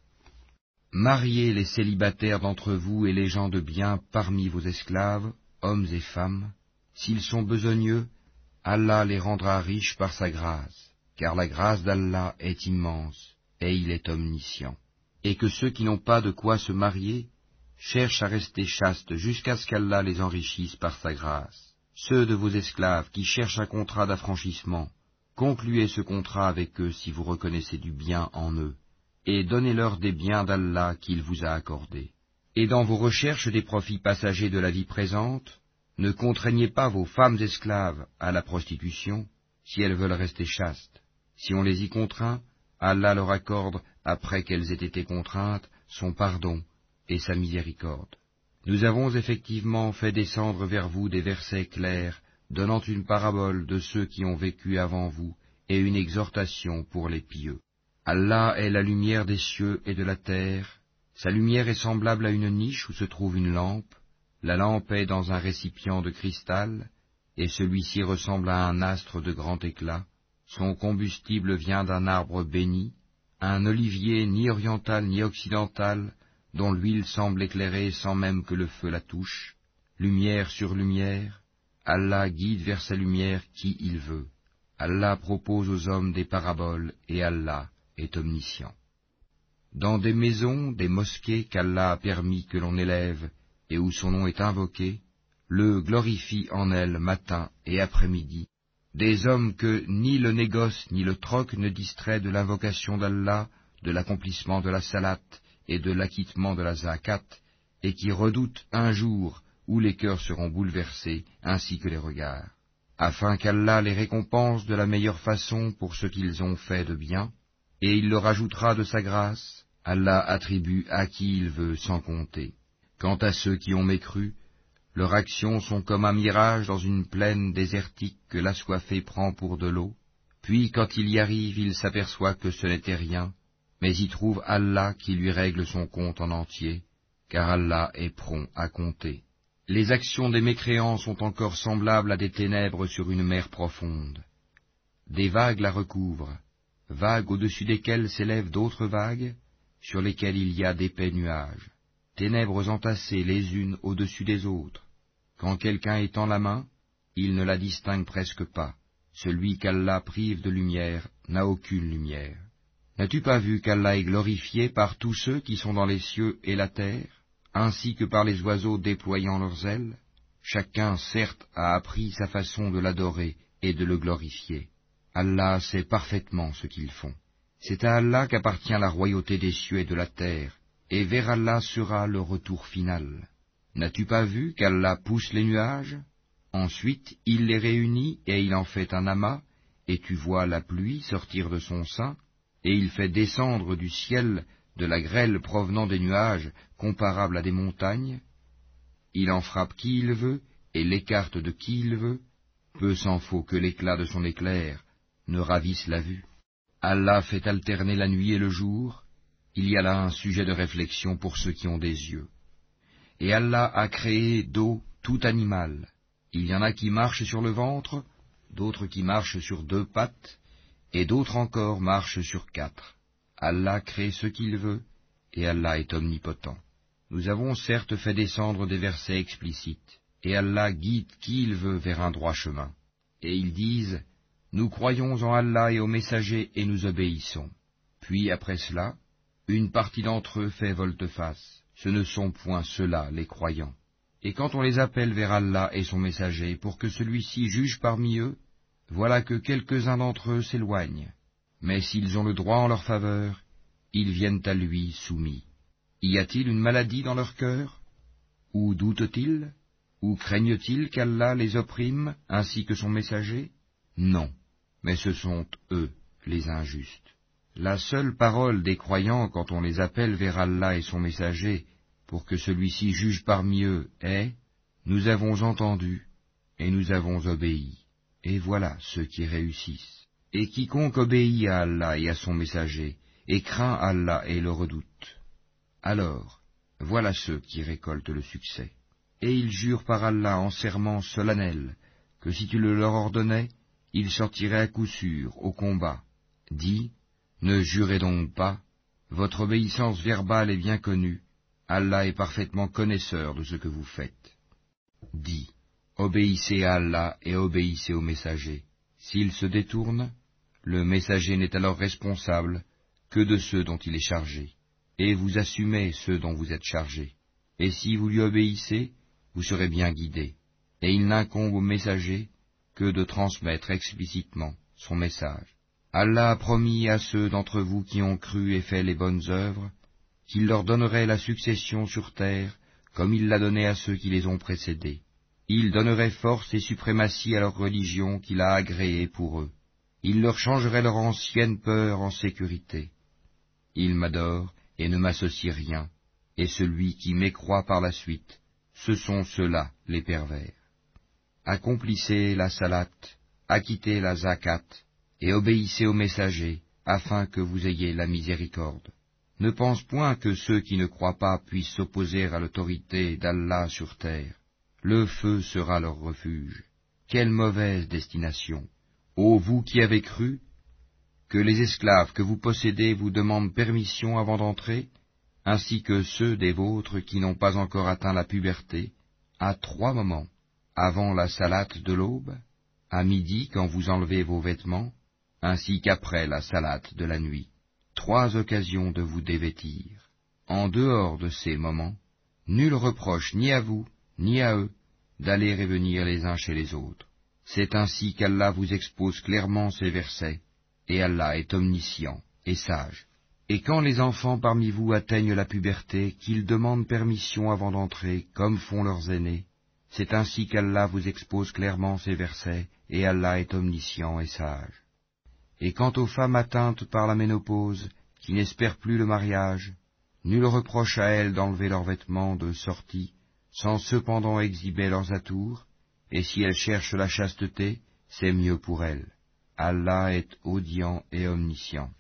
Mariez les célibataires d'entre vous et les gens de bien parmi vos esclaves, hommes et femmes. S'ils sont besogneux, Allah les rendra riches par sa grâce, car la grâce d'Allah est immense, et il est omniscient. Et que ceux qui n'ont pas de quoi se marier cherchent à rester chastes jusqu'à ce qu'Allah les enrichisse par sa grâce. Ceux de vos esclaves qui cherchent un contrat d'affranchissement, concluez ce contrat avec eux si vous reconnaissez du bien en eux, et donnez-leur des biens d'Allah qu'il vous a accordés. Et dans vos recherches des profits passagers de la vie présente, ne contraignez pas vos femmes esclaves à la prostitution, si elles veulent rester chastes. Si on les y contraint, Allah leur accorde, après qu'elles aient été contraintes, son pardon et sa miséricorde. Nous avons effectivement fait descendre vers vous des versets clairs, donnant une parabole de ceux qui ont vécu avant vous, et une exhortation pour les pieux. Allah est la lumière des cieux et de la terre. Sa lumière est semblable à une niche où se trouve une lampe. La lampe est dans un récipient de cristal, et celui-ci ressemble à un astre de grand éclat. Son combustible vient d'un arbre béni, un olivier ni oriental ni occidental, dont l'huile semble éclairer sans même que le feu la touche. Lumière sur lumière, Allah guide vers sa lumière qui il veut. Allah propose aux hommes des paraboles, et Allah est omniscient. Dans des maisons, des mosquées qu'Allah a permis que l'on élève, et où son nom est invoqué, le glorifie en elles matin et après-midi, des hommes que ni le négoce ni le troc ne distrait de l'invocation d'Allah, de l'accomplissement de la salate et de l'acquittement de la zakat, et qui redoutent un jour où les cœurs seront bouleversés, ainsi que les regards, afin qu'Allah les récompense de la meilleure façon pour ce qu'ils ont fait de bien, et il leur ajoutera de sa grâce. Allah attribue à qui il veut sans compter. Quant à ceux qui ont mécru, leurs actions sont comme un mirage dans une plaine désertique que l'assoiffé prend pour de l'eau, puis quand il y arrive, il s'aperçoit que ce n'était rien, mais y trouve Allah qui lui règle son compte en entier, car Allah est prompt à compter. Les actions des mécréants sont encore semblables à des ténèbres sur une mer profonde. Des vagues la recouvrent, vagues au-dessus desquelles s'élèvent d'autres vagues, sur lesquelles il y a d'épais nuages, ténèbres entassées les unes au-dessus des autres. Quand quelqu'un étend la main, il ne la distingue presque pas. Celui qu'Allah prive de lumière n'a aucune lumière. N'as-tu pas vu qu'Allah est glorifié par tous ceux qui sont dans les cieux et la terre, ainsi que par les oiseaux déployant leurs ailes? Chacun, certes, a appris sa façon de l'adorer et de le glorifier. Allah sait parfaitement ce qu'ils font. C'est à Allah qu'appartient la royauté des cieux et de la terre, et vers Allah sera le retour final. N'as-tu pas vu qu'Allah pousse les nuages? Ensuite, il les réunit et il en fait un amas, et tu vois la pluie sortir de son sein, et il fait descendre du ciel de la grêle provenant des nuages comparable à des montagnes. Il en frappe qui il veut et l'écarte de qui il veut. Peu s'en faut que l'éclat de son éclair ne ravisse la vue. Allah fait alterner la nuit et le jour. Il y a là un sujet de réflexion pour ceux qui ont des yeux. Et Allah a créé d'eau tout animal. Il y en a qui marchent sur le ventre, d'autres qui marchent sur deux pattes, et d'autres encore marchent sur quatre. Allah crée ce qu'il veut, et Allah est omnipotent. Nous avons certes fait descendre des versets explicites, et Allah guide qui il veut vers un droit chemin. Et ils disent, nous croyons en Allah et aux messagers et nous obéissons. Puis après cela, une partie d'entre eux fait volte-face. Ce ne sont point ceux-là les croyants. Et quand on les appelle vers Allah et son messager pour que celui-ci juge parmi eux, voilà que quelques-uns d'entre eux s'éloignent. Mais s'ils ont le droit en leur faveur, ils viennent à lui soumis. Y a-t-il une maladie dans leur cœur? Ou doutent-ils? Ou craignent-ils qu'Allah les opprime ainsi que son messager? Non, mais ce sont eux, les injustes. La seule parole des croyants quand on les appelle vers Allah et son messager, pour que celui-ci juge parmi eux, est « Nous avons entendu et nous avons obéi. » Et voilà ceux qui réussissent. Et quiconque obéit à Allah et à son messager, et craint Allah et le redoute, alors, voilà ceux qui récoltent le succès. Et ils jurent par Allah en serment solennel, que si tu le leur ordonnais, ils sortiraient à coup sûr au combat. Dis, ne jurez donc pas, votre obéissance verbale est bien connue, Allah est parfaitement connaisseur de ce que vous faites. Dis, obéissez à Allah et obéissez au messager. S'il se détourne, le messager n'est alors responsable que de ceux dont il est chargé, et vous assumez ceux dont vous êtes chargés. Et si vous lui obéissez, vous serez bien guidés, et il n'incombe au messager que de transmettre explicitement son message. Allah a promis à ceux d'entre vous qui ont cru et fait les bonnes œuvres, qu'il leur donnerait la succession sur terre, comme il l'a donné à ceux qui les ont précédés. Il donnerait force et suprématie à leur religion qu'il a agréée pour eux. Il leur changerait leur ancienne peur en sécurité. Ils m'adorent et ne m'associent rien, et celui qui m'écroit par la suite, ce sont ceux-là les pervers. Accomplissez la salat, acquittez la zakat, et obéissez au messager, afin que vous ayez la miséricorde. Ne pense point que ceux qui ne croient pas puissent s'opposer à l'autorité d'Allah sur terre. Le feu sera leur refuge. Quelle mauvaise destination! Ô vous qui avez cru, que les esclaves que vous possédez vous demandent permission avant d'entrer, ainsi que ceux des vôtres qui n'ont pas encore atteint la puberté, à trois moments, avant la salate de l'aube, à midi quand vous enlevez vos vêtements, ainsi qu'après la salate de la nuit. Trois occasions de vous dévêtir. En dehors de ces moments, nul reproche ni à vous, ni à eux, d'aller et venir les uns chez les autres. C'est ainsi qu'Allah vous expose clairement ces versets, et Allah est omniscient et sage. Et quand les enfants parmi vous atteignent la puberté, qu'ils demandent permission avant d'entrer, comme font leurs aînés, c'est ainsi qu'Allah vous expose clairement ces versets, et Allah est omniscient et sage. Et quant aux femmes atteintes par la ménopause, qui n'espèrent plus le mariage, nul reproche à elles d'enlever leurs vêtements de sortie, sans cependant exhiber leurs atours, et si elles cherchent la chasteté, c'est mieux pour elles. Allah est audient et omniscient.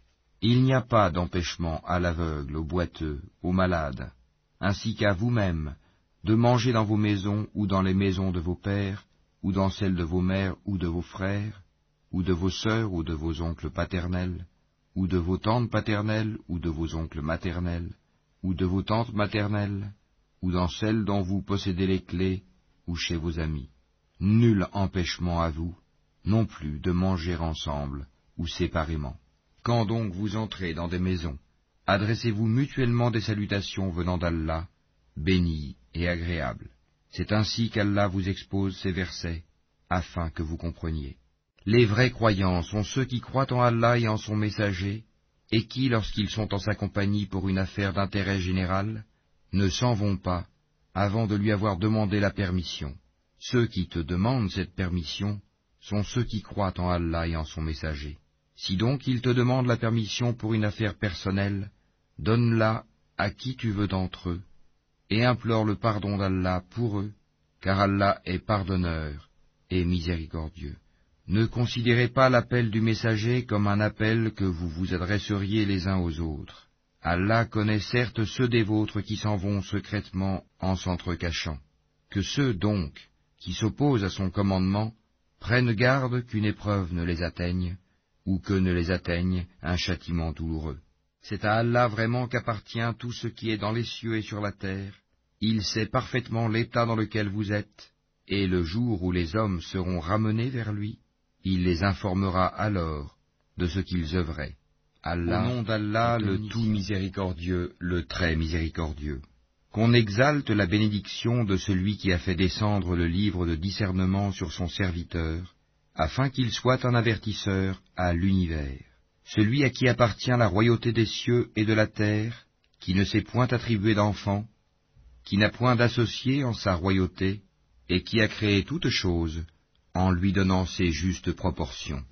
Il n'y a pas d'empêchement à l'aveugle, au boiteux, au malade, ainsi qu'à vous-même, de manger dans vos maisons ou dans les maisons de vos pères, ou dans celles de vos mères ou de vos frères, ou de vos sœurs ou de vos oncles paternels, ou de vos tantes paternelles ou de vos oncles maternels, ou de vos tantes maternelles, ou dans celles dont vous possédez les clés, ou chez vos amis. Nul empêchement à vous, non plus de manger ensemble ou séparément. Quand donc vous entrez dans des maisons, adressez-vous mutuellement des salutations venant d'Allah, bénies et agréables. C'est ainsi qu'Allah vous expose ces versets, afin que vous compreniez. Les vrais croyants sont ceux qui croient en Allah et en son messager, et qui, lorsqu'ils sont en sa compagnie pour une affaire d'intérêt général, ne s'en vont pas avant de lui avoir demandé la permission. Ceux qui te demandent cette permission sont ceux qui croient en Allah et en son messager. Si donc ils te demandent la permission pour une affaire personnelle, donne-la à qui tu veux d'entre eux, et implore le pardon d'Allah pour eux, car Allah est pardonneur et miséricordieux. Ne considérez pas l'appel du messager comme un appel que vous vous adresseriez les uns aux autres. Allah connaît certes ceux des vôtres qui s'en vont secrètement en s'entrecachant. Que ceux, donc, qui s'opposent à son commandement, prennent garde qu'une épreuve ne les atteigne, ou que ne les atteigne un châtiment douloureux. C'est à Allah vraiment qu'appartient tout ce qui est dans les cieux et sur la terre. Il sait parfaitement l'état dans lequel vous êtes, et le jour où les hommes seront ramenés vers lui, il les informera alors de ce qu'ils œuvraient. Allah, au nom d'Allah, le tout miséricordieux, le très miséricordieux. Qu'on exalte la bénédiction de celui qui a fait descendre le livre de discernement sur son serviteur, afin qu'il soit un avertisseur à l'univers. Celui à qui appartient la royauté des cieux et de la terre, qui ne s'est point attribué d'enfant, qui n'a point d'associé en sa royauté, et qui a créé toutes choses, en lui donnant ses justes proportions.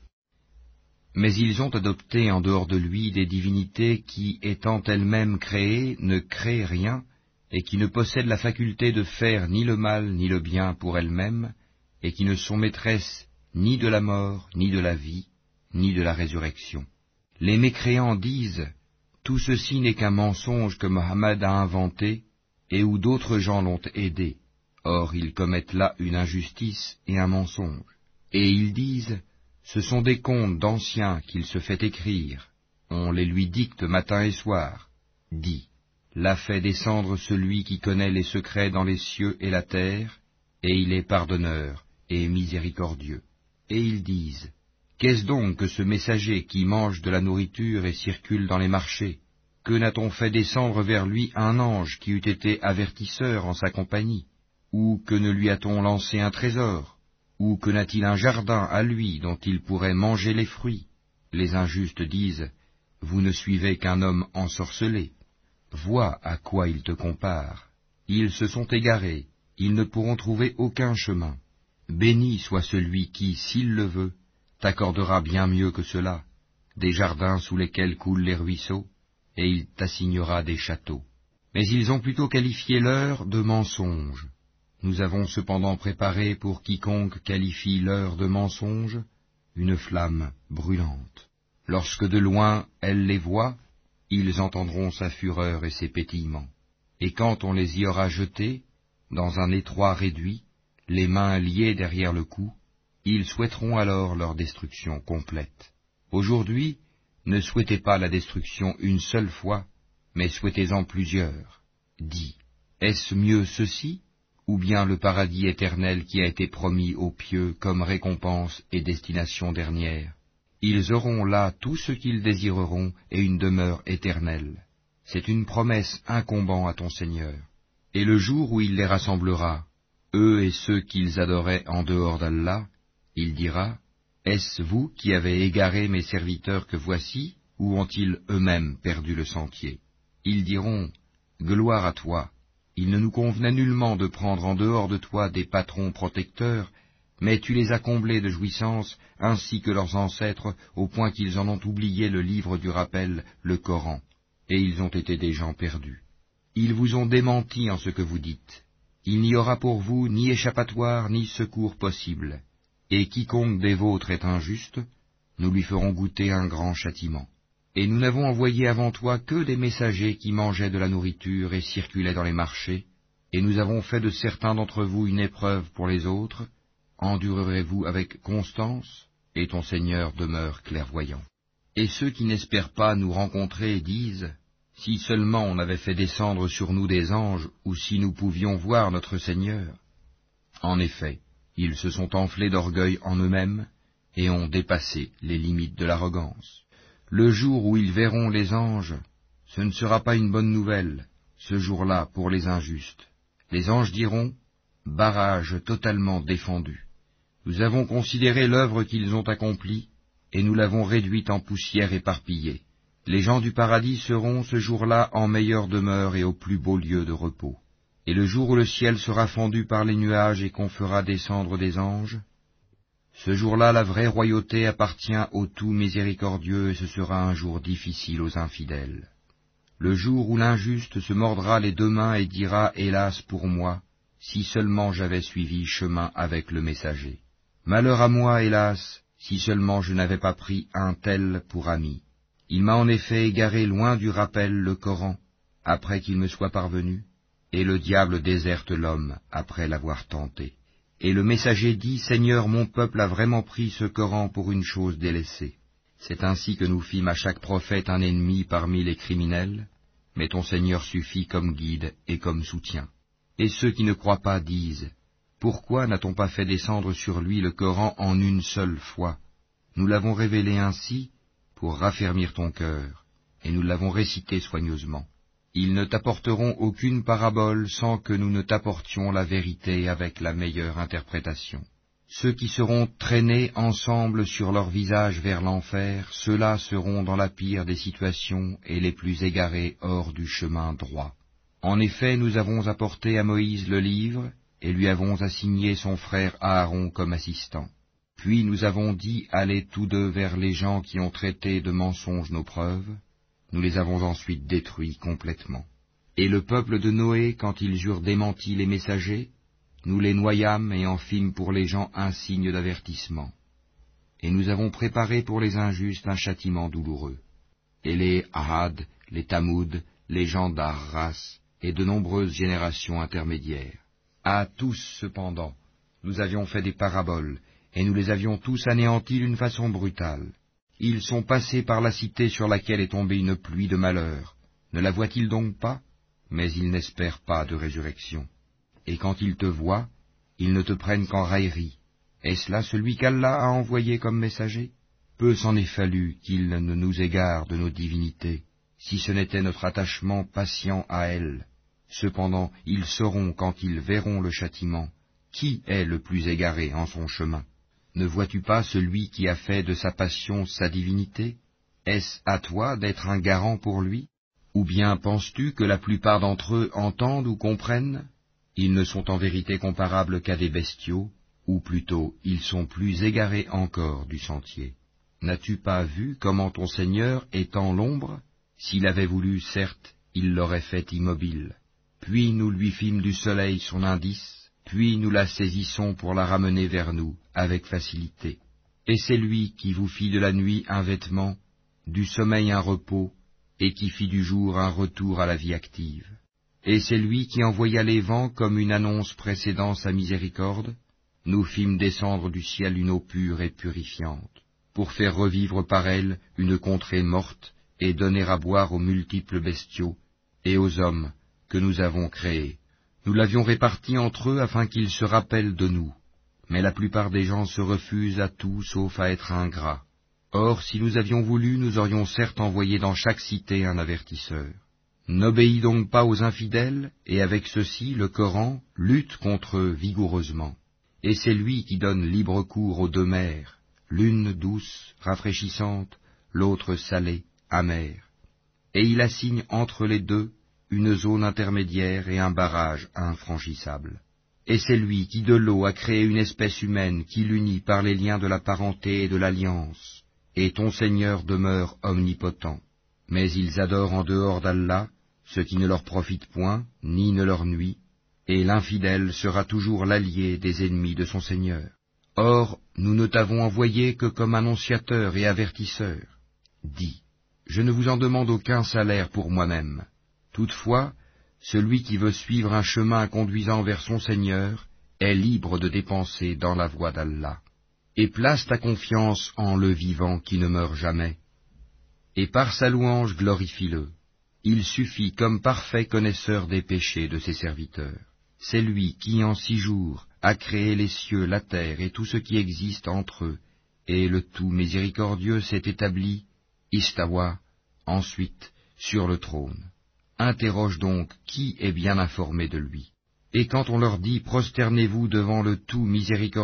Mais ils ont adopté en dehors de lui des divinités qui, étant elles-mêmes créées, ne créent rien, et qui ne possèdent la faculté de faire ni le mal ni le bien pour elles-mêmes, et qui ne sont maîtresses ni de la mort, ni de la vie, ni de la résurrection. Les mécréants disent, tout ceci n'est qu'un mensonge que Mohammed a inventé, et où d'autres gens l'ont aidé. Or ils commettent là une injustice et un mensonge. Et ils disent, ce sont des contes d'anciens qu'il se fait écrire, on les lui dicte matin et soir. Dis, l'a fait descendre celui qui connaît les secrets dans les cieux et la terre, et il est pardonneur et miséricordieux. Et ils disent, qu'est-ce donc que ce messager qui mange de la nourriture et circule dans les marchés? Que n'a-t-on fait descendre vers lui un ange qui eût été avertisseur en sa compagnie? Ou que ne lui a-t-on lancé un trésor? Ou que n'a-t-il un jardin à lui dont il pourrait manger les fruits? Les injustes disent, vous ne suivez qu'un homme ensorcelé. Vois à quoi ils te comparent. Ils se sont égarés, ils ne pourront trouver aucun chemin. Béni soit celui qui, s'il le veut, t'accordera bien mieux que cela, des jardins sous lesquels coulent les ruisseaux, et il t'assignera des châteaux. Mais ils ont plutôt qualifié l'heure de mensonge. Nous avons cependant préparé pour quiconque qualifie l'heure de mensonge une flamme brûlante. Lorsque de loin elle les voit, ils entendront sa fureur et ses pétillements. Et quand on les y aura jetés, dans un étroit réduit, les mains liées derrière le cou, ils souhaiteront alors leur destruction complète. Aujourd'hui, ne souhaitez pas la destruction une seule fois, mais souhaitez-en plusieurs. Dis, est-ce mieux ceci, ou bien le paradis éternel qui a été promis aux pieux comme récompense et destination dernière? Ils auront là tout ce qu'ils désireront et une demeure éternelle. C'est une promesse incombant à ton Seigneur. Et le jour où il les rassemblera, eux et ceux qu'ils adoraient en dehors d'Allah, il dira, est-ce vous qui avez égaré mes serviteurs que voici, ou ont-ils eux-mêmes perdu le sentier? Ils diront, gloire à toi, il ne nous convenait nullement de prendre en dehors de toi des patrons protecteurs, mais tu les as comblés de jouissances, ainsi que leurs ancêtres, au point qu'ils en ont oublié le livre du rappel, le Coran, et ils ont été des gens perdus. Ils vous ont démenti en ce que vous dites. Il n'y aura pour vous ni échappatoire ni secours possible, et quiconque des vôtres est injuste, nous lui ferons goûter un grand châtiment. Et nous n'avons envoyé avant toi que des messagers qui mangeaient de la nourriture et circulaient dans les marchés, et nous avons fait de certains d'entre vous une épreuve pour les autres. Endurerez-vous avec constance? Et ton Seigneur demeure clairvoyant. Et ceux qui n'espèrent pas nous rencontrer disent, si seulement on avait fait descendre sur nous des anges, ou si nous pouvions voir notre Seigneur. En effet, ils se sont enflés d'orgueil en eux-mêmes, et ont dépassé les limites de l'arrogance. Le jour où ils verront les anges, ce ne sera pas une bonne nouvelle, ce jour-là pour les injustes. Les anges diront, barrage totalement défendu. Nous avons considéré l'œuvre qu'ils ont accomplie, et nous l'avons réduite en poussière éparpillée. Les gens du paradis seront ce jour-là en meilleure demeure et au plus beau lieu de repos. Et le jour où le ciel sera fendu par les nuages et qu'on fera descendre des anges, ce jour-là la vraie royauté appartient au tout miséricordieux, et ce sera un jour difficile aux infidèles. Le jour où l'injuste se mordra les deux mains et dira, hélas pour moi, si seulement j'avais suivi chemin avec le messager. Malheur à moi, hélas, si seulement je n'avais pas pris un tel pour ami. Il m'a en effet égaré loin du rappel le Coran, après qu'il me soit parvenu, et le diable déserte l'homme après l'avoir tenté. Et le messager dit, Seigneur, mon peuple a vraiment pris ce Coran pour une chose délaissée. C'est ainsi que nous fîmes à chaque prophète un ennemi parmi les criminels, mais ton Seigneur suffit comme guide et comme soutien. Et ceux qui ne croient pas disent, pourquoi n'a-t-on pas fait descendre sur lui le Coran en une seule fois? Nous l'avons révélé ainsi pour raffermir ton cœur, et nous l'avons récité soigneusement. Ils ne t'apporteront aucune parabole sans que nous ne t'apportions la vérité avec la meilleure interprétation. Ceux qui seront traînés ensemble sur leur visage vers l'enfer, ceux-là seront dans la pire des situations et les plus égarés hors du chemin droit. En effet, nous avons apporté à Moïse le livre, et lui avons assigné son frère Aaron comme assistant. Puis nous avons dit, allez tous deux vers les gens qui ont traité de mensonges nos preuves. Nous les avons ensuite détruits complètement. Et le peuple de Noé, quand ils eurent démenti les messagers, nous les noyâmes et en fîmes pour les gens un signe d'avertissement. Et nous avons préparé pour les injustes un châtiment douloureux. Et les Ahad, les Tamoud, les gens d'Arras, et de nombreuses générations intermédiaires. À tous, cependant, nous avions fait des paraboles, et nous les avions tous anéantis d'une façon brutale. Ils sont passés par la cité sur laquelle est tombée une pluie de malheur. Ne la voient-ils donc pas? Mais ils n'espèrent pas de résurrection. Et quand ils te voient, ils ne te prennent qu'en raillerie. Est-ce là celui qu'Allah a envoyé comme messager? Peu s'en est fallu qu'il ne nous égare de nos divinités, si ce n'était notre attachement patient à elles. Cependant, ils sauront quand ils verront le châtiment, qui est le plus égaré en son chemin. Ne vois-tu pas celui qui a fait de sa passion sa divinité? Est-ce à toi d'être un garant pour lui? Ou bien penses-tu que la plupart d'entre eux entendent ou comprennent? Ils ne sont en vérité comparables qu'à des bestiaux, ou plutôt ils sont plus égarés encore du sentier. N'as-tu pas vu comment ton Seigneur étend l'ombre? S'il avait voulu, certes, il l'aurait fait immobile. Puis nous lui fîmes du soleil son indice, puis nous la saisissons pour la ramener vers nous, avec facilité. Et c'est lui qui vous fit de la nuit un vêtement, du sommeil un repos, et qui fit du jour un retour à la vie active. Et c'est lui qui envoya les vents comme une annonce précédant sa miséricorde. Nous fîmes descendre du ciel une eau pure et purifiante, pour faire revivre par elle une contrée morte, et donner à boire aux multiples bestiaux, et aux hommes que nous avons créés. Nous l'avions réparti entre eux afin qu'ils se rappellent de nous. Mais la plupart des gens se refusent à tout sauf à être ingrats. Or, si nous avions voulu, nous aurions certes envoyé dans chaque cité un avertisseur. N'obéis donc pas aux infidèles, et avec ceci, le Coran lutte contre eux vigoureusement. Et c'est lui qui donne libre cours aux deux mers, l'une douce, rafraîchissante, l'autre salée, amère. Et il assigne entre les deux une zone intermédiaire et un barrage infranchissable. Et c'est lui qui de l'eau a créé une espèce humaine qui l'unit par les liens de la parenté et de l'alliance, et ton Seigneur demeure omnipotent. Mais ils adorent en dehors d'Allah ce qui ne leur profite point, ni ne leur nuit, et l'infidèle sera toujours l'allié des ennemis de son Seigneur. Or, nous ne t'avons envoyé que comme annonciateur et avertisseur. Dis, je ne vous en demande aucun salaire pour moi-même. Toutefois, celui qui veut suivre un chemin conduisant vers son Seigneur est libre de dépenser dans la voie d'Allah. Et place ta confiance en le vivant qui ne meurt jamais. Et par sa louange glorifie-le. Il suffit comme parfait connaisseur des péchés de ses serviteurs. C'est lui qui, en six jours, a créé les cieux, la terre et tout ce qui existe entre eux, et le tout miséricordieux s'est établi, istawa, ensuite, sur le trône. Interroge donc qui est bien informé de lui. Et quand on leur dit « Prosternez-vous devant le tout miséricordieux »,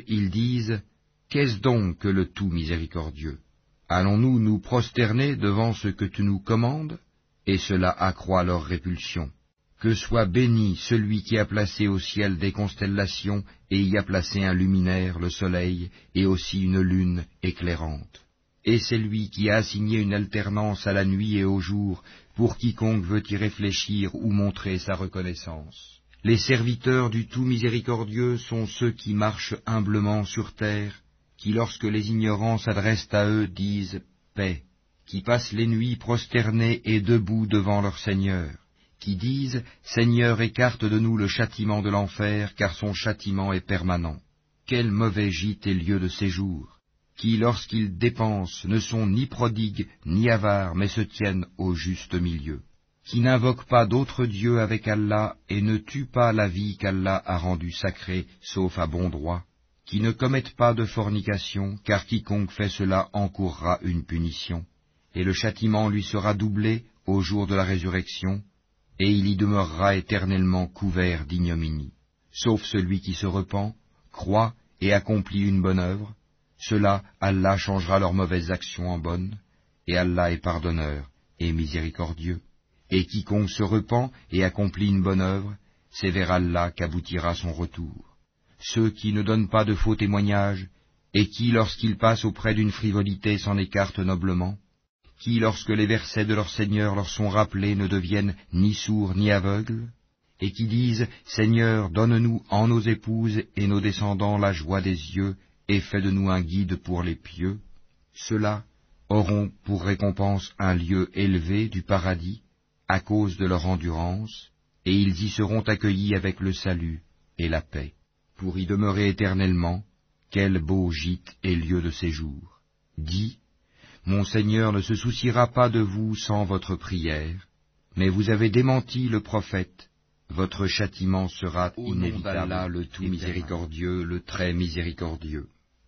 ils disent « Qu'est-ce donc que le tout miséricordieux? Allons-nous nous prosterner devant ce que tu nous commandes ?» Et cela accroît leur répulsion. Que soit béni celui qui a placé au ciel des constellations et y a placé un luminaire, le soleil, et aussi une lune éclairante. Et c'est lui qui a assigné une alternance à la nuit et au jour, pour quiconque veut y réfléchir ou montrer sa reconnaissance. Les serviteurs du tout miséricordieux sont ceux qui marchent humblement sur terre, qui lorsque les ignorants s'adressent à eux disent « paix », qui passent les nuits prosternés et debout devant leur Seigneur, qui disent « Seigneur, écarte de nous le châtiment de l'enfer, car son châtiment est permanent. Quel mauvais gîte et lieu de séjour !» qui, lorsqu'ils dépensent, ne sont ni prodigues ni avares, mais se tiennent au juste milieu, qui n'invoquent pas d'autre Dieu avec Allah et ne tuent pas la vie qu'Allah a rendue sacrée, sauf à bon droit, qui ne commettent pas de fornication, car quiconque fait cela encourra une punition, et le châtiment lui sera doublé au jour de la résurrection, et il y demeurera éternellement couvert d'ignominie. Sauf celui qui se repent, croit et accomplit une bonne œuvre, cela, Allah changera leurs mauvaises actions en bonnes, et Allah est pardonneur et miséricordieux. Et quiconque se repent et accomplit une bonne œuvre, c'est vers Allah qu'aboutira son retour. Ceux qui ne donnent pas de faux témoignages, et qui, lorsqu'ils passent auprès d'une frivolité, s'en écartent noblement, qui, lorsque les versets de leur Seigneur leur sont rappelés, ne deviennent ni sourds ni aveugles, et qui disent « Seigneur, donne-nous en nos épouses et nos descendants la joie des yeux, et fais de nous un guide pour les pieux », ceux-là auront pour récompense un lieu élevé du paradis, à cause de leur endurance, et ils y seront accueillis avec le salut et la paix, pour y demeurer éternellement. Quel beau gîte et lieu de séjour! Dis, mon Seigneur ne se souciera pas de vous sans votre prière, mais vous avez démenti le prophète, votre châtiment sera inévitable, le tout miséricordieux, le très miséricordieux.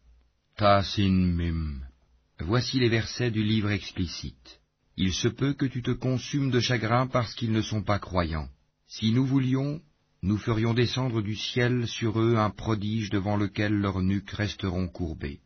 Ta-sin mim. Voici les versets du livre explicite. Il se peut que tu te consumes de chagrin parce qu'ils ne sont pas croyants. Si nous voulions, nous ferions descendre du ciel sur eux un prodige devant lequel leurs nuques resteront courbées.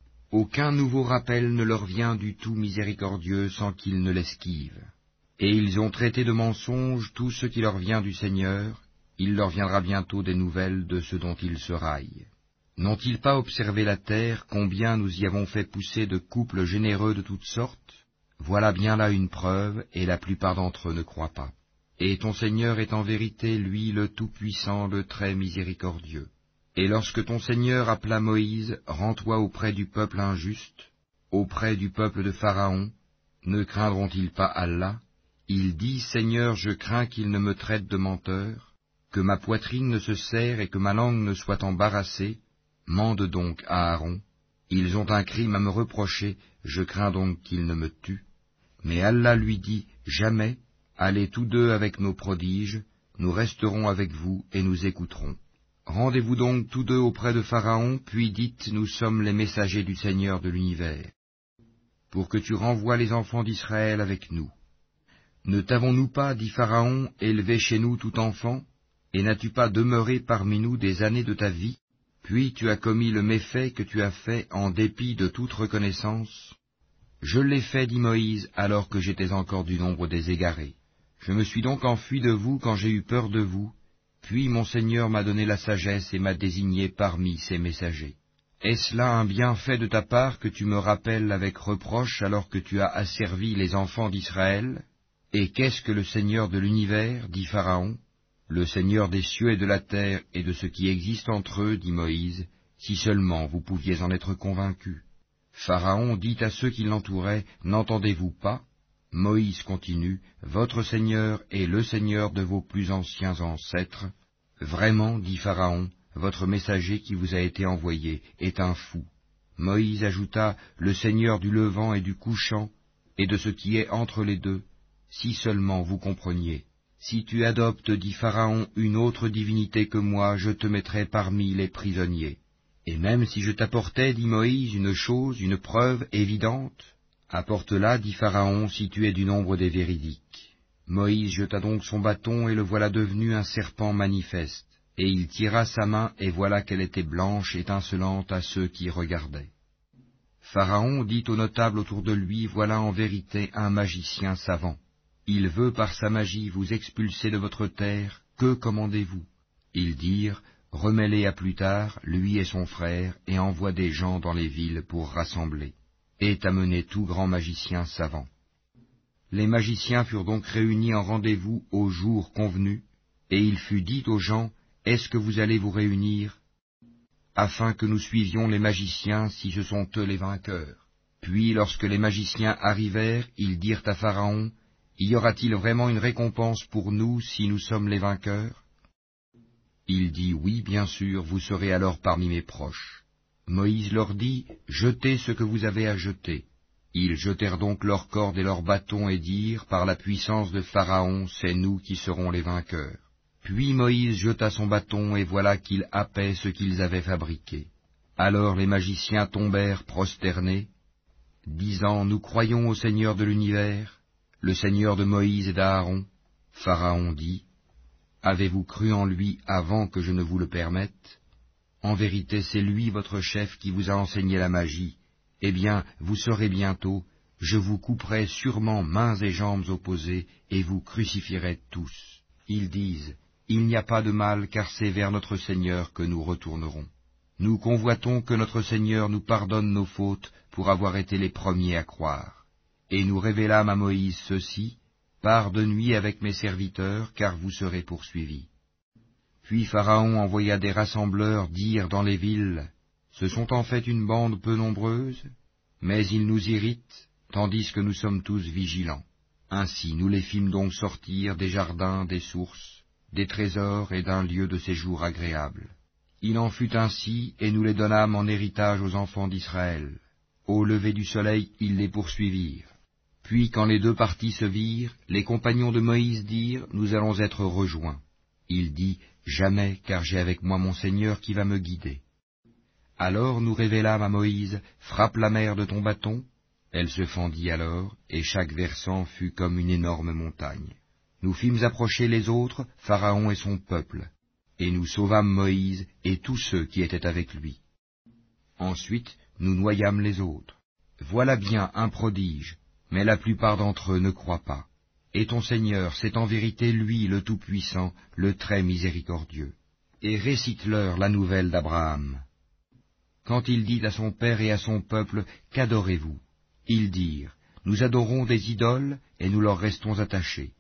Aucun nouveau rappel ne leur vient du tout miséricordieux sans qu'ils ne l'esquivent. Et ils ont traité de mensonge tout ce qui leur vient du Seigneur, il leur viendra bientôt des nouvelles de ce dont ils se raillent. N'ont-ils pas observé la terre, combien nous y avons fait pousser de couples généreux de toutes sortes? Voilà bien là une preuve, et la plupart d'entre eux ne croient pas. Et ton Seigneur est en vérité, lui, le Tout-Puissant, le très miséricordieux. Et lorsque ton Seigneur appela Moïse, rends-toi auprès du peuple injuste, auprès du peuple de Pharaon, ne craindront-ils pas Allah? Il dit, Seigneur, je crains qu'il ne me traite de menteur, que ma poitrine ne se serre et que ma langue ne soit embarrassée. Mande donc à Aaron. Ils ont un crime à me reprocher, je crains donc qu'ils ne me tuent. Mais Allah lui dit, jamais, allez tous deux avec nos prodiges, nous resterons avec vous et nous écouterons. Rendez-vous donc tous deux auprès de Pharaon, puis dites, nous sommes les messagers du Seigneur de l'univers, pour que tu renvoies les enfants d'Israël avec nous. Ne t'avons-nous pas, dit Pharaon, élevé chez nous tout enfant, et n'as-tu pas demeuré parmi nous des années de ta vie? Puis tu as commis le méfait que tu as fait en dépit de toute reconnaissance. Je l'ai fait, dit Moïse, alors que j'étais encore du nombre des égarés. Je me suis donc enfui de vous quand j'ai eu peur de vous, puis mon Seigneur m'a donné la sagesse et m'a désigné parmi ses messagers. Est-ce là un bienfait de ta part que tu me rappelles avec reproche alors que tu as asservi les enfants d'Israël? Et qu'est-ce que le Seigneur de l'univers, dit Pharaon? Le Seigneur des cieux et de la terre et de ce qui existe entre eux, dit Moïse, si seulement vous pouviez en être convaincus. Pharaon dit à ceux qui l'entouraient, n'entendez-vous pas? Moïse continue, votre Seigneur est le Seigneur de vos plus anciens ancêtres. Vraiment, dit Pharaon, votre messager qui vous a été envoyé est un fou. Moïse ajouta, le Seigneur du levant et du couchant, et de ce qui est entre les deux, si seulement vous compreniez. Si tu adoptes, dit Pharaon, une autre divinité que moi, je te mettrai parmi les prisonniers. Et même si je t'apportais, dit Moïse, une chose, une preuve évidente, apporte-la, dit Pharaon, si tu es du nombre des véridiques. Moïse jeta donc son bâton, et le voilà devenu un serpent manifeste. Et il tira sa main, et voilà qu'elle était blanche, étincelante à ceux qui regardaient. Pharaon dit aux notables autour de lui, voilà en vérité un magicien savant. Il veut par sa magie vous expulser de votre terre, que commandez-vous? Ils dirent, remets-les à plus tard, lui et son frère, et envoie des gens dans les villes pour rassembler. Et amener tout grand magicien savant. Les magiciens furent donc réunis en rendez-vous au jour convenu, et il fut dit aux gens, est-ce que vous allez vous réunir, afin que nous suivions les magiciens si ce sont eux les vainqueurs? Puis lorsque les magiciens arrivèrent, ils dirent à Pharaon, y aura-t-il vraiment une récompense pour nous si nous sommes les vainqueurs? Il dit, oui, bien sûr, vous serez alors parmi mes proches. Moïse leur dit, jetez ce que vous avez à jeter. Ils jetèrent donc leurs cordes et leurs bâtons et dirent, par la puissance de Pharaon, c'est nous qui serons les vainqueurs. Puis Moïse jeta son bâton, et voilà qu'il happait ce qu'ils avaient fabriqué. Alors les magiciens tombèrent prosternés, disant, nous croyons au Seigneur de l'univers, le Seigneur de Moïse et d'Aaron. Pharaon dit, avez-vous cru en lui avant que je ne vous le permette? En vérité, c'est lui votre chef qui vous a enseigné la magie. Eh bien, vous saurez bientôt, je vous couperai sûrement mains et jambes opposées, et vous crucifierez tous. Ils disent, il n'y a pas de mal, car c'est vers notre Seigneur que nous retournerons. Nous convoitons que notre Seigneur nous pardonne nos fautes pour avoir été les premiers à croire. Et nous révélâmes à Moïse ceci, pars de nuit avec mes serviteurs, car vous serez poursuivis. Puis Pharaon envoya des rassembleurs dire dans les villes, ce sont en fait une bande peu nombreuse, mais ils nous irritent, tandis que nous sommes tous vigilants. Ainsi nous les fîmes donc sortir des jardins, des sources, des trésors et d'un lieu de séjour agréable. Il en fut ainsi, et nous les donnâmes en héritage aux enfants d'Israël. Au lever du soleil, ils les poursuivirent. Puis quand les deux parties se virent, les compagnons de Moïse dirent, nous allons être rejoints. Il dit, jamais, car j'ai avec moi mon Seigneur qui va me guider. Alors nous révélâmes à Moïse, frappe la mer de ton bâton. Elle se fendit alors, et chaque versant fut comme une énorme montagne. Nous fîmes approcher les autres, Pharaon et son peuple, et nous sauvâmes Moïse et tous ceux qui étaient avec lui. Ensuite, nous noyâmes les autres. Voilà bien un prodige, mais la plupart d'entre eux ne croient pas. Et ton Seigneur, c'est en vérité lui le Tout-Puissant, le très miséricordieux. Et récite-leur la nouvelle d'Abraham. Quand il dit à son père et à son peuple, qu'adorez-vous? Ils dirent, nous adorons des idoles et nous leur restons attachés.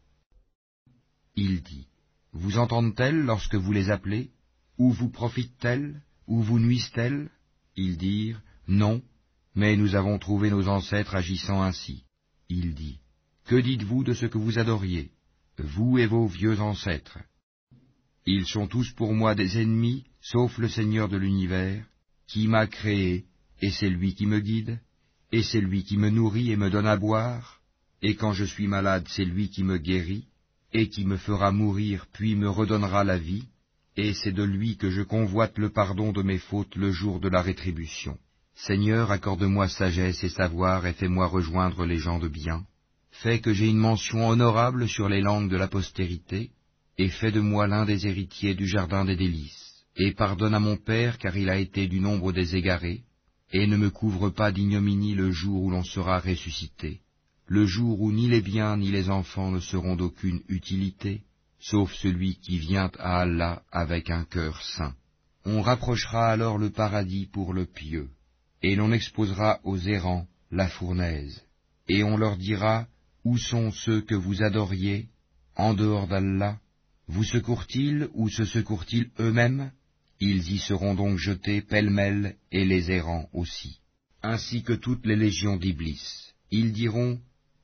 Il dit, vous entendent-elles lorsque vous les appelez? Ou vous profitent-elles? Ou vous nuisent-elles? Ils dirent, non, mais nous avons trouvé nos ancêtres agissant ainsi. Il dit, que dites-vous de ce que vous adoriez, vous et vos vieux ancêtres? Ils sont tous pour moi des ennemis, sauf le Seigneur de l'univers, qui m'a créé, et c'est lui qui me guide, et c'est lui qui me nourrit et me donne à boire, et quand je suis malade, c'est lui qui me guérit, et qui me fera mourir, puis me redonnera la vie, et c'est de lui que je convoite le pardon de mes fautes le jour de la rétribution. Seigneur, accorde-moi sagesse et savoir, et fais-moi rejoindre les gens de bien. Fais que j'ai une mention honorable sur les langues de la postérité, et fais de moi l'un des héritiers du jardin des délices. Et pardonne à mon père, car il a été du nombre des égarés, et ne me couvre pas d'ignominie le jour où l'on sera ressuscité, le jour où ni les biens ni les enfants ne seront d'aucune utilité, sauf celui qui vient à Allah avec un cœur saint. On rapprochera alors le paradis pour le pieux, et l'on exposera aux errants la fournaise, et on leur dira, où sont ceux que vous adoriez, en dehors d'Allah? Vous secourent-ils ou se secourent-ils eux-mêmes? Ils y seront donc jetés pêle-mêle, et les errants aussi, ainsi que toutes les légions d'Iblis. Ils diront,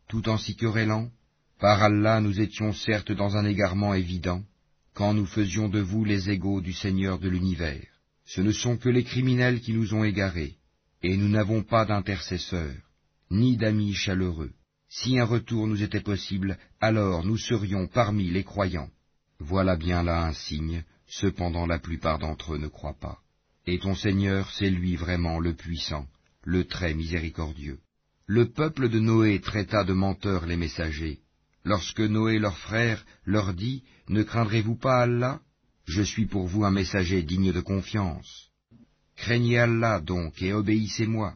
tout en s'y querellant? Par Allah, nous étions certes dans un égarement évident, quand nous faisions de vous les égaux du Seigneur de l'univers. Ce ne sont que les criminels qui nous ont égarés, et nous n'avons pas d'intercesseurs, ni d'amis chaleureux. Si un retour nous était possible, alors nous serions parmi les croyants. Voilà bien là un signe, cependant la plupart d'entre eux ne croient pas. Et ton Seigneur, c'est lui vraiment le puissant, le très miséricordieux. Le peuple de Noé traita de menteurs les messagers. Lorsque Noé leur frère leur dit, « Ne craindrez-vous pas Allah? Je suis pour vous un messager digne de confiance. Craignez Allah donc et obéissez-moi.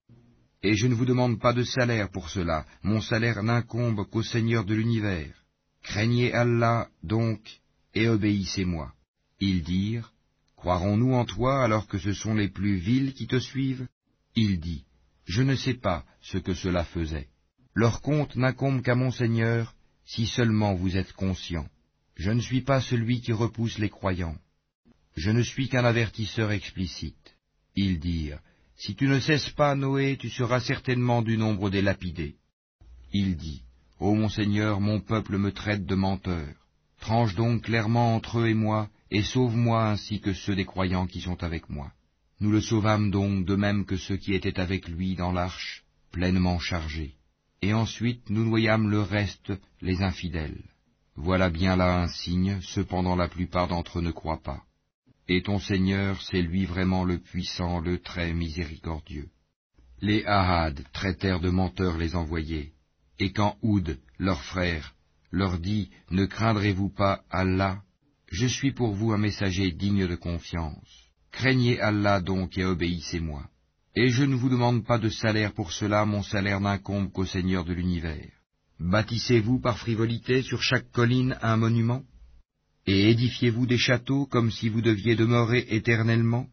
Et je ne vous demande pas de salaire pour cela, mon salaire n'incombe qu'au Seigneur de l'univers. Craignez Allah donc et obéissez-moi. » Ils dirent, « Croirons-nous en toi alors que ce sont les plus vils qui te suivent ?» Il dit, « Je ne sais pas ce que cela faisait. Leur compte n'incombe qu'à mon Seigneur, si seulement vous êtes conscients. Je ne suis pas celui qui repousse les croyants. Je ne suis qu'un avertisseur explicite. » Ils dirent, « Si tu ne cesses pas, Noé, tu seras certainement du nombre des lapidés. » Il dit, « Ô mon Seigneur, mon peuple me traite de menteur. Tranche donc clairement entre eux et moi, et sauve-moi ainsi que ceux des croyants qui sont avec moi. » Nous le sauvâmes donc de même que ceux qui étaient avec lui dans l'arche, pleinement chargés. Et ensuite nous noyâmes le reste, les infidèles. Voilà bien là un signe, cependant la plupart d'entre eux ne croient pas. Et ton Seigneur, c'est lui vraiment le puissant, le très miséricordieux. Les Ahad traitèrent de menteurs les envoyés. Et quand Houd, leur frère, leur dit, « Ne craindrez-vous pas Allah? Je suis pour vous un messager digne de confiance. Craignez Allah donc et obéissez-moi. Et je ne vous demande pas de salaire pour cela, mon salaire n'incombe qu'au Seigneur de l'univers. Bâtissez-vous par frivolité sur chaque colline un monument? Et édifiez-vous des châteaux comme si vous deviez demeurer éternellement?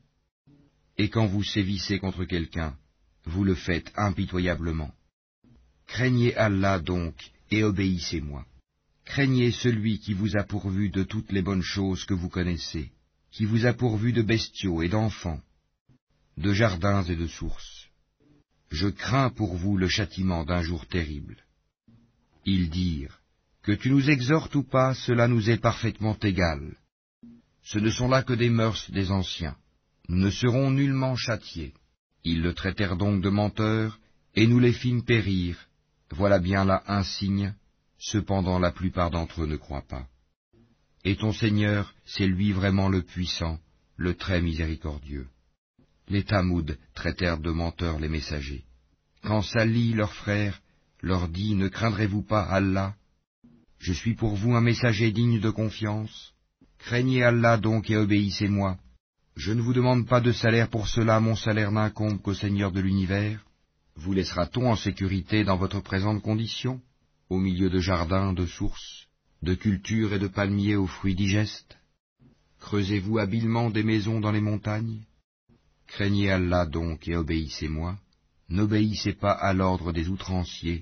Et quand vous sévissez contre quelqu'un, vous le faites impitoyablement. Craignez Allah donc et obéissez-moi. Craignez celui qui vous a pourvu de toutes les bonnes choses que vous connaissez, qui vous a pourvu de bestiaux et d'enfants, de jardins et de sources. Je crains pour vous le châtiment d'un jour terrible. » Ils dirent, « Que tu nous exhortes ou pas, cela nous est parfaitement égal. Ce ne sont là que des mœurs des anciens. Nous ne serons nullement châtiés. » Ils le traitèrent donc de menteur, et nous les fîmes périr. Voilà bien là un signe, cependant la plupart d'entre eux ne croient pas. Et ton Seigneur, c'est lui vraiment le puissant, le très miséricordieux. Les Tamoud traitèrent de menteurs les messagers. Quand Salih, leur frère, leur dit, « Ne craindrez-vous pas Allah? Je suis pour vous un messager digne de confiance. Craignez Allah donc et obéissez-moi. Je ne vous demande pas de salaire pour cela, mon salaire n'incombe qu'au Seigneur de l'univers. Vous laissera-t-on en sécurité dans votre présente condition, au milieu de jardins, de sources, de cultures et de palmiers aux fruits digestes? Creusez-vous habilement des maisons dans les montagnes? Craignez Allah donc et obéissez-moi. N'obéissez pas à l'ordre des outranciers,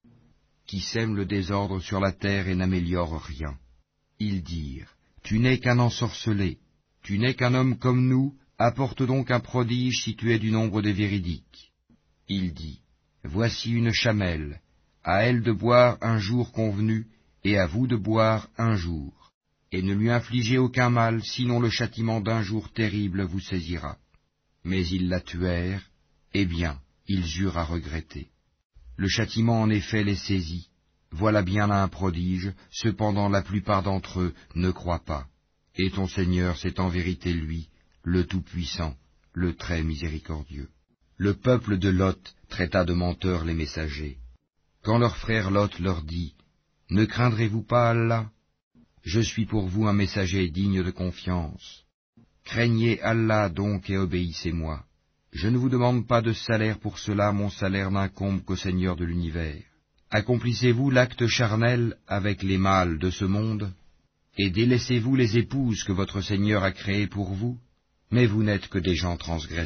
qui sèment le désordre sur la terre et n'améliorent rien. » Ils dirent, « Tu n'es qu'un ensorcelé, tu n'es qu'un homme comme nous, apporte donc un prodige si tu es du nombre des véridiques. » Il dit, « Voici une chamelle, à elle de boire un jour convenu, et à vous de boire un jour, et ne lui infligez aucun mal, sinon le châtiment d'un jour terrible vous saisira. » Mais ils la tuèrent, eh bien, ils eurent à regretter. Le châtiment en effet les saisit. Voilà bien là un prodige, cependant la plupart d'entre eux ne croient pas. Et ton Seigneur, c'est en vérité lui, le Tout-Puissant, le très miséricordieux. Le peuple de Lot traita de menteurs les messagers. Quand leur frère Lot leur dit, « Ne craindrez-vous pas Allah? Je suis pour vous un messager digne de confiance. Craignez Allah donc et obéissez-moi. Je ne vous demande pas de salaire pour cela, mon salaire n'incombe qu'au Seigneur de l'univers. Accomplissez-vous l'acte charnel avec les mâles de ce monde, et délaissez-vous les épouses que votre Seigneur a créées pour vous, mais vous n'êtes que des gens transgresseurs. »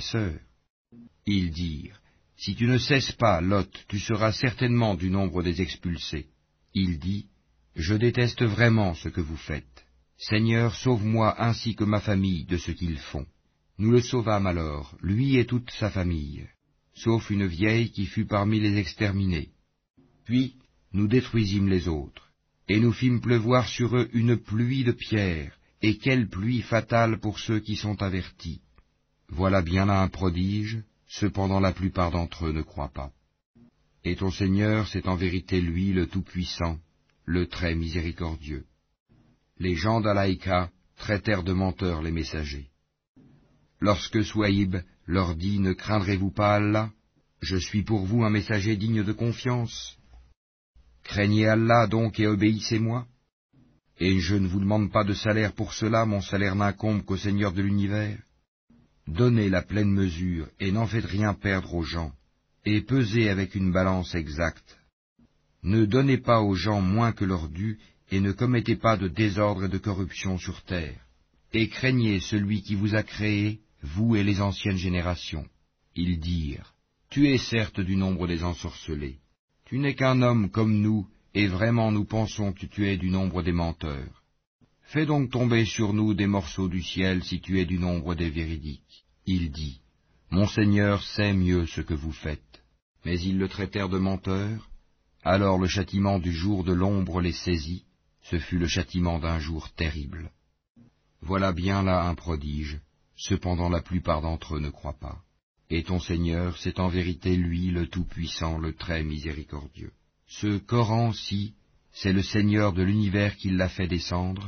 Ils dirent, « Si tu ne cesses pas, Lot, tu seras certainement du nombre des expulsés. » Il dit, « Je déteste vraiment ce que vous faites. Seigneur, sauve-moi ainsi que ma famille de ce qu'ils font. » Nous le sauvâmes alors, lui et toute sa famille, sauf une vieille qui fut parmi les exterminés. Puis nous détruisîmes les autres, et nous fîmes pleuvoir sur eux une pluie de pierres, et quelle pluie fatale pour ceux qui sont avertis. Voilà bien là un prodige, cependant la plupart d'entre eux ne croient pas. Et ton Seigneur, c'est en vérité lui le Tout-Puissant, le très miséricordieux. Les gens d'Alaïka traitèrent de menteurs les messagers. Lorsque Souaïb leur dit « Ne craindrez-vous pas Allah ? Je suis pour vous un messager digne de confiance. Craignez Allah donc et obéissez-moi. Et je ne vous demande pas de salaire pour cela, mon salaire n'incombe qu'au Seigneur de l'univers. Donnez la pleine mesure et n'en faites rien perdre aux gens, et pesez avec une balance exacte. Ne donnez pas aux gens moins que leur dû, et ne commettez pas de désordre et de corruption sur terre. Et craignez celui qui vous a créé, vous et les anciennes générations. Ils dirent, tu es certes du nombre des ensorcelés. Tu n'es qu'un homme comme nous, et vraiment nous pensons que tu es du nombre des menteurs. Fais donc tomber sur nous des morceaux du ciel si tu es du nombre des véridiques. Il dit, mon Seigneur sait mieux ce que vous faites. Mais ils le traitèrent de menteur. Alors le châtiment du jour de l'ombre les saisit. Ce fut le châtiment d'un jour terrible. Voilà bien là un prodige. Cependant la plupart d'entre eux ne croient pas. Et ton Seigneur, c'est en vérité lui le Tout-Puissant, le très miséricordieux. Ce Coran-ci, c'est le Seigneur de l'univers qui l'a fait descendre,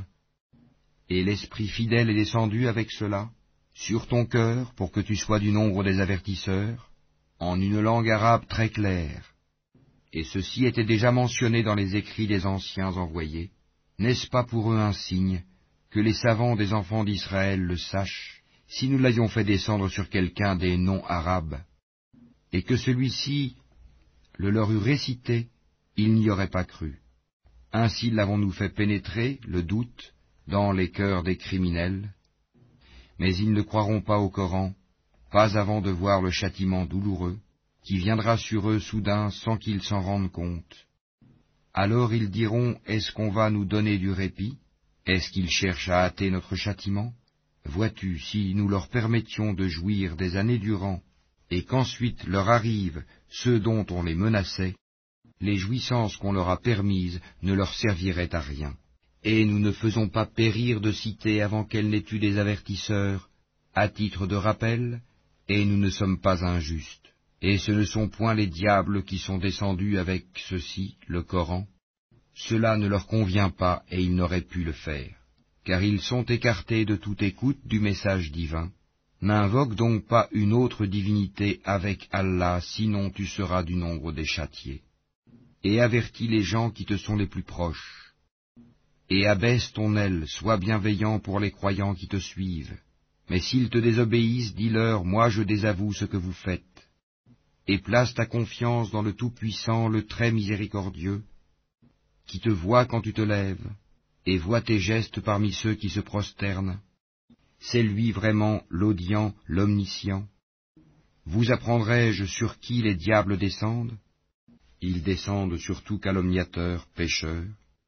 et l'Esprit fidèle est descendu avec cela, sur ton cœur, pour que tu sois du nombre des avertisseurs, en une langue arabe très claire. Et ceci était déjà mentionné dans les écrits des anciens envoyés. N'est-ce pas pour eux un signe, que les savants des enfants d'Israël le sachent, si nous l'avions fait descendre sur quelqu'un des noms arabes, et que celui-ci le leur eût récité, ils n'y auraient pas cru. Ainsi l'avons-nous fait pénétrer, le doute, dans les cœurs des criminels. Mais ils ne croiront pas au Coran, pas avant de voir le châtiment douloureux, qui viendra sur eux soudain sans qu'ils s'en rendent compte. Alors ils diront, est-ce qu'on va nous donner du répit? Est-ce qu'ils cherchent à hâter notre châtiment? Vois-tu, si nous leur permettions de jouir des années durant, et qu'ensuite leur arrivent ceux dont on les menaçait, les jouissances qu'on leur a permises ne leur serviraient à rien. Et nous ne faisons pas périr de cité avant qu'elle n'ait eu des avertisseurs, à titre de rappel, et nous ne sommes pas injustes. Et ce ne sont point les diables qui sont descendus avec ceci, le Coran. Cela ne leur convient pas et ils n'auraient pu le faire, car ils sont écartés de toute écoute du message divin. N'invoque donc pas une autre divinité avec Allah, sinon tu seras du nombre des châtiés. Et avertis les gens qui te sont les plus proches. Et abaisse ton aile, sois bienveillant pour les croyants qui te suivent. Mais s'ils te désobéissent, dis-leur, moi je désavoue ce que vous faites. Et place ta confiance dans le Tout-Puissant, le très miséricordieux, qui te voit quand tu te lèves, et voit tes gestes parmi ceux qui se prosternent. C'est lui vraiment l'audient, l'omniscient. Vous apprendrai-je sur qui les diables descendent? Ils descendent sur tout calomniateur, pécheur.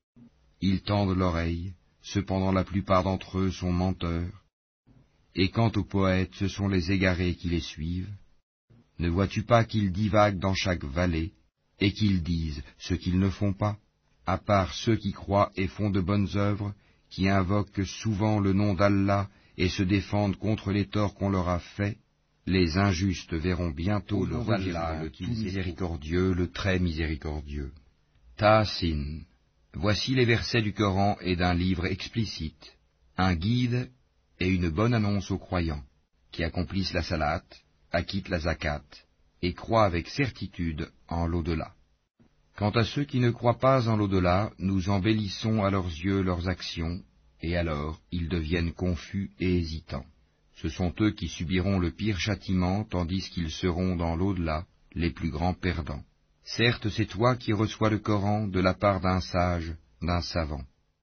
Ils tendent l'oreille, cependant la plupart d'entre eux sont menteurs. Et quant aux poètes, ce sont les égarés qui les suivent. Ne vois-tu pas qu'ils divaguent dans chaque vallée, et qu'ils disent ce qu'ils ne font pas, à part ceux qui croient et font de bonnes œuvres, qui invoquent souvent le nom d'Allah et se défendent contre les torts qu'on leur a faits? Les injustes verront bientôt le roi d'Allah, le tout miséricordieux, le très miséricordieux. Tasin. Voici les versets du Coran et d'un livre explicite, un guide et une bonne annonce aux croyants, qui accomplissent la salat, acquittent la zakat, et croient avec certitude en l'au-delà. Quant à ceux qui ne croient pas en l'au-delà, nous embellissons à leurs yeux leurs actions, et alors ils deviennent confus et hésitants. Ce sont eux qui subiront le pire châtiment, tandis qu'ils seront dans l'au-delà les plus grands perdants. Certes, c'est toi qui reçois le Coran de la part d'un sage, d'un savant.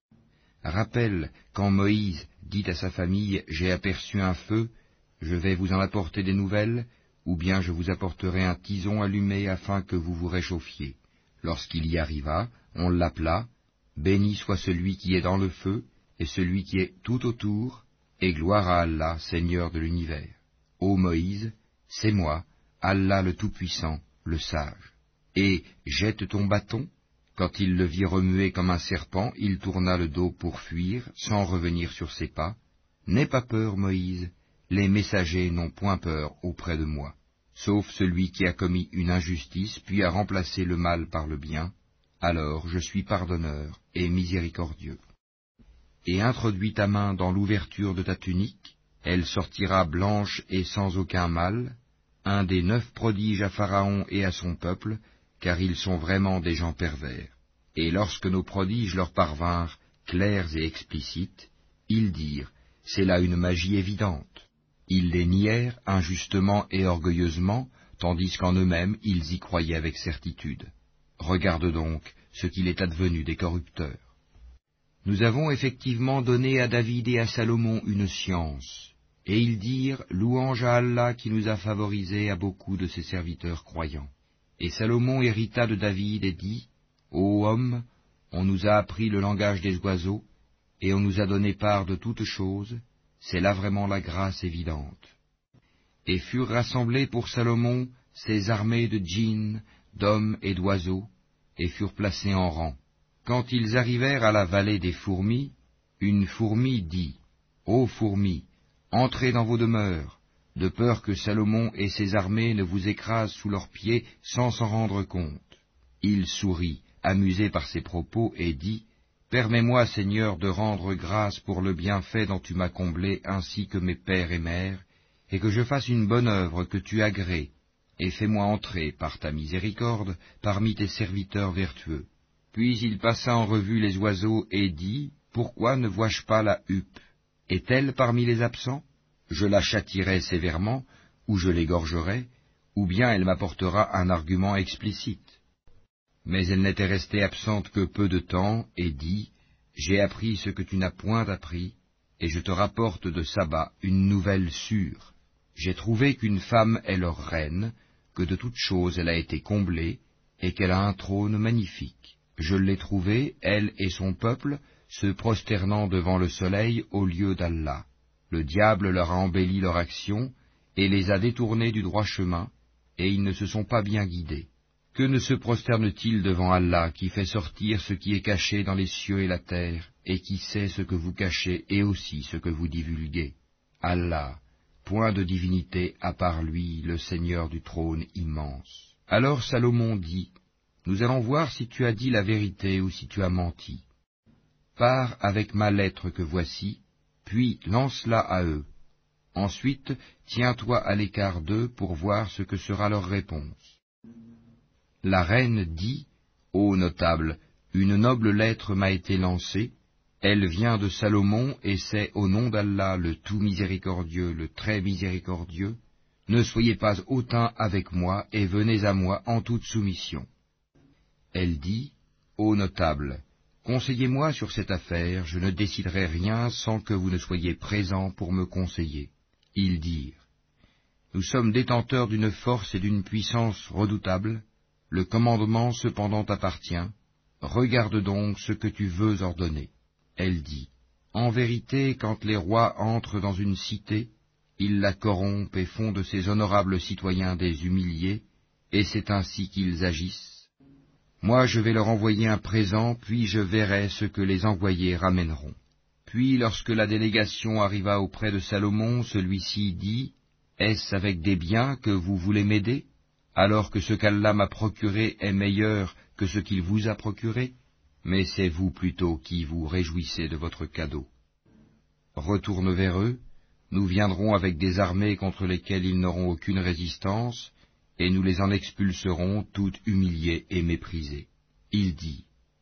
Rappelle quand Moïse dit à sa famille, « J'ai aperçu un feu, je vais vous en apporter des nouvelles, ou bien je vous apporterai un tison allumé afin que vous vous réchauffiez. » Lorsqu'il y arriva, on l'appela, « Béni soit celui qui est dans le feu, et celui qui est tout autour, et gloire à Allah, Seigneur de l'univers. Ô Moïse, c'est moi, Allah le Tout-Puissant, le sage. Et jette ton bâton, Quand il le vit remuer comme un serpent, il tourna le dos pour fuir, sans revenir sur ses pas. N'aie pas peur, Moïse, les messagers n'ont point peur auprès de moi, sauf celui qui a commis une injustice, puis a remplacé le mal par le bien. Alors je suis pardonneur et miséricordieux. Et introduis ta main dans l'ouverture de ta tunique, elle sortira blanche et sans aucun mal, un des neuf prodiges à Pharaon et à son peuple, car ils sont vraiment des gens pervers. Et lorsque nos prodiges leur parvinrent, clairs et explicites, ils dirent, c'est là une magie évidente. Ils les nièrent injustement et orgueilleusement, tandis qu'en eux-mêmes ils y croyaient avec certitude. Regarde donc ce qu'il est advenu des corrupteurs. Nous avons effectivement donné à David et à Salomon une science, et ils dirent, louange à Allah qui nous a favorisés à beaucoup de ses serviteurs croyants. Et Salomon hérita de David et dit, Ô homme, on nous a appris le langage des oiseaux, et on nous a donné part de toutes choses, c'est là vraiment la grâce évidente. Et furent rassemblés pour Salomon ces armées de djinns, d'hommes et d'oiseaux, et furent placés en rang. Quand ils arrivèrent à la vallée des fourmis, une fourmi dit, Ô fourmis, entrez dans vos demeures, de peur que Salomon et ses armées ne vous écrasent sous leurs pieds sans s'en rendre compte. Il sourit, amusé par ces propos, et dit, Permets-moi, Seigneur, de rendre grâce pour le bienfait dont tu m'as comblé, ainsi que mes pères et mères, et que je fasse une bonne œuvre que tu agrées, et fais-moi entrer, par ta miséricorde, parmi tes serviteurs vertueux. Puis il passa en revue les oiseaux et dit, Pourquoi ne vois-je pas la huppe? Est-elle parmi les absents? Je la châtierai sévèrement, ou je l'égorgerai, ou bien elle m'apportera un argument explicite. Mais elle n'était restée absente que peu de temps, et dit, J'ai appris ce que tu n'as point appris, et je te rapporte de Saba une nouvelle sûre. J'ai trouvé qu'une femme est leur reine, que de toutes choses elle a été comblée, et qu'elle a un trône magnifique. Je l'ai trouvée, elle et son peuple, se prosternant devant le soleil au lieu d'Allah. Le diable leur a embelli leur action, et les a détournés du droit chemin, et ils ne se sont pas bien guidés. Que ne se prosterne-t-il devant Allah, qui fait sortir ce qui est caché dans les cieux et la terre, et qui sait ce que vous cachez et aussi ce que vous divulguez? Allah, point de divinité à part lui, le Seigneur du trône immense. Alors Salomon dit, Nous allons voir si tu as dit la vérité ou si tu as menti. Pars avec ma lettre que voici, puis lance-la à eux. Ensuite, tiens-toi à l'écart d'eux pour voir ce que sera leur réponse. La reine dit, Ô notable, une noble lettre m'a été lancée, elle vient de Salomon et c'est au nom d'Allah le tout miséricordieux, le très miséricordieux, ne soyez pas hautain avec moi et venez à moi en toute soumission. Elle dit, Ô notable, conseillez-moi sur cette affaire, je ne déciderai rien sans que vous ne soyez présents pour me conseiller. Ils dirent, Nous sommes détenteurs d'une force et d'une puissance redoutables, le commandement cependant t'appartient, regarde donc ce que tu veux ordonner. Elle dit, En vérité, quand les rois entrent dans une cité, ils la corrompent et font de ces honorables citoyens des humiliés, et c'est ainsi qu'ils agissent. Moi je vais leur envoyer un présent, puis je verrai ce que les envoyés ramèneront. Puis lorsque la délégation arriva auprès de Salomon, celui-ci dit, Est-ce avec des biens que vous voulez m'aider, alors que ce qu'Allah m'a procuré est meilleur que ce qu'il vous a procuré? Mais c'est vous plutôt qui vous réjouissez de votre cadeau. Retourne vers eux, nous viendrons avec des armées contre lesquelles ils n'auront aucune résistance, et nous les en expulserons toutes humiliées et méprisées. Il dit,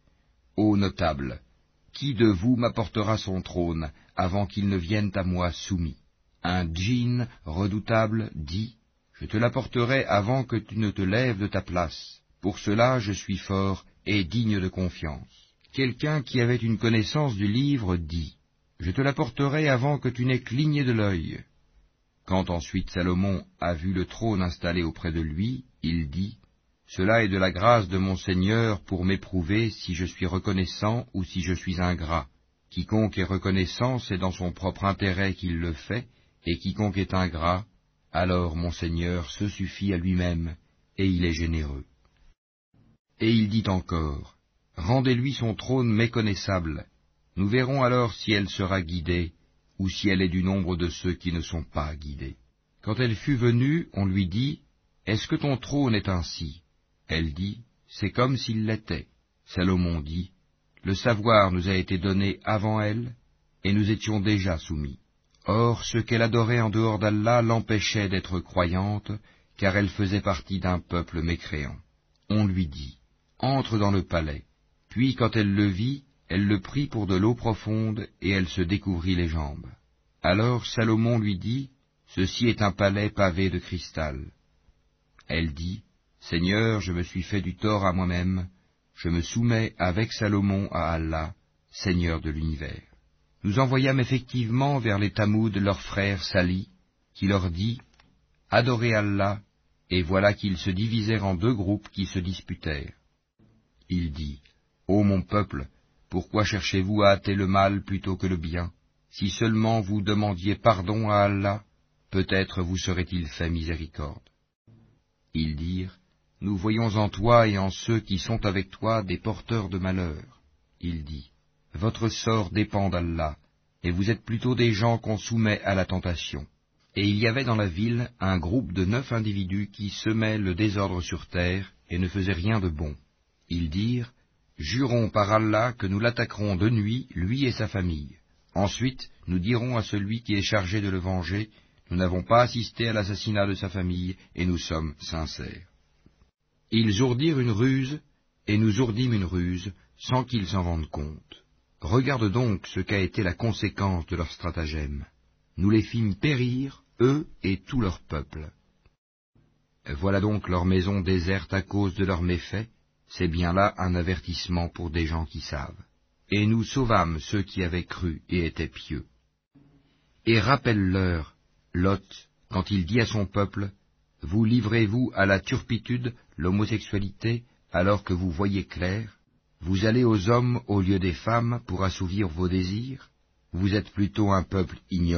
Ô notable, qui de vous m'apportera son trône avant qu'il ne vienne à moi soumis? Un djinn redoutable dit, Je te l'apporterai avant que tu ne te lèves de ta place. Pour cela je suis fort et digne de confiance. Quelqu'un qui avait une connaissance du livre dit, Je te l'apporterai avant que tu n'aies cligné de l'œil. Quand ensuite Salomon a vu le trône installé auprès de lui, il dit, Cela est de la grâce de mon Seigneur pour m'éprouver si je suis reconnaissant ou si je suis ingrat. Quiconque est reconnaissant, c'est dans son propre intérêt qu'il le fait, et quiconque est ingrat, alors mon Seigneur se suffit à lui-même, et il est généreux. Et il dit encore, rendez-lui son trône méconnaissable. Nous verrons alors si elle sera guidée, ou si elle est du nombre de ceux qui ne sont pas guidés. Quand elle fut venue, on lui dit, « Est-ce que ton trône est ainsi ?» Elle dit, « C'est comme s'il l'était. » Salomon dit, « Le savoir nous a été donné avant elle, et nous étions déjà soumis. Or, ce qu'elle adorait en dehors d'Allah l'empêchait d'être croyante, car elle faisait partie d'un peuple mécréant. » On lui dit, « Entre dans le palais. » Puis, quand elle le vit, elle le prit pour de l'eau profonde, et elle se découvrit les jambes. Alors Salomon lui dit, « Ceci est un palais pavé de cristal. » Elle dit, « Seigneur, je me suis fait du tort à moi-même, je me soumets avec Salomon à Allah, Seigneur de l'univers. » Nous envoyâmes effectivement vers les Tamouds leur frère Sali, qui leur dit, « Adorez Allah, et voilà qu'ils se divisèrent en deux groupes qui se disputèrent. » Il dit, « Ô mon peuple, pourquoi cherchez-vous à hâter le mal plutôt que le bien? Si seulement vous demandiez pardon à Allah, peut-être vous serait-il fait miséricorde. » Ils dirent, « Nous voyons en toi et en ceux qui sont avec toi des porteurs de malheur. » Il dit, « Votre sort dépend d'Allah, et vous êtes plutôt des gens qu'on soumet à la tentation. » Et il y avait dans la ville un groupe de neuf individus qui semaient le désordre sur terre et ne faisaient rien de bon. Ils dirent, « Jurons par Allah que nous l'attaquerons de nuit, lui et sa famille. Ensuite, nous dirons à celui qui est chargé de le venger, « Nous n'avons pas assisté à l'assassinat de sa famille, et nous sommes sincères. » Ils ourdirent une ruse, et nous ourdîmes une ruse, sans qu'ils s'en rendent compte. Regarde donc ce qu'a été la conséquence de leur stratagème. Nous les fîmes périr, eux et tout leur peuple. Voilà donc leur maison déserte à cause de leurs méfaits, c'est bien là un avertissement pour des gens qui savent. Et nous sauvâmes ceux qui avaient cru et étaient pieux. Et rappelle-leur, Lot, quand il dit à son peuple, « Vous livrez-vous à la turpitude, l'homosexualité, alors que vous voyez clair? Vous allez aux hommes au lieu des femmes pour assouvir vos désirs? Vous êtes plutôt un peuple ignorant. »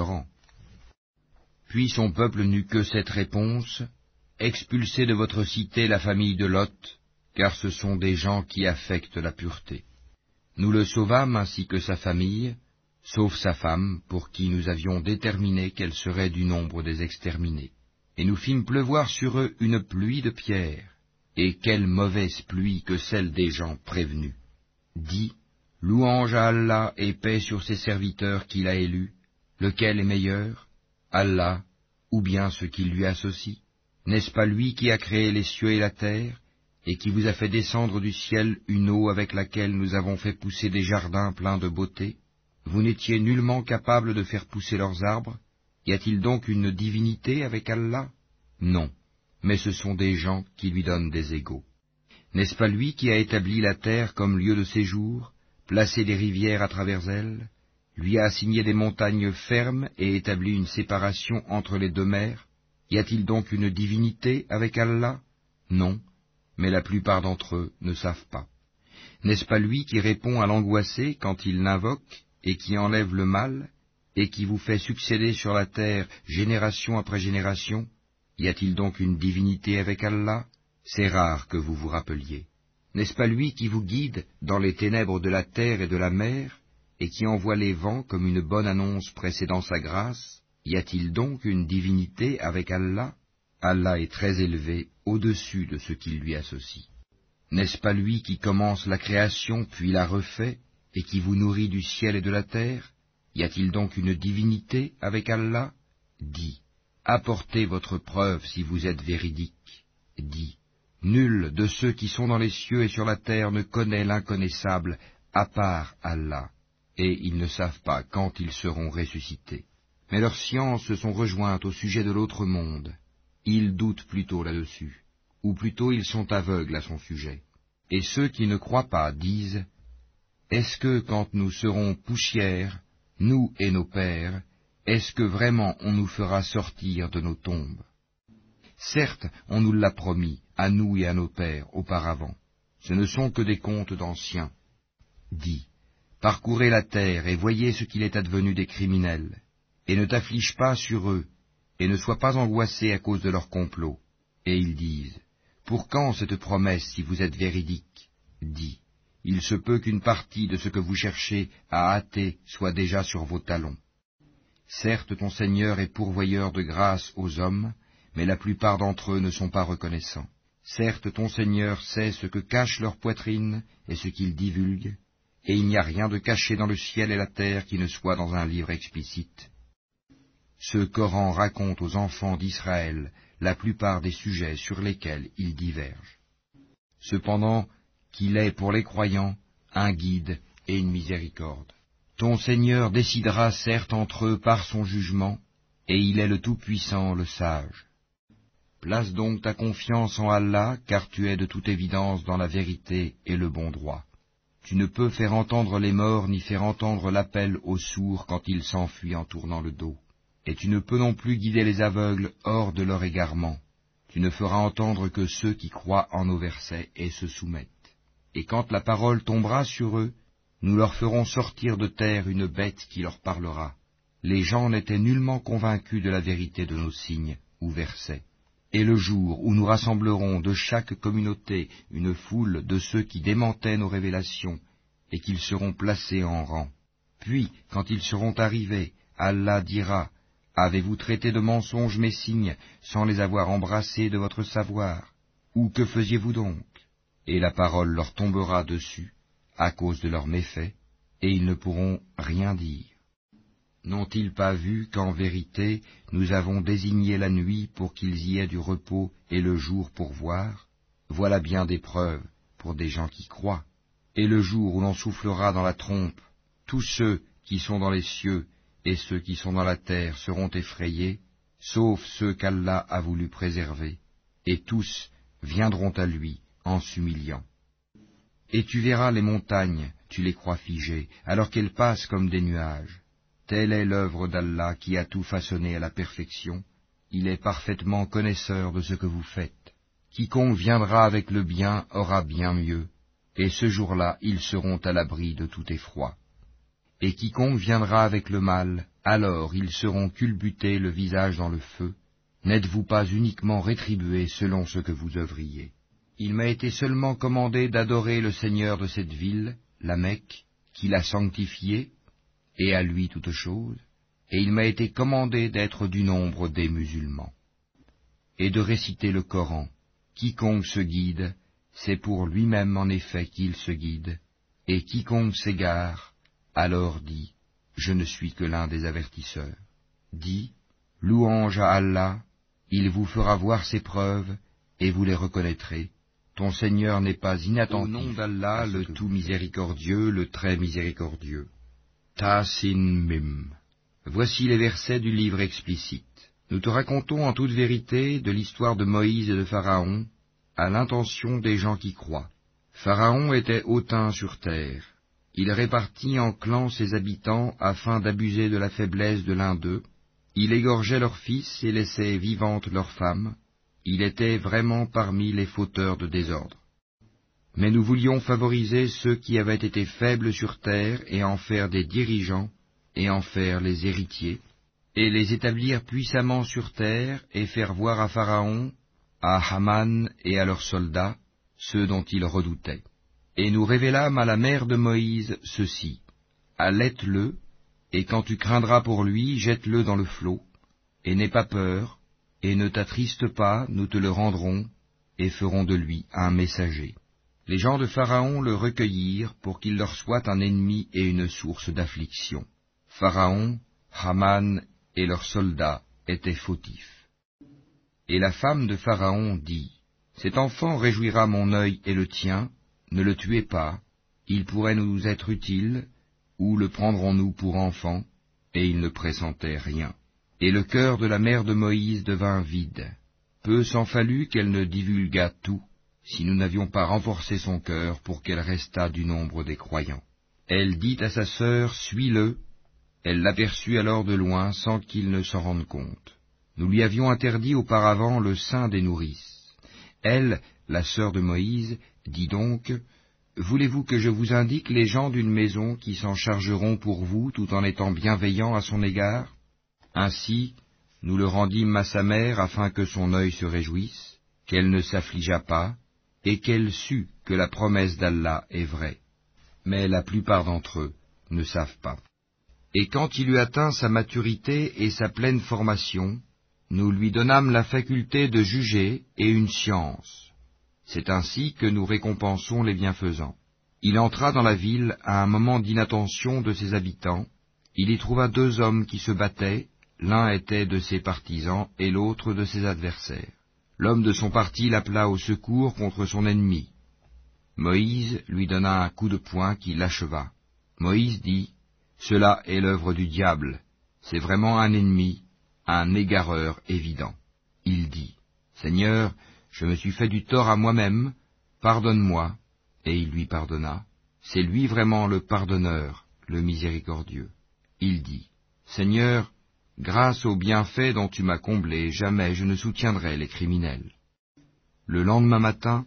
Puis son peuple n'eut que cette réponse, « Expulsez de votre cité la famille de Lot, car ce sont des gens qui affectent la pureté. » Nous le sauvâmes ainsi que sa famille, sauf sa femme, pour qui nous avions déterminé qu'elle serait du nombre des exterminés. Et nous fîmes pleuvoir sur eux une pluie de pierres, et quelle mauvaise pluie que celle des gens prévenus. Dis, louange à Allah et paix sur ses serviteurs qu'il a élus, lequel est meilleur, Allah, ou bien ce qui lui associe? N'est-ce pas lui qui a créé les cieux et la terre, et qui vous a fait descendre du ciel une eau avec laquelle nous avons fait pousser des jardins pleins de beauté? Vous n'étiez nullement capable de faire pousser leurs arbres? Y a-t-il donc une divinité avec Allah? Non, mais ce sont des gens qui lui donnent des égaux. N'est-ce pas lui qui a établi la terre comme lieu de séjour, placé des rivières à travers elle, lui a assigné des montagnes fermes et établi une séparation entre les deux mers? Y a-t-il donc une divinité avec Allah? Non, mais la plupart d'entre eux ne savent pas. N'est-ce pas lui qui répond à l'angoissé quand il l'invoque, et qui enlève le mal, et qui vous fait succéder sur la terre génération après génération? Y a-t-il donc une divinité avec Allah? C'est rare que vous vous rappeliez. N'est-ce pas lui qui vous guide dans les ténèbres de la terre et de la mer, et qui envoie les vents comme une bonne annonce précédant sa grâce? Y a-t-il donc une divinité avec Allah? Allah est très élevé au-dessus de ce qu'il lui associe. N'est-ce pas lui qui commence la création puis la refait, et qui vous nourrit du ciel et de la terre? Y a-t-il donc une divinité avec Allah? Dis, apportez votre preuve si vous êtes véridique. Dis, nul de ceux qui sont dans les cieux et sur la terre ne connaît l'inconnaissable à part Allah, et ils ne savent pas quand ils seront ressuscités. Mais leurs sciences se sont rejointes au sujet de l'autre monde. Ils doutent plutôt là-dessus, ou plutôt ils sont aveugles à son sujet. Et ceux qui ne croient pas disent, « Est-ce que quand nous serons poussière, nous et nos pères, est-ce que vraiment on nous fera sortir de nos tombes? Certes, on nous l'a promis, à nous et à nos pères, auparavant. Ce ne sont que des contes d'anciens. Dis, parcourez la terre et voyez ce qu'il est advenu des criminels, et ne t'afflige pas sur eux, et ne sois pas angoissé à cause de leur complot. » Et ils disent, « Pour quand cette promesse si vous êtes véridique? Dis, il se peut qu'une partie de ce que vous cherchez à hâter soit déjà sur vos talons. Certes, ton Seigneur est pourvoyeur de grâce aux hommes, mais la plupart d'entre eux ne sont pas reconnaissants. Certes, ton Seigneur sait ce que cache leur poitrine et ce qu'ils divulguent, et il n'y a rien de caché dans le ciel et la terre qui ne soit dans un livre explicite. Ce Coran raconte aux enfants d'Israël la plupart des sujets sur lesquels ils divergent. Cependant, qu'il est pour les croyants un guide et une miséricorde. Ton Seigneur décidera certes entre eux par son jugement, et il est le Tout-Puissant, le Sage. Place donc ta confiance en Allah, car tu es de toute évidence dans la vérité et le bon droit. Tu ne peux faire entendre les morts ni faire entendre l'appel aux sourds quand ils s'enfuient en tournant le dos. Et tu ne peux non plus guider les aveugles hors de leur égarement. Tu ne feras entendre que ceux qui croient en nos versets et se soumettent. Et quand la parole tombera sur eux, nous leur ferons sortir de terre une bête qui leur parlera. Les gens n'étaient nullement convaincus de la vérité de nos signes ou versets. Et le jour où nous rassemblerons de chaque communauté une foule de ceux qui démentaient nos révélations, et qu'ils seront placés en rang. Puis, quand ils seront arrivés, Allah dira, « Avez-vous traité de mensonges mes signes, sans les avoir embrassés de votre savoir? Ou que faisiez-vous donc ?» Et la parole leur tombera dessus, à cause de leurs méfaits, et ils ne pourront rien dire. N'ont-ils pas vu qu'en vérité, nous avons désigné la nuit pour qu'ils y aient du repos et le jour pour voir? Voilà bien des preuves pour des gens qui croient. Et le jour où l'on soufflera dans la trompe, tous ceux qui sont dans les cieux et ceux qui sont dans la terre seront effrayés, sauf ceux qu'Allah a voulu préserver, et tous viendront à lui en s'humiliant. Et tu verras les montagnes, tu les crois figées, alors qu'elles passent comme des nuages. Telle est l'œuvre d'Allah qui a tout façonné à la perfection. Il est parfaitement connaisseur de ce que vous faites. Quiconque viendra avec le bien aura bien mieux, et ce jour-là ils seront à l'abri de tout effroi. Et quiconque viendra avec le mal, alors ils seront culbutés le visage dans le feu. N'êtes-vous pas uniquement rétribués selon ce que vous œuvriez? Il m'a été seulement commandé d'adorer le Seigneur de cette ville, la Mecque, qui l'a sanctifiée, et à lui toute chose, et il m'a été commandé d'être du nombre des musulmans, et de réciter le Coran. Quiconque se guide, c'est pour lui-même en effet qu'il se guide, et quiconque s'égare, alors dit, je ne suis que l'un des avertisseurs. Dis, louange à Allah, il vous fera voir ses preuves, et vous les reconnaîtrez. Ton Seigneur n'est pas inattentif. Au nom d'Allah, le tout miséricordieux, le très miséricordieux. Ta-sin Mim. Voici les versets du livre explicite. Nous te racontons en toute vérité de l'histoire de Moïse et de Pharaon, à l'intention des gens qui croient. Pharaon était hautain sur terre. Il répartit en clans ses habitants afin d'abuser de la faiblesse de l'un d'eux. Il égorgeait leurs fils et laissait vivantes leurs femmes. Il était vraiment parmi les fauteurs de désordre. Mais nous voulions favoriser ceux qui avaient été faibles sur terre et en faire des dirigeants, et en faire les héritiers, et les établir puissamment sur terre, et faire voir à Pharaon, à Haman et à leurs soldats, ceux dont ils redoutaient. Et nous révélâmes à la mère de Moïse ceci, allaite-le, et quand tu craindras pour lui, jette-le dans le flot, et n'aie pas peur, et ne t'attriste pas, nous te le rendrons, et ferons de lui un messager. Les gens de Pharaon le recueillirent pour qu'il leur soit un ennemi et une source d'affliction. Pharaon, Haman et leurs soldats étaient fautifs. Et la femme de Pharaon dit, « Cet enfant réjouira mon œil et le tien, ne le tuez pas, il pourrait nous être utile, ou le prendrons-nous pour enfant ?» Et il ne pressentait rien. Et le cœur de la mère de Moïse devint vide. Peu s'en fallut qu'elle ne divulguât tout, si nous n'avions pas renforcé son cœur pour qu'elle restât du nombre des croyants. Elle dit à sa sœur, « Suis-le ». Elle l'aperçut alors de loin sans qu'il ne s'en rende compte. Nous lui avions interdit auparavant le sein des nourrices. Elle, la sœur de Moïse, dit donc, « Voulez-vous que je vous indique les gens d'une maison qui s'en chargeront pour vous tout en étant bienveillants à son égard ?» Ainsi, nous le rendîmes à sa mère afin que son œil se réjouisse, qu'elle ne s'affligeât pas, et qu'elle sût que la promesse d'Allah est vraie. mais la plupart d'entre eux ne savent pas. Et quand il eut atteint sa maturité et sa pleine formation, nous lui donnâmes la faculté de juger et une science. C'est ainsi que nous récompensons les bienfaisants. Il entra dans la ville à un moment d'inattention de ses habitants. Il y trouva deux hommes qui se battaient, l'un était de ses partisans et l'autre de ses adversaires. L'homme de son parti l'appela au secours contre son ennemi. Moïse lui donna un coup de poing qui l'acheva. Moïse dit, « Cela est l'œuvre du diable, c'est vraiment un ennemi, un égareur évident. » Il dit, « Seigneur, je me suis fait du tort à moi-même, pardonne-moi. » Et il lui pardonna. C'est lui vraiment le pardonneur, le miséricordieux. Il dit, « Seigneur, grâce aux bienfaits dont tu m'as comblé, jamais je ne soutiendrai les criminels. » Le lendemain matin,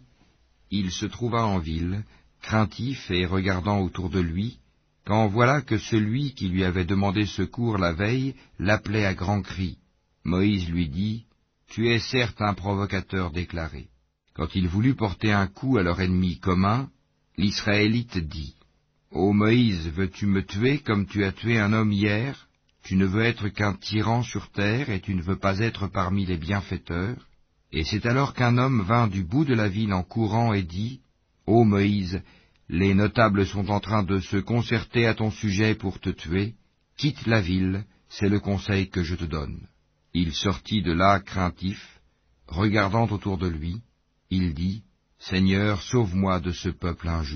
il se trouva en ville, craintif et regardant autour de lui, quand voilà que celui qui lui avait demandé secours la veille l'appelait à grands cris. Moïse lui dit, « Tu es certes un provocateur déclaré. » Quand il voulut porter un coup à leur ennemi commun, l'Israélite dit, « Ô Moïse, veux-tu me tuer comme tu as tué un homme hier? Tu ne veux être qu'un tyran sur terre, et tu ne veux pas être parmi les bienfaiteurs. » Et c'est alors qu'un homme vint du bout de la ville en courant et dit, « Ô Moïse, les notables sont en train de se concerter à ton sujet pour te tuer. Quitte la ville, c'est le conseil que je te donne. » Il sortit de là craintif, regardant autour de lui. Il dit, « Seigneur, sauve-moi de ce peuple injuste. »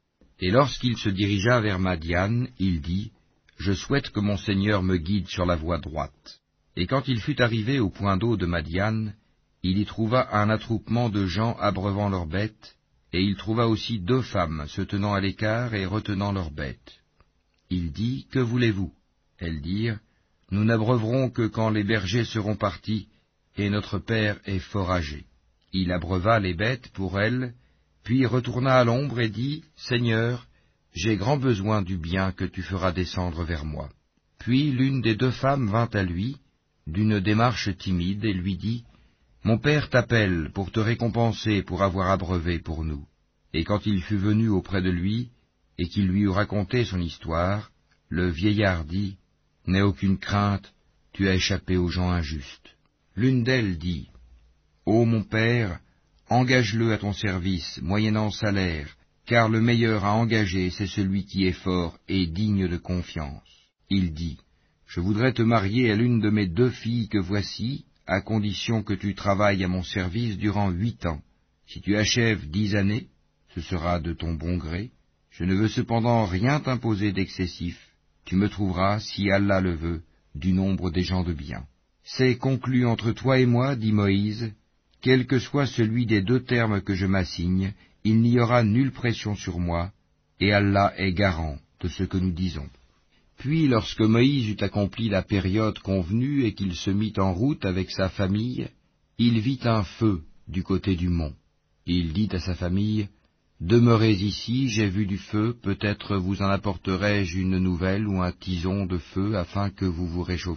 Et lorsqu'il se dirigea vers Madian, il dit, « Je souhaite que mon Seigneur me guide sur la voie droite. » Et quand il fut arrivé au point d'eau de Madian, il y trouva un attroupement de gens abreuvant leurs bêtes, et il trouva aussi deux femmes se tenant à l'écart et retenant leurs bêtes. Il dit, « Que voulez-vous » Elles dirent, « Nous n'abreuverons que quand les bergers seront partis, et notre père est fort âgé. » Il abreuva les bêtes pour elles, puis retourna à l'ombre et dit, « Seigneur, j'ai grand besoin du bien que tu feras descendre vers moi. » Puis l'une des deux femmes vint à lui, d'une démarche timide, et lui dit, « Mon père t'appelle pour te récompenser pour avoir abreuvé pour nous. » Et quand il fut venu auprès de lui, et qu'il lui eut raconté son histoire, le vieillard dit, « N'aie aucune crainte, tu as échappé aux gens injustes. » L'une d'elles dit, « Ô mon père, engage-le à ton service, moyennant salaire, car le meilleur à engager, c'est celui qui est fort et digne de confiance. » Il dit, « Je voudrais te marier à l'une de mes deux filles que voici, à condition que tu travailles à mon service durant huit ans. Si tu achèves dix années, ce sera de ton bon gré. Je ne veux cependant rien t'imposer d'excessif. Tu me trouveras, si Allah le veut, du nombre des gens de bien. C'est conclu entre toi et moi, dit Moïse, quel que soit celui des deux termes que je m'assigne, il n'y aura nulle pression sur moi, et Allah est garant de ce que nous disons. » Puis, lorsque Moïse eut accompli la période convenue et qu'il se mit en route avec sa famille, il vit un feu du côté du mont. Il dit à sa famille, « Demeurez ici, j'ai vu du feu, peut-être vous en apporterai-je une nouvelle ou un tison de feu afin que vous vous réchauffiez. »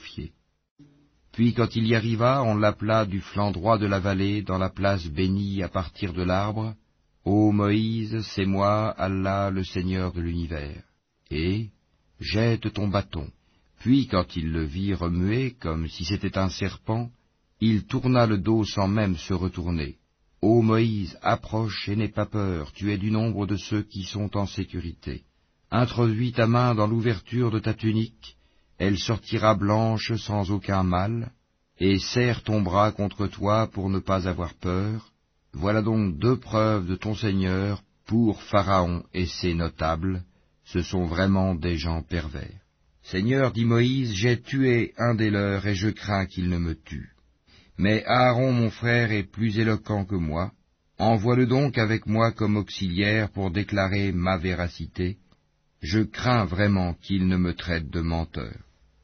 Puis quand il y arriva, on l'appela du flanc droit de la vallée, dans la place bénie à partir de l'arbre, « Ô Moïse, c'est moi, Allah, le Seigneur de l'univers. » Et « Jette ton bâton. » Puis quand il le vit remuer, comme si c'était un serpent, il tourna le dos sans même se retourner. « Ô Moïse, approche et n'aie pas peur, tu es du nombre de ceux qui sont en sécurité. Introduis ta main dans l'ouverture de ta tunique, elle sortira blanche sans aucun mal, et serre ton bras contre toi pour ne pas avoir peur. Voilà donc deux preuves de ton Seigneur pour Pharaon et ses notables, ce sont vraiment des gens pervers. Seigneur, dit Moïse, j'ai tué un des leurs et je crains qu'il ne me tue. Mais Aaron mon frère est plus éloquent que moi, envoie-le donc avec moi comme auxiliaire pour déclarer ma véracité. Je crains vraiment qu'il ne me traite de menteur.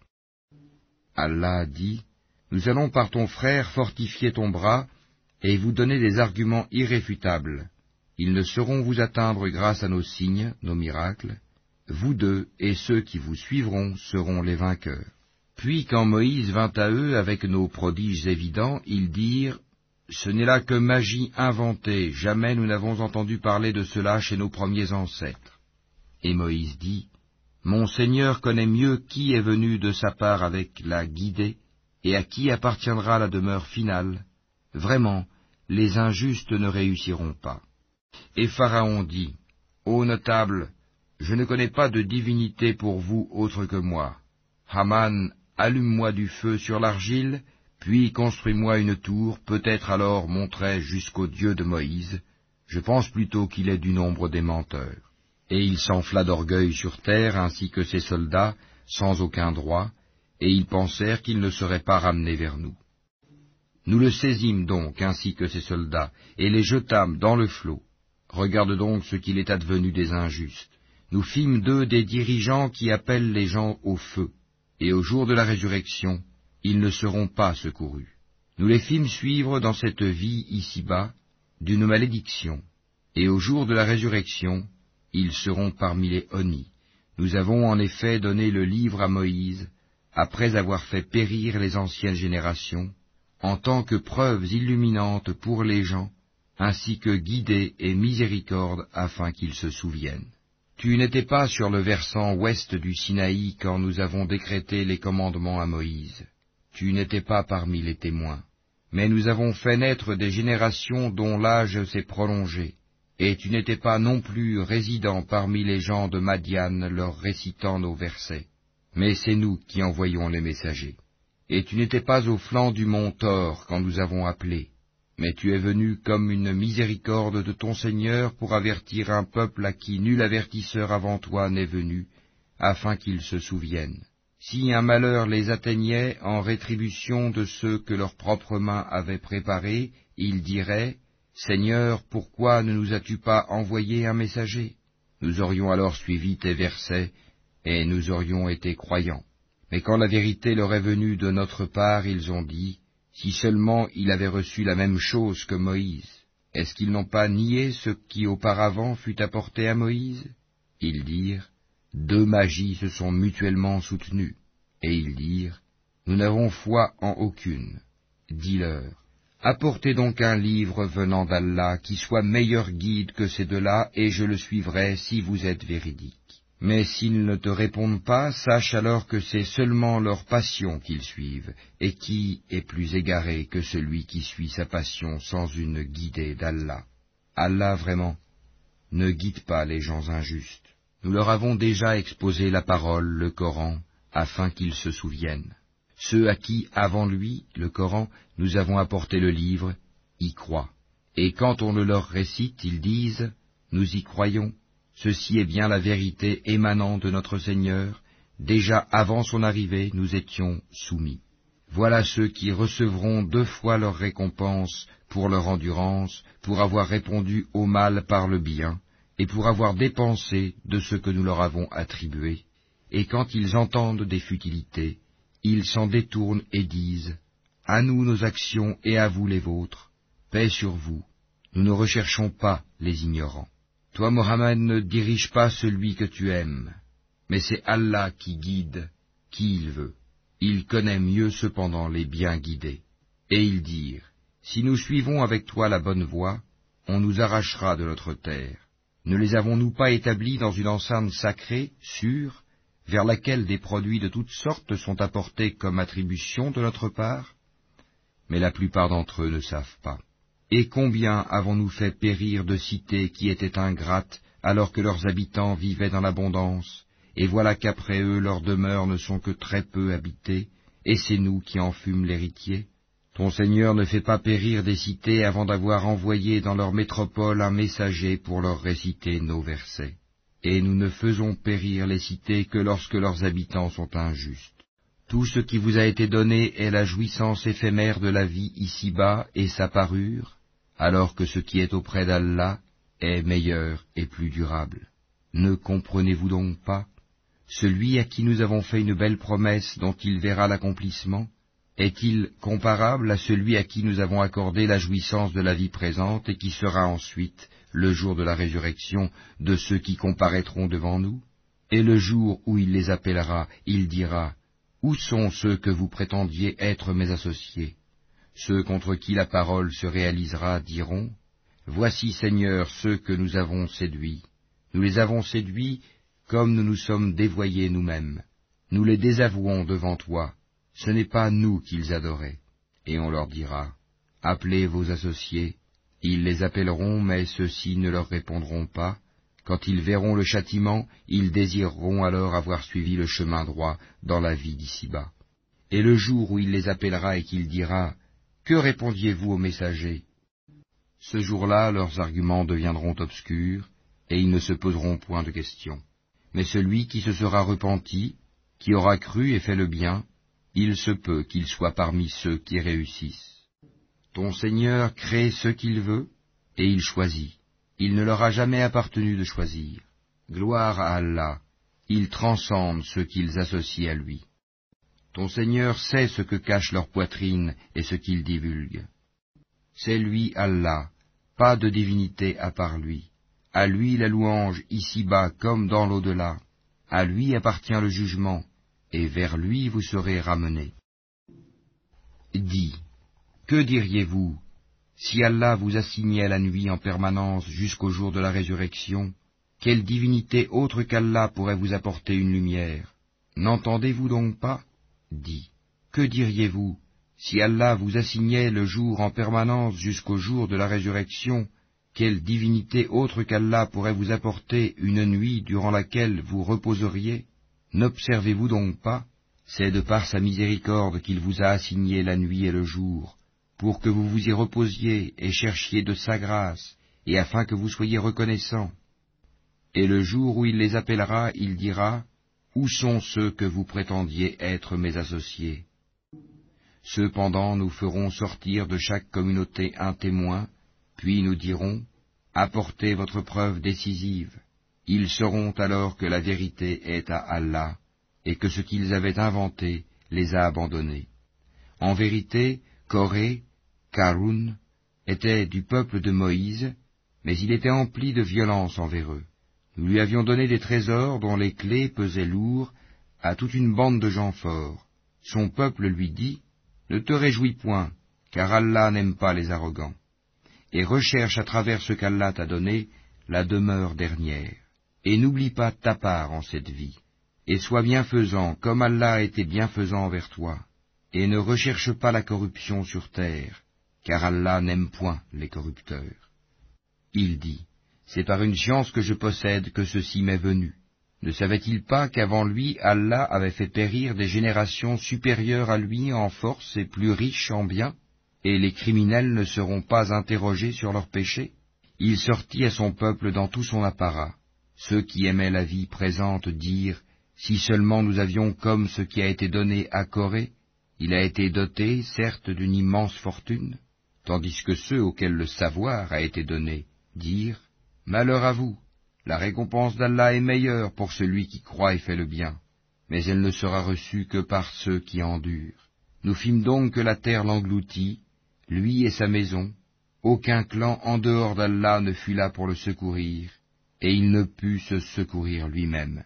Allah dit, nous allons par ton frère fortifier ton bras et vous donner des arguments irréfutables. Ils ne sauront vous atteindre grâce à nos signes, nos miracles. Vous deux et ceux qui vous suivront seront les vainqueurs. Puis quand Moïse vint à eux avec nos prodiges évidents, ils dirent, ce n'est là que magie inventée, jamais nous n'avons entendu parler de cela chez nos premiers ancêtres. Et Moïse dit, « Mon Seigneur connaît mieux qui est venu de sa part avec la guidée, et à qui appartiendra la demeure finale. Vraiment, les injustes ne réussiront pas. » Et Pharaon dit, « Ô notables, je ne connais pas de divinité pour vous autre que moi. Haman, allume-moi du feu sur l'argile, puis construis-moi une tour, peut-être alors monterai-je jusqu'au Dieu de Moïse. Je pense plutôt qu'il est du nombre des menteurs. » Et il s'enfla d'orgueil sur terre, ainsi que ses soldats, sans aucun droit, et ils pensèrent qu'ils ne seraient pas ramenés vers nous. Nous le saisîmes donc, ainsi que ses soldats, et les jetâmes dans le flot. Regarde donc ce qu'il est advenu des injustes. Nous fîmes d'eux des dirigeants qui appellent les gens au feu, et au jour de la résurrection, ils ne seront pas secourus. Nous les fîmes suivre dans cette vie ici-bas d'une malédiction, et au jour de la résurrection, ils seront parmi les honnis. Nous avons en effet donné le livre à Moïse, après avoir fait périr les anciennes générations, en tant que preuves illuminantes pour les gens, ainsi que guidée et miséricorde afin qu'ils se souviennent. Tu n'étais pas sur le versant ouest du Sinaï quand nous avons décrété les commandements à Moïse. Tu n'étais pas parmi les témoins. Mais nous avons fait naître des générations dont l'âge s'est prolongé, et tu n'étais pas non plus résident parmi les gens de Madian leur récitant nos versets. Mais c'est nous qui envoyons les messagers. Et tu n'étais pas au flanc du mont Thor quand nous avons appelé. Mais tu es venu comme une miséricorde de ton Seigneur pour avertir un peuple à qui nul avertisseur avant toi n'est venu, afin qu'ils se souviennent. Si un malheur les atteignait en rétribution de ceux que leurs propres mains avaient préparés, ils diraient, « Seigneur, pourquoi ne nous as-tu pas envoyé un messager ?» Nous aurions alors suivi tes versets, et nous aurions été croyants. Mais quand la vérité leur est venue de notre part, ils ont dit, si seulement il avait reçu la même chose que Moïse, est-ce qu'ils n'ont pas nié ce qui auparavant fut apporté à Moïse? Ils dirent, deux magies se sont mutuellement soutenues. Et ils dirent, nous n'avons foi en aucune. Dis-leur, apportez donc un livre venant d'Allah qui soit meilleur guide que ces deux-là, et je le suivrai si vous êtes véridiques. Mais s'ils ne te répondent pas, sache alors que c'est seulement leur passion qu'ils suivent, et qui est plus égaré que celui qui suit sa passion sans une guidée d'Allah. Allah, vraiment, ne guide pas les gens injustes. Nous leur avons déjà exposé la parole, le Coran, afin qu'ils se souviennent. Ceux à qui, avant lui, le Coran, nous avons apporté le livre, y croient. Et quand on le leur récite, ils disent, nous y croyons. Ceci est bien la vérité émanant de notre Seigneur, déjà avant son arrivée nous étions soumis. Voilà ceux qui recevront deux fois leur récompense pour leur endurance, pour avoir répondu au mal par le bien, et pour avoir dépensé de ce que nous leur avons attribué. Et quand ils entendent des futilités, ils s'en détournent et disent, à nous nos actions et à vous les vôtres, paix sur vous, nous ne recherchons pas les ignorants. Toi, Mohammed, ne dirige pas celui que tu aimes, mais c'est Allah qui guide qui il veut. Il connaît mieux cependant les bien guidés. Et ils dirent, si nous suivons avec toi la bonne voie, on nous arrachera de notre terre. Ne les avons-nous pas établis dans une enceinte sacrée, sûre, vers laquelle des produits de toutes sortes sont apportés comme attribution de notre part? Mais la plupart d'entre eux ne savent pas. Et combien avons-nous fait périr de cités qui étaient ingrates, alors que leurs habitants vivaient dans l'abondance, et voilà qu'après eux leurs demeures ne sont que très peu habitées, et c'est nous qui en fûmes l'héritier? Ton Seigneur ne fait pas périr des cités avant d'avoir envoyé dans leur métropole un messager pour leur réciter nos versets. Et nous ne faisons périr les cités que lorsque leurs habitants sont injustes. Tout ce qui vous a été donné est la jouissance éphémère de la vie ici-bas et sa parure, alors que ce qui est auprès d'Allah est meilleur et plus durable. Ne comprenez-vous donc pas? Celui à qui nous avons fait une belle promesse dont il verra l'accomplissement, est-il comparable à celui à qui nous avons accordé la jouissance de la vie présente et qui sera ensuite, le jour de la résurrection, de ceux qui comparaîtront devant nous? Et le jour où il les appellera, il dira, « Où sont ceux que vous prétendiez être mes associés ?» Ceux contre qui la parole se réalisera diront, « Voici, Seigneur, ceux que nous avons séduits. Nous les avons séduits comme nous nous sommes dévoyés nous-mêmes. Nous les désavouons devant toi, ce n'est pas nous qu'ils adoraient. Et on leur dira, appelez vos associés, ils les appelleront, mais ceux-ci ne leur répondront pas. Quand ils verront le châtiment, ils désireront alors avoir suivi le chemin droit dans la vie d'ici-bas. Et le jour où il les appellera et qu'il dira, que répondiez-vous aux messagers? Ce jour-là, leurs arguments deviendront obscurs, et ils ne se poseront point de questions. Mais celui qui se sera repenti, qui aura cru et fait le bien, il se peut qu'il soit parmi ceux qui réussissent. Ton Seigneur crée ce qu'il veut, et il choisit. Il ne leur a jamais appartenu de choisir. Gloire à Allah, il transcende ceux qu'ils associent à lui. Ton Seigneur sait ce que cache leur poitrine et ce qu'ils divulguent. C'est lui Allah, pas de divinité à part lui. À lui la louange ici-bas comme dans l'au-delà. À lui appartient le jugement, et vers lui vous serez ramenés. Dis, que diriez-vous si Allah vous assignait la nuit en permanence jusqu'au jour de la résurrection? Quelle divinité autre qu'Allah pourrait vous apporter une lumière? N'entendez-vous donc pas? Dis, que diriez-vous si Allah vous assignait le jour en permanence jusqu'au jour de la résurrection? Quelle divinité autre qu'Allah pourrait vous apporter une nuit durant laquelle vous reposeriez? N'observez-vous donc pas? C'est de par sa miséricorde qu'il vous a assigné la nuit et le jour, pour que vous vous y reposiez et cherchiez de sa grâce, et afin que vous soyez reconnaissants. Et le jour où il les appellera, il dira, où sont ceux que vous prétendiez être mes associés? Cependant nous ferons sortir de chaque communauté un témoin, puis nous dirons, apportez votre preuve décisive. Ils sauront alors que la vérité est à Allah, et que ce qu'ils avaient inventé les a abandonnés. En vérité, Corée, Karun, était du peuple de Moïse, mais il était empli de violence envers eux. Nous lui avions donné des trésors dont les clés pesaient lourd à toute une bande de gens forts. Son peuple lui dit, ne te réjouis point, car Allah n'aime pas les arrogants. Et recherche à travers ce qu'Allah t'a donné la demeure dernière. Et n'oublie pas ta part en cette vie. Et sois bienfaisant comme Allah a été bienfaisant envers toi. Et ne recherche pas la corruption sur terre, car Allah n'aime point les corrupteurs. Il dit, c'est par une science que je possède que ceci m'est venu. Ne savait-il pas qu'avant lui, Allah avait fait périr des générations supérieures à lui en force et plus riches en biens? Et les criminels ne seront pas interrogés sur leurs péchés? Il sortit à son peuple dans tout son apparat. Ceux qui aimaient la vie présente dirent, si seulement nous avions comme ce qui a été donné à Corée, il a été doté, certes, d'une immense fortune, tandis que ceux auxquels le savoir a été donné dirent, malheur à vous, la récompense d'Allah est meilleure pour celui qui croit et fait le bien, mais elle ne sera reçue que par ceux qui endurent. Nous fîmes donc que la terre l'engloutit, lui et sa maison, aucun clan en dehors d'Allah ne fut là pour le secourir, et il ne put se secourir lui-même.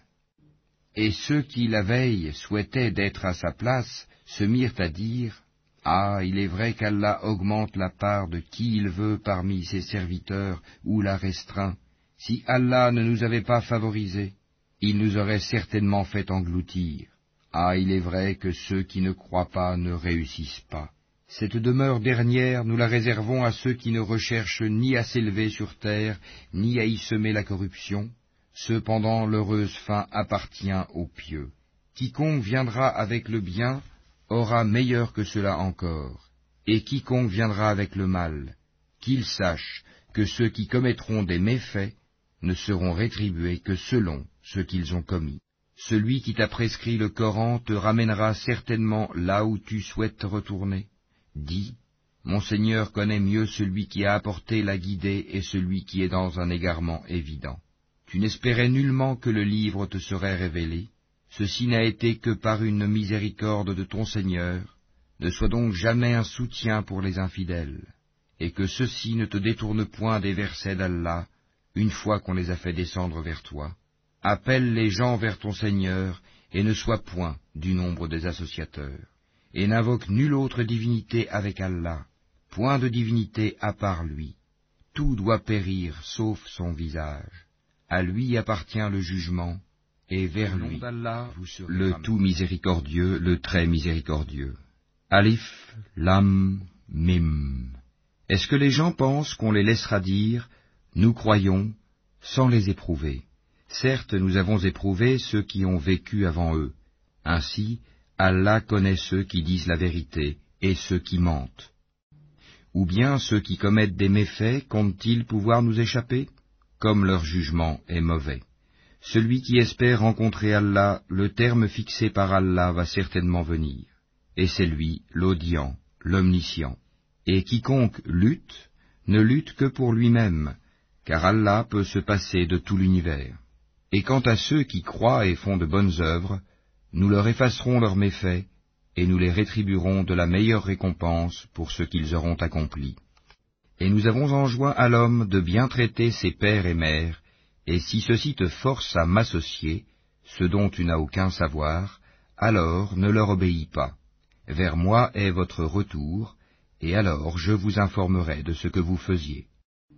Et ceux qui, la veille, souhaitaient d'être à sa place, se mirent à dire, « Ah, il est vrai qu'Allah augmente la part de qui il veut parmi ses serviteurs, ou la restreint. Si Allah ne nous avait pas favorisés, il nous aurait certainement fait engloutir. Ah, il est vrai que ceux qui ne croient pas ne réussissent pas. Cette demeure dernière, nous la réservons à ceux qui ne recherchent ni à s'élever sur terre, ni à y semer la corruption. Cependant, l'heureuse fin appartient aux pieux. Quiconque viendra avec le bien aura meilleur que cela encore, et quiconque viendra avec le mal, qu'il sache que ceux qui commettront des méfaits ne seront rétribués que selon ce qu'ils ont commis. Celui qui t'a prescrit le Coran te ramènera certainement là où tu souhaites retourner. Dis, mon Seigneur connaît mieux celui qui a apporté la guidée et celui qui est dans un égarement évident. Tu n'espérais nullement que le livre te serait révélé. Ceci n'a été que par une miséricorde de ton Seigneur. Ne sois donc jamais un soutien pour les infidèles, et que ceux-ci ne te détournent point des versets d'Allah, une fois qu'on les a fait descendre vers toi. Appelle les gens vers ton Seigneur, et ne sois point du nombre des associateurs. Et n'invoque nulle autre divinité avec Allah, point de divinité à part lui. Tout doit périr sauf son visage. À lui appartient le jugement, et vers lui, le tout miséricordieux, le très miséricordieux. Alif, Lam, Mim. Est-ce que les gens pensent qu'on les laissera dire « Nous croyons » sans les éprouver? Certes, nous avons éprouvé ceux qui ont vécu avant eux. Ainsi, Allah connaît ceux qui disent la vérité et ceux qui mentent. Ou bien ceux qui commettent des méfaits comptent-ils pouvoir nous échapper? Comme leur jugement est mauvais. Celui qui espère rencontrer Allah, le terme fixé par Allah va certainement venir. Et c'est lui, l'audient, l'omniscient. Et quiconque lutte, ne lutte que pour lui-même, car Allah peut se passer de tout l'univers. Et quant à ceux qui croient et font de bonnes œuvres, nous leur effacerons leurs méfaits, et nous les rétribuerons de la meilleure récompense pour ce qu'ils auront accompli. Et nous avons enjoint à l'homme de bien traiter ses pères et mères, et si ceux-ci te forcent à m'associer, ce dont tu n'as aucun savoir, alors ne leur obéis pas. Vers moi est votre retour, et alors je vous informerai de ce que vous faisiez.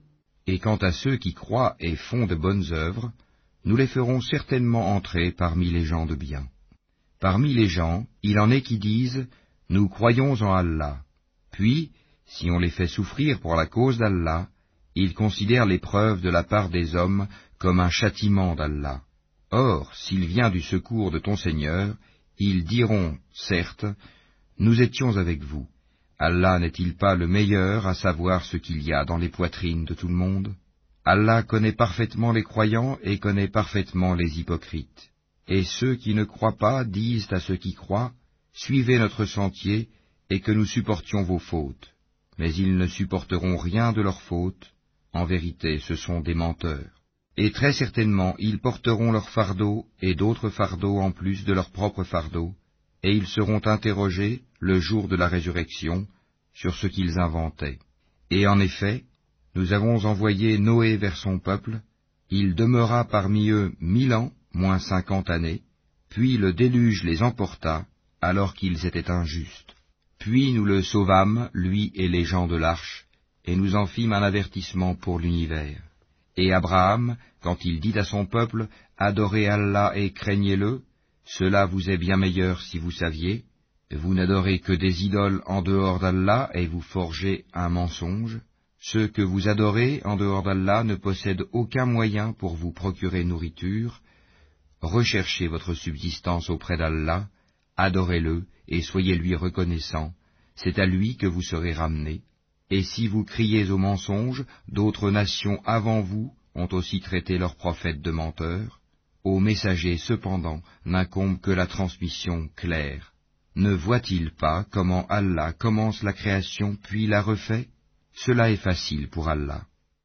Et quant à ceux qui croient et font de bonnes œuvres, nous les ferons certainement entrer parmi les gens de bien. Parmi les gens, il en est qui disent « Nous croyons en Allah ». Puis, si on les fait souffrir pour la cause d'Allah, ils considèrent l'épreuve de la part des hommes comme un châtiment d'Allah. Or, s'il vient du secours de ton Seigneur, ils diront, certes, « Nous étions avec vous ». Allah n'est-il pas le meilleur à savoir ce qu'il y a dans les poitrines de tout le monde? Allah connaît parfaitement les croyants et connaît parfaitement les hypocrites. Et ceux qui ne croient pas disent à ceux qui croient, « Suivez notre sentier, et que nous supportions vos fautes. » Mais ils ne supporteront rien de leurs fautes. En vérité, ce sont des menteurs. Et très certainement, ils porteront leur fardeau et d'autres fardeaux en plus de leur propre fardeau, et ils seront interrogés, le jour de la résurrection, sur ce qu'ils inventaient. Et en effet, nous avons envoyé Noé vers son peuple, il demeura parmi eux mille ans, moins cinquante années, puis le déluge les emporta, alors qu'ils étaient injustes. Puis nous le sauvâmes, lui et les gens de l'arche, et nous en fîmes un avertissement pour l'univers. Et Abraham, quand il dit à son peuple, « Adorez Allah et craignez-le », cela vous est bien meilleur si vous saviez, vous n'adorez que des idoles en dehors d'Allah et vous forgez un mensonge. Ceux que vous adorez en dehors d'Allah ne possèdent aucun moyen pour vous procurer nourriture. Recherchez votre subsistance auprès d'Allah, adorez-le et soyez-lui reconnaissants, c'est à lui que vous serez ramenés. Et si vous criez au mensonge, d'autres nations avant vous ont aussi traité leurs prophètes de menteurs. Aux messagers, cependant, n'incombe que la transmission claire. Ne voit-il pas comment Allah commence la création puis la refait? Cela est facile pour Allah.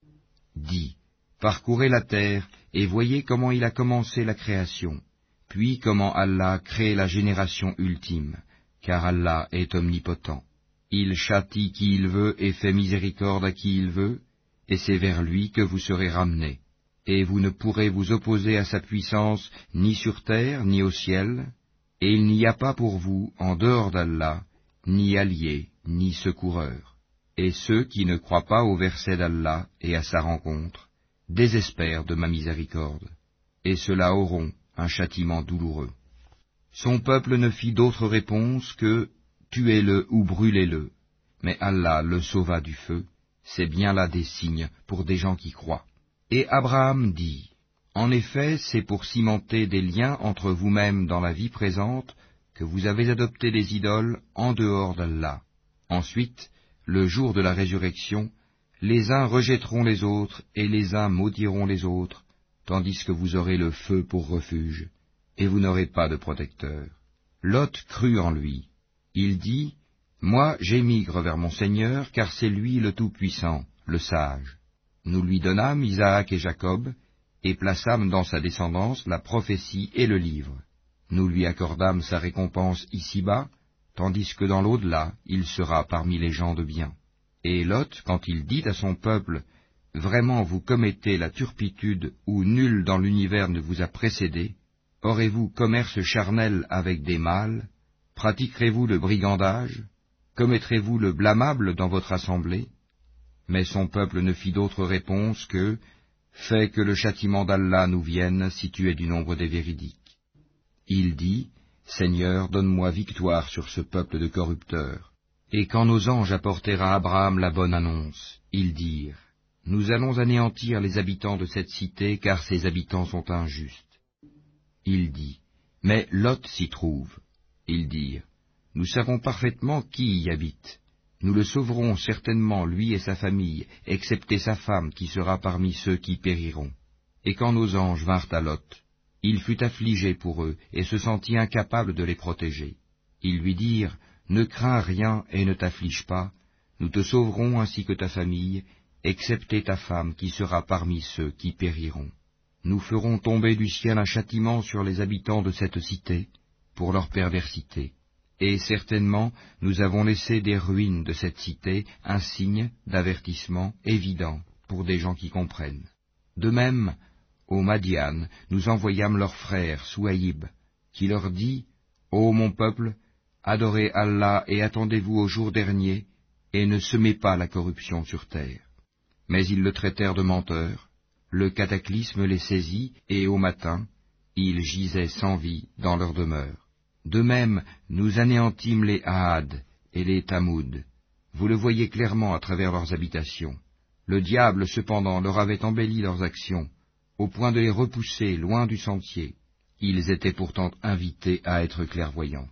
Dis, parcourez la terre et voyez comment il a commencé la création, puis comment Allah crée la génération ultime, car Allah est omnipotent. Il châtie qui il veut et fait miséricorde à qui il veut, et c'est vers lui que vous serez ramenés. Et vous ne pourrez vous opposer à sa puissance ni sur terre ni au ciel, et il n'y a pas pour vous, en dehors d'Allah, ni allié, ni secoureur. Et ceux qui ne croient pas au verset d'Allah et à sa rencontre, désespèrent de ma miséricorde, et ceux-là auront un châtiment douloureux. Son peuple ne fit d'autre réponse que « Tuez-le ou brûlez-le », mais Allah le sauva du feu, c'est bien là des signes pour des gens qui croient. Et Abraham dit, « En effet, c'est pour cimenter des liens entre vous-mêmes dans la vie présente que vous avez adopté des idoles en dehors d'Allah. Ensuite, le jour de la résurrection, les uns rejetteront les autres et les uns maudiront les autres, tandis que vous aurez le feu pour refuge, et vous n'aurez pas de protecteur. » Lot crut en lui. Il dit, « Moi j'émigre vers mon Seigneur, car c'est lui le Tout-Puissant, le Sage. » Nous lui donnâmes Isaac et Jacob, et plaçâmes dans sa descendance la prophétie et le livre. Nous lui accordâmes sa récompense ici-bas, tandis que dans l'au-delà, il sera parmi les gens de bien. Et Lot, quand il dit à son peuple, « Vraiment vous commettez la turpitude où nul dans l'univers ne vous a précédé, aurez-vous commerce charnel avec des mâles? Pratiquerez-vous le brigandage? Commettrez-vous le blâmable dans votre assemblée ?» Mais son peuple ne fit d'autre réponse que « Fais que le châtiment d'Allah nous vienne si tu es du nombre des véridiques. » Il dit, Seigneur, donne-moi victoire sur ce peuple de corrupteurs. Et quand nos anges apportèrent à Abraham la bonne annonce, ils dirent, Nous allons anéantir les habitants de cette cité, car ses habitants sont injustes. Il dit, Mais Lot s'y trouve. Ils dirent, Nous savons parfaitement qui y habite. Nous le sauverons certainement, lui et sa famille, excepté sa femme qui sera parmi ceux qui périront. Et quand nos anges vinrent à Lot, il fut affligé pour eux et se sentit incapable de les protéger. Ils lui dirent, Ne crains rien et ne t'afflige pas, nous te sauverons ainsi que ta famille, excepté ta femme qui sera parmi ceux qui périront. Nous ferons tomber du ciel un châtiment sur les habitants de cette cité, pour leur perversité. Et certainement, nous avons laissé des ruines de cette cité un signe d'avertissement évident pour des gens qui comprennent. De même, au Madian, nous envoyâmes leur frère Souaïb, qui leur dit, Ô mon peuple, adorez Allah et attendez-vous au jour dernier, et ne semez pas la corruption sur terre. Mais ils le traitèrent de menteur, le cataclysme les saisit, et au matin, ils gisaient sans vie dans leur demeure. De même, nous anéantîmes les Ahad et les Tamoud. Vous le voyez clairement à travers leurs habitations. Le diable, cependant, leur avait embelli leurs actions, au point de les repousser loin du sentier. Ils étaient pourtant invités à être clairvoyants.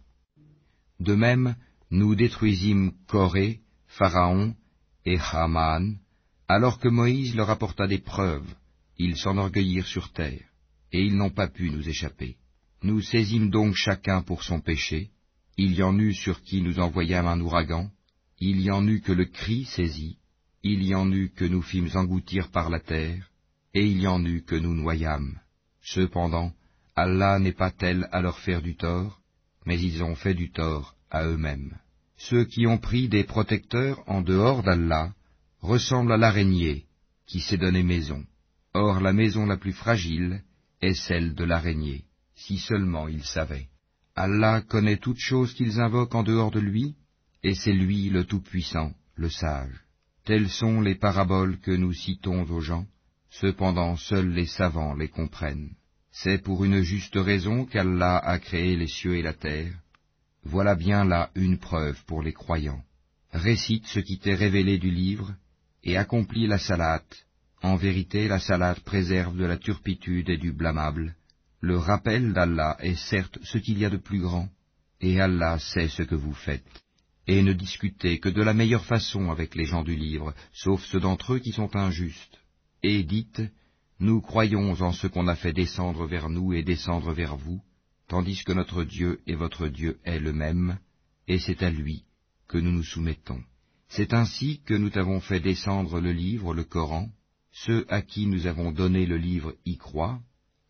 De même, nous détruisîmes Corée, Pharaon et Haman, alors que Moïse leur apporta des preuves. Ils s'enorgueillirent sur terre, et ils n'ont pas pu nous échapper. Nous saisîmes donc chacun pour son péché. Il y en eut sur qui nous envoyâmes un ouragan, il y en eut que le cri saisit, il y en eut que nous fîmes engloutir par la terre, et il y en eut que nous noyâmes. Cependant, Allah n'est pas tel à leur faire du tort, mais ils ont fait du tort à eux-mêmes. Ceux qui ont pris des protecteurs en dehors d'Allah ressemblent à l'araignée qui s'est donné maison. Or la maison la plus fragile est celle de l'araignée. Si seulement ils savaient. Allah connaît toutes choses qu'ils invoquent en dehors de lui, et c'est lui le Tout-Puissant, le Sage. Telles sont les paraboles que nous citons aux gens, cependant seuls les savants les comprennent. C'est pour une juste raison qu'Allah a créé les cieux et la terre. Voilà bien là une preuve pour les croyants. Récite ce qui t'est révélé du livre, et accomplis la salate. En vérité, la salate préserve de la turpitude et du blâmable. Le rappel d'Allah est certes ce qu'il y a de plus grand, et Allah sait ce que vous faites. Et ne discutez que de la meilleure façon avec les gens du livre, sauf ceux d'entre eux qui sont injustes. Et dites, nous croyons en ce qu'on a fait descendre vers nous et descendre vers vous, tandis que notre Dieu et votre Dieu est le même, et c'est à lui que nous nous soumettons. C'est ainsi que nous t'avons fait descendre le livre, le Coran. Ceux à qui nous avons donné le livre y croient,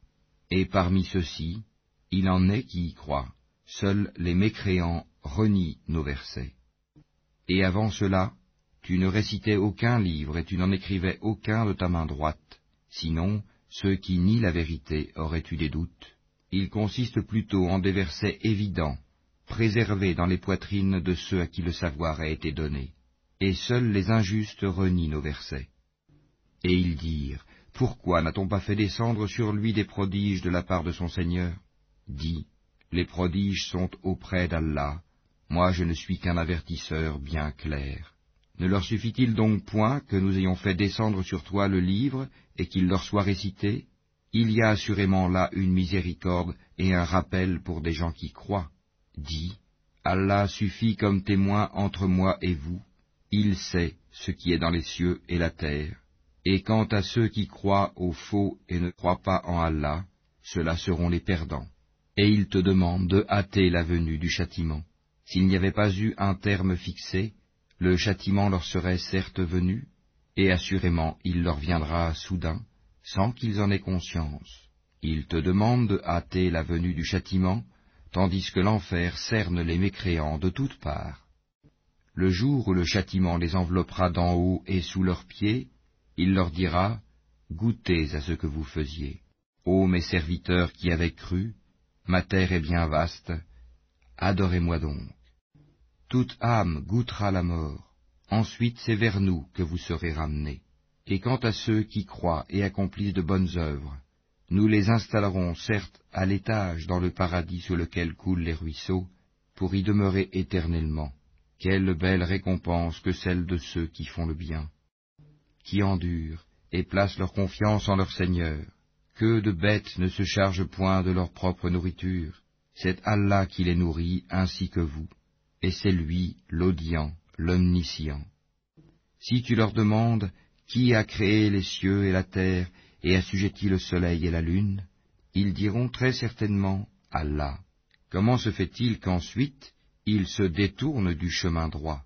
et parmi ceux-ci, il en est qui y croient. Seuls les mécréants renient nos versets. Et avant cela, tu ne récitais aucun livre et tu n'en écrivais aucun de ta main droite. Sinon, ceux qui nient la vérité auraient eu des doutes. Ils consistent plutôt en des versets évidents, préservés dans les poitrines de ceux à qui le savoir a été donné. Et seuls les injustes renient nos versets. Et ils dirent, pourquoi n'a-t-on pas fait descendre sur lui des prodiges de la part de son Seigneur? Dis, les prodiges sont auprès d'Allah, moi je ne suis qu'un avertisseur bien clair. Ne leur suffit-il donc point que nous ayons fait descendre sur toi le livre et qu'il leur soit récité? Il y a assurément là une miséricorde et un rappel pour des gens qui croient. Dis, Allah suffit comme témoin entre moi et vous, il sait ce qui est dans les cieux et la terre. Et quant à ceux qui croient au faux et ne croient pas en Allah, ceux-là seront les perdants. Et ils te demandent de hâter la venue du châtiment. S'il n'y avait pas eu un terme fixé, le châtiment leur serait certes venu, et assurément il leur viendra soudain, sans qu'ils en aient conscience. Ils te demandent de hâter la venue du châtiment, tandis que l'enfer cerne les mécréants de toutes parts. Le jour où le châtiment les enveloppera d'en haut et sous leurs pieds, il leur dira, « Goûtez à ce que vous faisiez. Ô mes serviteurs qui avez cru, ma terre est bien vaste, adorez-moi donc. » Toute âme goûtera la mort, ensuite c'est vers nous que vous serez ramenés. Et quant à ceux qui croient et accomplissent de bonnes œuvres, Nous les installerons certes à l'étage dans le paradis sous lequel coulent les ruisseaux, pour y demeurer éternellement. Quelle belle récompense que celle de ceux qui font le bien, qui endurent et placent leur confiance en leur Seigneur. Que de bêtes ne se chargent point de leur propre nourriture. C'est Allah qui les nourrit ainsi que vous, et c'est lui l'audient, l'omniscient. Si tu leur demandes qui a créé les cieux et la terre et assujetti le soleil et la lune, ils diront très certainement Allah. Comment se fait-il qu'ensuite ils se détournent du chemin droit?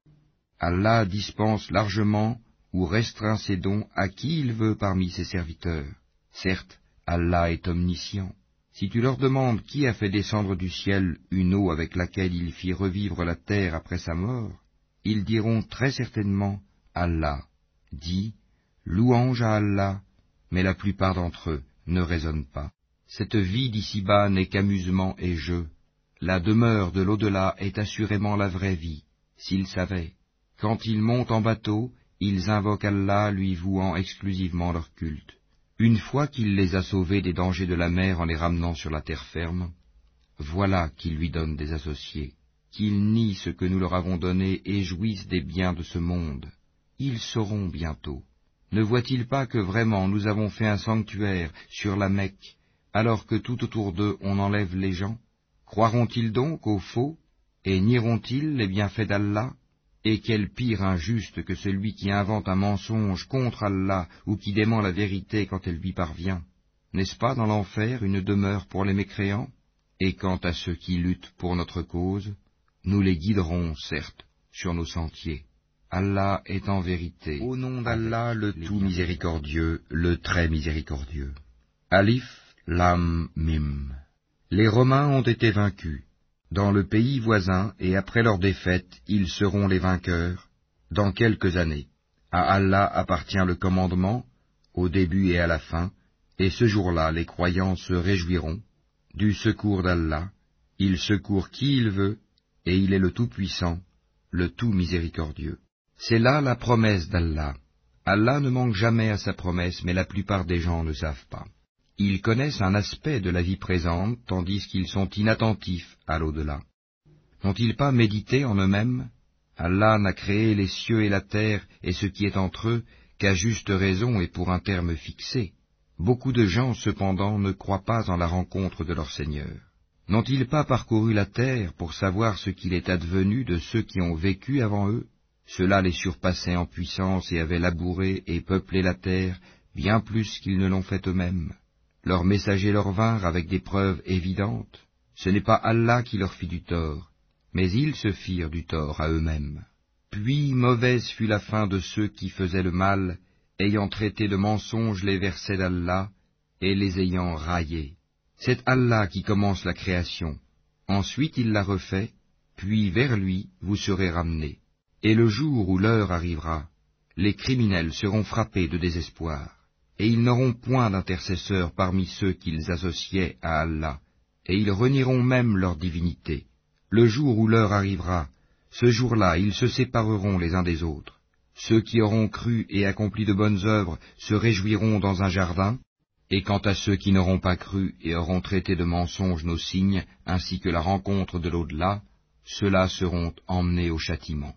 Allah dispense largement ou restreint ses dons à qui il veut parmi ses serviteurs. Certes, Allah est omniscient. Si tu leur demandes qui a fait descendre du ciel une eau avec laquelle il fit revivre la terre après sa mort, ils diront très certainement Allah. Dis, louange à Allah, mais la plupart d'entre eux ne raisonnent pas. Cette vie d'ici-bas n'est qu'amusement et jeu. La demeure de l'au-delà est assurément la vraie vie, s'ils savaient. Quand ils montent en bateau, ils invoquent Allah, lui vouant exclusivement leur culte. Une fois qu'il les a sauvés des dangers de la mer en les ramenant sur la terre ferme, voilà qu'ils lui donnent des associés, qu'ils nient ce que nous leur avons donné et jouissent des biens de ce monde. Ils sauront bientôt. Ne voient-ils pas que vraiment nous avons fait un sanctuaire sur la Mecque, alors que tout autour d'eux on enlève les gens? Croiront-ils donc au faux, et nieront-ils les bienfaits d'Allah? Et quel pire injuste que celui qui invente un mensonge contre Allah ou qui dément la vérité quand elle lui parvient. N'est-ce pas dans l'enfer une demeure pour les mécréants? Et quant à ceux qui luttent pour notre cause, nous les guiderons, certes, sur nos sentiers. Allah est en vérité, au nom d'Allah, le tout miséricordieux, le très miséricordieux. Alif, Lam, Mim. Les Romains ont été vaincus. Dans le pays voisin, et après leur défaite, ils seront les vainqueurs, dans quelques années. À Allah appartient le commandement, au début et à la fin, et ce jour-là les croyants se réjouiront du secours d'Allah. Il secourt qui il veut, et il est le Tout-Puissant, le Tout Miséricordieux. C'est là la promesse d'Allah. Allah ne manque jamais à sa promesse, mais la plupart des gens ne savent pas. Ils connaissent un aspect de la vie présente, tandis qu'ils sont inattentifs à l'au-delà. N'ont-ils pas médité en eux-mêmes? Allah n'a créé les cieux et la terre et ce qui est entre eux qu'à juste raison et pour un terme fixé. Beaucoup de gens, cependant, ne croient pas en la rencontre de leur Seigneur. N'ont-ils pas parcouru la terre pour savoir ce qu'il est advenu de ceux qui ont vécu avant eux? Ceux-là les surpassaient en puissance et avaient labouré et peuplé la terre bien plus qu'ils ne l'ont fait eux-mêmes. Leurs messagers leur vinrent avec des preuves évidentes. Ce n'est pas Allah qui leur fit du tort, mais ils se firent du tort à eux-mêmes. Puis mauvaise fut la fin de ceux qui faisaient le mal, ayant traité de mensonges les versets d'Allah, et les ayant raillés. C'est Allah qui commence la création, ensuite il la refait, puis vers lui vous serez ramenés. Et le jour où l'heure arrivera, les criminels seront frappés de désespoir. Et ils n'auront point d'intercesseurs parmi ceux qu'ils associaient à Allah, et ils renieront même leur divinité. Le jour où l'heure arrivera, ce jour-là ils se sépareront les uns des autres. Ceux qui auront cru et accompli de bonnes œuvres se réjouiront dans un jardin, et quant à ceux qui n'auront pas cru et auront traité de mensonges nos signes, ainsi que la rencontre de l'au-delà, ceux-là seront emmenés au châtiment.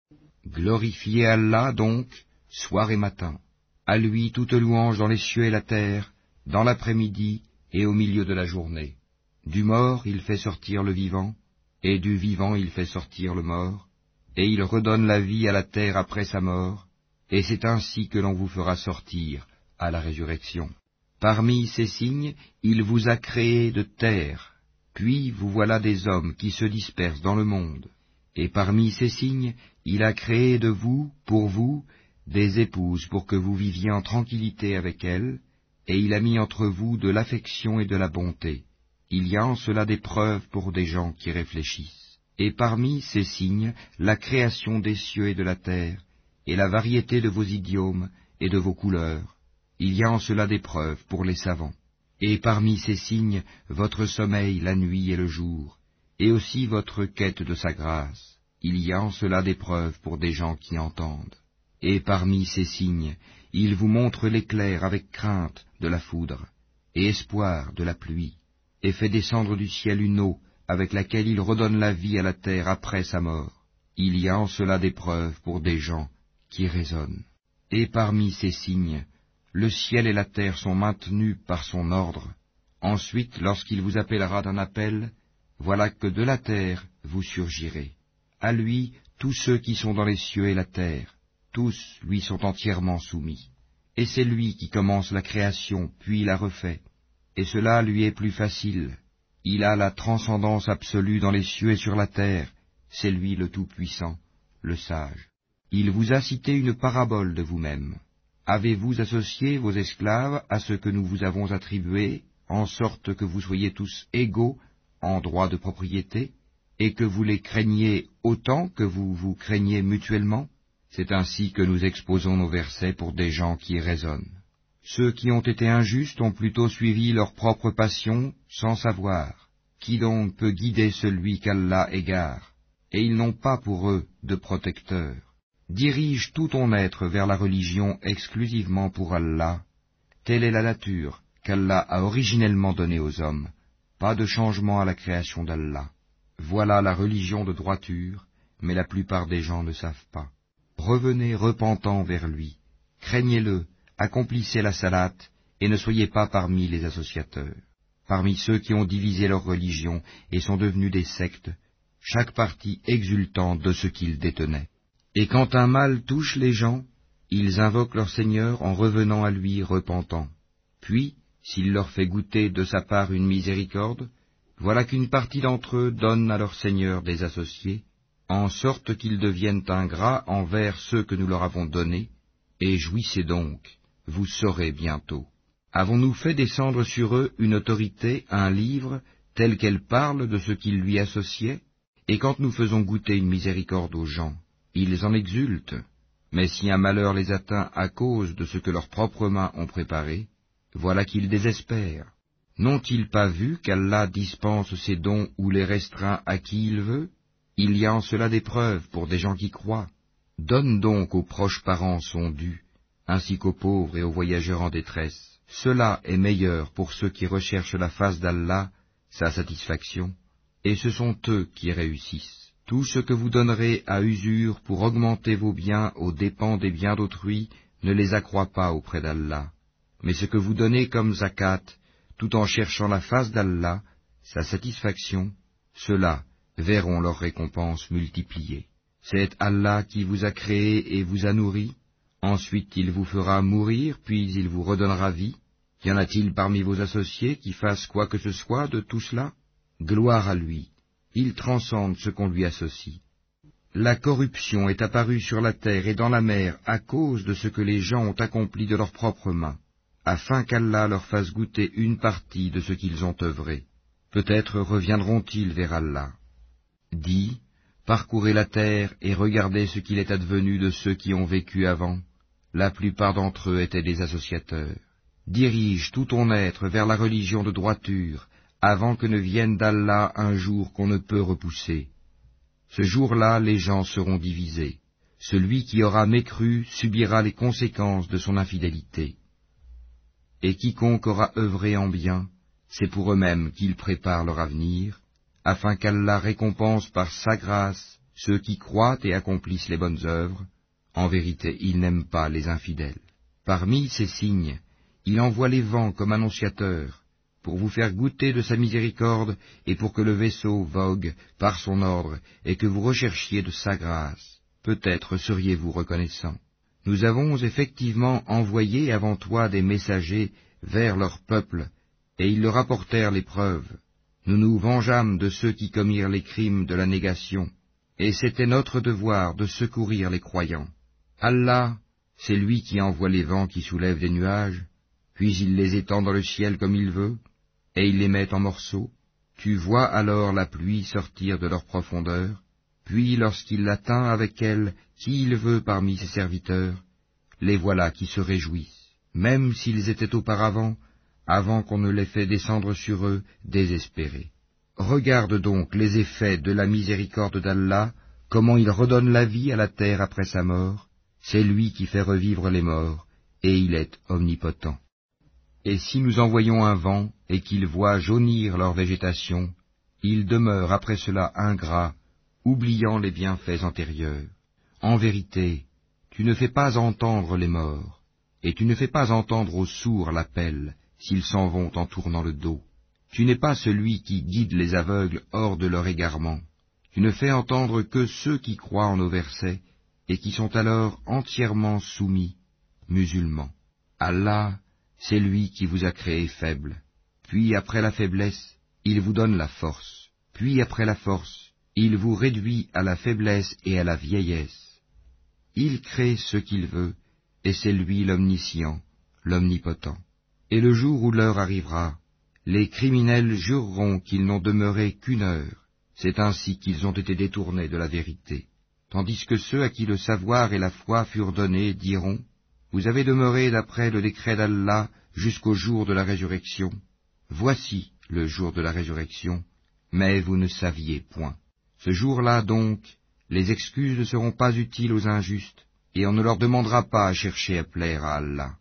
Glorifiez Allah donc, soir et matin. À lui toute louange dans les cieux et la terre, dans l'après-midi et au milieu de la journée. Du mort il fait sortir le vivant, et du vivant il fait sortir le mort, et il redonne la vie à la terre après sa mort, et c'est ainsi que l'on vous fera sortir à la résurrection. Parmi ces signes, il vous a créé de terre, puis vous voilà des hommes qui se dispersent dans le monde. Et parmi ces signes, il a créé de vous, pour vous, des épouses pour que vous viviez en tranquillité avec elles, et il a mis entre vous de l'affection et de la bonté. Il y a en cela des preuves pour des gens qui réfléchissent. Et parmi ces signes, la création des cieux et de la terre, et la variété de vos idiomes et de vos couleurs. Il y a en cela des preuves pour les savants. Et parmi ces signes, votre sommeil la nuit et le jour, et aussi votre quête de sa grâce. Il y a en cela des preuves pour des gens qui entendent. Et parmi ces signes, il vous montre l'éclair avec crainte de la foudre, et espoir de la pluie, et fait descendre du ciel une eau avec laquelle il redonne la vie à la terre après sa mort. Il y a en cela des preuves pour des gens qui raisonnent. Et parmi ces signes, le ciel et la terre sont maintenus par son ordre. Ensuite, lorsqu'il vous appellera d'un appel, voilà que de la terre vous surgirez. À lui, tous ceux qui sont dans les cieux et la terre, tous lui sont entièrement soumis. Et c'est lui qui commence la création, puis la refait. Et cela lui est plus facile. Il a la transcendance absolue dans les cieux et sur la terre. C'est lui le Tout-Puissant, le Sage. Il vous a cité une parabole de vous-même. Avez-vous associé vos esclaves à ce que nous vous avons attribué, en sorte que vous soyez tous égaux en droit de propriété, et que vous les craigniez autant que vous vous craignez mutuellement? C'est ainsi que nous exposons nos versets pour des gens qui raisonnent. Ceux qui ont été injustes ont plutôt suivi leur propre passion sans savoir. Qui donc peut guider celui qu'Allah égare? Et ils n'ont pas pour eux de protecteur. Dirige tout ton être vers la religion exclusivement pour Allah. Telle est la nature qu'Allah a originellement donnée aux hommes. Pas de changement à la création d'Allah. Voilà la religion de droiture, mais la plupart des gens ne savent pas. Revenez repentants vers lui, craignez-le, accomplissez la salate, et ne soyez pas parmi les associateurs. Parmi ceux qui ont divisé leur religion et sont devenus des sectes, chaque parti exultant de ce qu'ils détenaient. Et quand un mal touche les gens, ils invoquent leur Seigneur en revenant à lui repentants. Puis, s'il leur fait goûter de sa part une miséricorde, voilà qu'une partie d'entre eux donne à leur Seigneur des associés, en sorte qu'ils deviennent ingrats envers ceux que nous leur avons donnés, et jouissez donc, vous saurez bientôt. Avons-nous fait descendre sur eux une autorité, un livre, tel qu'elle parle de ce qu'ils lui associaient? Et quand nous faisons goûter une miséricorde aux gens, ils en exultent. Mais si un malheur les atteint à cause de ce que leurs propres mains ont préparé, voilà qu'ils désespèrent. N'ont-ils pas vu qu'Allah dispense ses dons ou les restreint à qui il veut? Il y a en cela des preuves pour des gens qui croient. Donne donc aux proches parents son dû, ainsi qu'aux pauvres et aux voyageurs en détresse. Cela est meilleur pour ceux qui recherchent la face d'Allah, sa satisfaction, et ce sont eux qui réussissent. Tout ce que vous donnerez à usure pour augmenter vos biens aux dépens des biens d'autrui ne les accroît pas auprès d'Allah. Mais ce que vous donnez comme zakat, tout en cherchant la face d'Allah, sa satisfaction, ceux-là verront leur récompense multipliée. C'est Allah qui vous a créé et vous a nourri, ensuite il vous fera mourir, puis il vous redonnera vie. Y en a-t-il parmi vos associés qui fassent quoi que ce soit de tout cela? Gloire à lui, il transcende ce qu'on lui associe. La corruption est apparue sur la terre et dans la mer à cause de ce que les gens ont accompli de leurs propres mains, afin qu'Allah leur fasse goûter une partie de ce qu'ils ont œuvré. Peut-être reviendront-ils vers Allah. Dis, parcourez la terre et regardez ce qu'il est advenu de ceux qui ont vécu avant. La plupart d'entre eux étaient des associateurs. Dirige tout ton être vers la religion de droiture, avant que ne vienne d'Allah un jour qu'on ne peut repousser. Ce jour-là, les gens seront divisés. Celui qui aura mécru subira les conséquences de son infidélité. Et quiconque aura œuvré en bien, c'est pour eux-mêmes qu'ils préparent leur avenir, afin qu'Allah récompense par sa grâce ceux qui croient et accomplissent les bonnes œuvres. En vérité, il n'aime pas les infidèles. Parmi ces signes, il envoie les vents comme annonciateurs, pour vous faire goûter de sa miséricorde et pour que le vaisseau vogue par son ordre et que vous recherchiez de sa grâce. Peut-être seriez-vous reconnaissants. Nous avons effectivement envoyé avant toi des messagers vers leur peuple, et ils leur apportèrent les preuves. Nous nous vengeâmes de ceux qui commirent les crimes de la négation, et c'était notre devoir de secourir les croyants. Allah, c'est lui qui envoie les vents qui soulèvent des nuages, puis il les étend dans le ciel comme il veut, et il les met en morceaux. Tu vois alors la pluie sortir de leur profondeur, puis lorsqu'il l'atteint avec elle qui il veut parmi ses serviteurs, les voilà qui se réjouissent, même s'ils étaient auparavant, avant qu'on ne les fait descendre sur eux, désespérés. Regarde donc les effets de la miséricorde d'Allah, comment il redonne la vie à la terre après sa mort. C'est lui qui fait revivre les morts, et il est omnipotent. Et si nous envoyons un vent, et qu'ils voient jaunir leur végétation, ils demeurent après cela ingrats, oubliant les bienfaits antérieurs. En vérité, tu ne fais pas entendre les morts, et tu ne fais pas entendre aux sourds l'appel, s'ils s'en vont en tournant le dos. Tu n'es pas celui qui guide les aveugles hors de leur égarement. Tu ne fais entendre que ceux qui croient en nos versets, et qui sont alors entièrement soumis, musulmans. Allah, c'est lui qui vous a créé faible. Puis après la faiblesse, il vous donne la force. Puis après la force, il vous réduit à la faiblesse et à la vieillesse. Il crée ce qu'il veut, et c'est lui l'omniscient, l'omnipotent. Et le jour où l'heure arrivera, les criminels jureront qu'ils n'ont demeuré qu'une heure. C'est ainsi qu'ils ont été détournés de la vérité. Tandis que ceux à qui le savoir et la foi furent donnés diront, vous avez demeuré d'après le décret d'Allah jusqu'au jour de la résurrection. Voici le jour de la résurrection, mais vous ne saviez point. Ce jour-là donc, les excuses ne seront pas utiles aux injustes, et on ne leur demandera pas à chercher à plaire à Allah.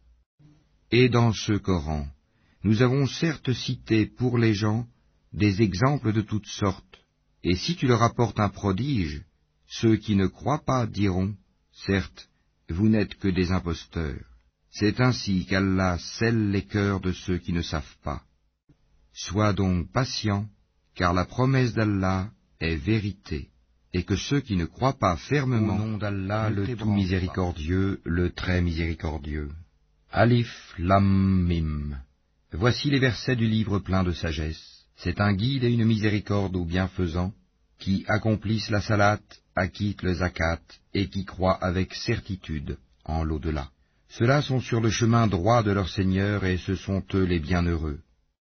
Et dans ce Coran, nous avons certes cité pour les gens des exemples de toutes sortes, et si tu leur apportes un prodige, ceux qui ne croient pas diront, certes, vous n'êtes que des imposteurs. C'est ainsi qu'Allah scelle les cœurs de ceux qui ne savent pas. Sois donc patient, car la promesse d'Allah est vérité, et que ceux qui ne croient pas fermement, au nom d'Allah, le tout miséricordieux, le très miséricordieux. Alif Lam Mim. Voici les versets du livre plein de sagesse. C'est un guide et une miséricorde aux bienfaisants, qui accomplissent la salate, acquittent le zakat, et qui croient avec certitude en l'au-delà. Ceux-là sont sur le chemin droit de leur Seigneur, et ce sont eux les bienheureux.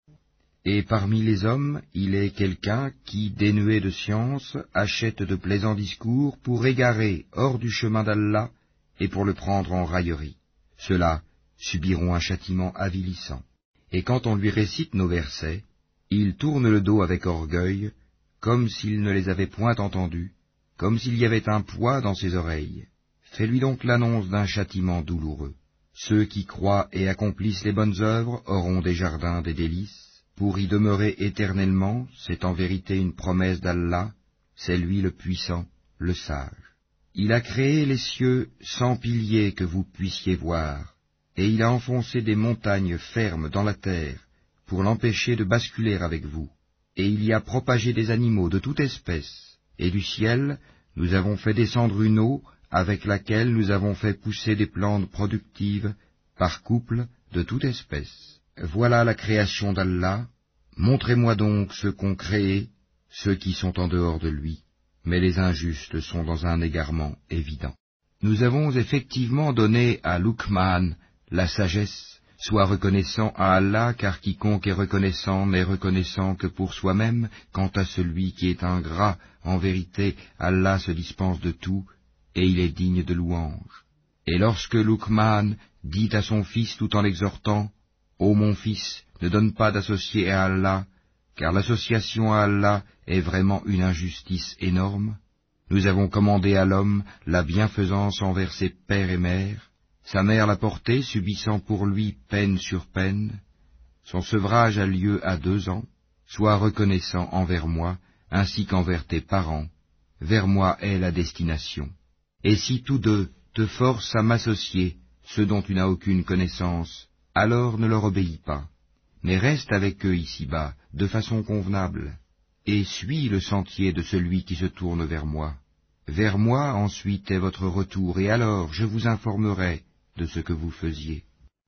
Et parmi les hommes, il est quelqu'un qui, dénué de science, achète de plaisants discours pour égarer hors du chemin d'Allah et pour le prendre en raillerie. Ceux-là subiront un châtiment avilissant. Et quand on lui récite nos versets, il tourne le dos avec orgueil, comme s'il ne les avait point entendus, comme s'il y avait un poids dans ses oreilles. Fais-lui donc l'annonce d'un châtiment douloureux. Ceux qui croient et accomplissent les bonnes œuvres auront des jardins des délices. Pour y demeurer éternellement, c'est en vérité une promesse d'Allah, c'est lui le puissant, le sage. Il a créé les cieux sans piliers que vous puissiez voir, et il a enfoncé des montagnes fermes dans la terre, pour l'empêcher de basculer avec vous. Et il y a propagé des animaux de toute espèce, et du ciel, nous avons fait descendre une eau, avec laquelle nous avons fait pousser des plantes productives, par couple, de toute espèce. Voilà la création d'Allah, montrez-moi donc ceux qu'ont créé, ceux qui sont en dehors de lui, mais les injustes sont dans un égarement évident. Nous avons effectivement donné à Luqman la sagesse, sois reconnaissant à Allah, car quiconque est reconnaissant n'est reconnaissant que pour soi-même, quant à celui qui est ingrat, en vérité, Allah se dispense de tout, et il est digne de louange. Et lorsque Luqman dit à son fils tout en l'exhortant, Ô mon fils, ne donne pas d'associé à Allah, car l'association à Allah est vraiment une injustice énorme. Nous avons commandé à l'homme la bienfaisance envers ses pères et mères. Sa mère l'a porté, subissant pour lui peine sur peine. Son sevrage a lieu à deux ans. Sois reconnaissant envers moi, ainsi qu'envers tes parents. Vers moi est la destination. Et si tous deux te forcent à m'associer, ce dont tu n'as aucune connaissance, alors ne leur obéis pas, mais reste avec eux ici-bas, de façon convenable, et suis le sentier de celui qui se tourne vers moi. Vers moi ensuite est votre retour, et alors je vous informerai de ce que vous faisiez.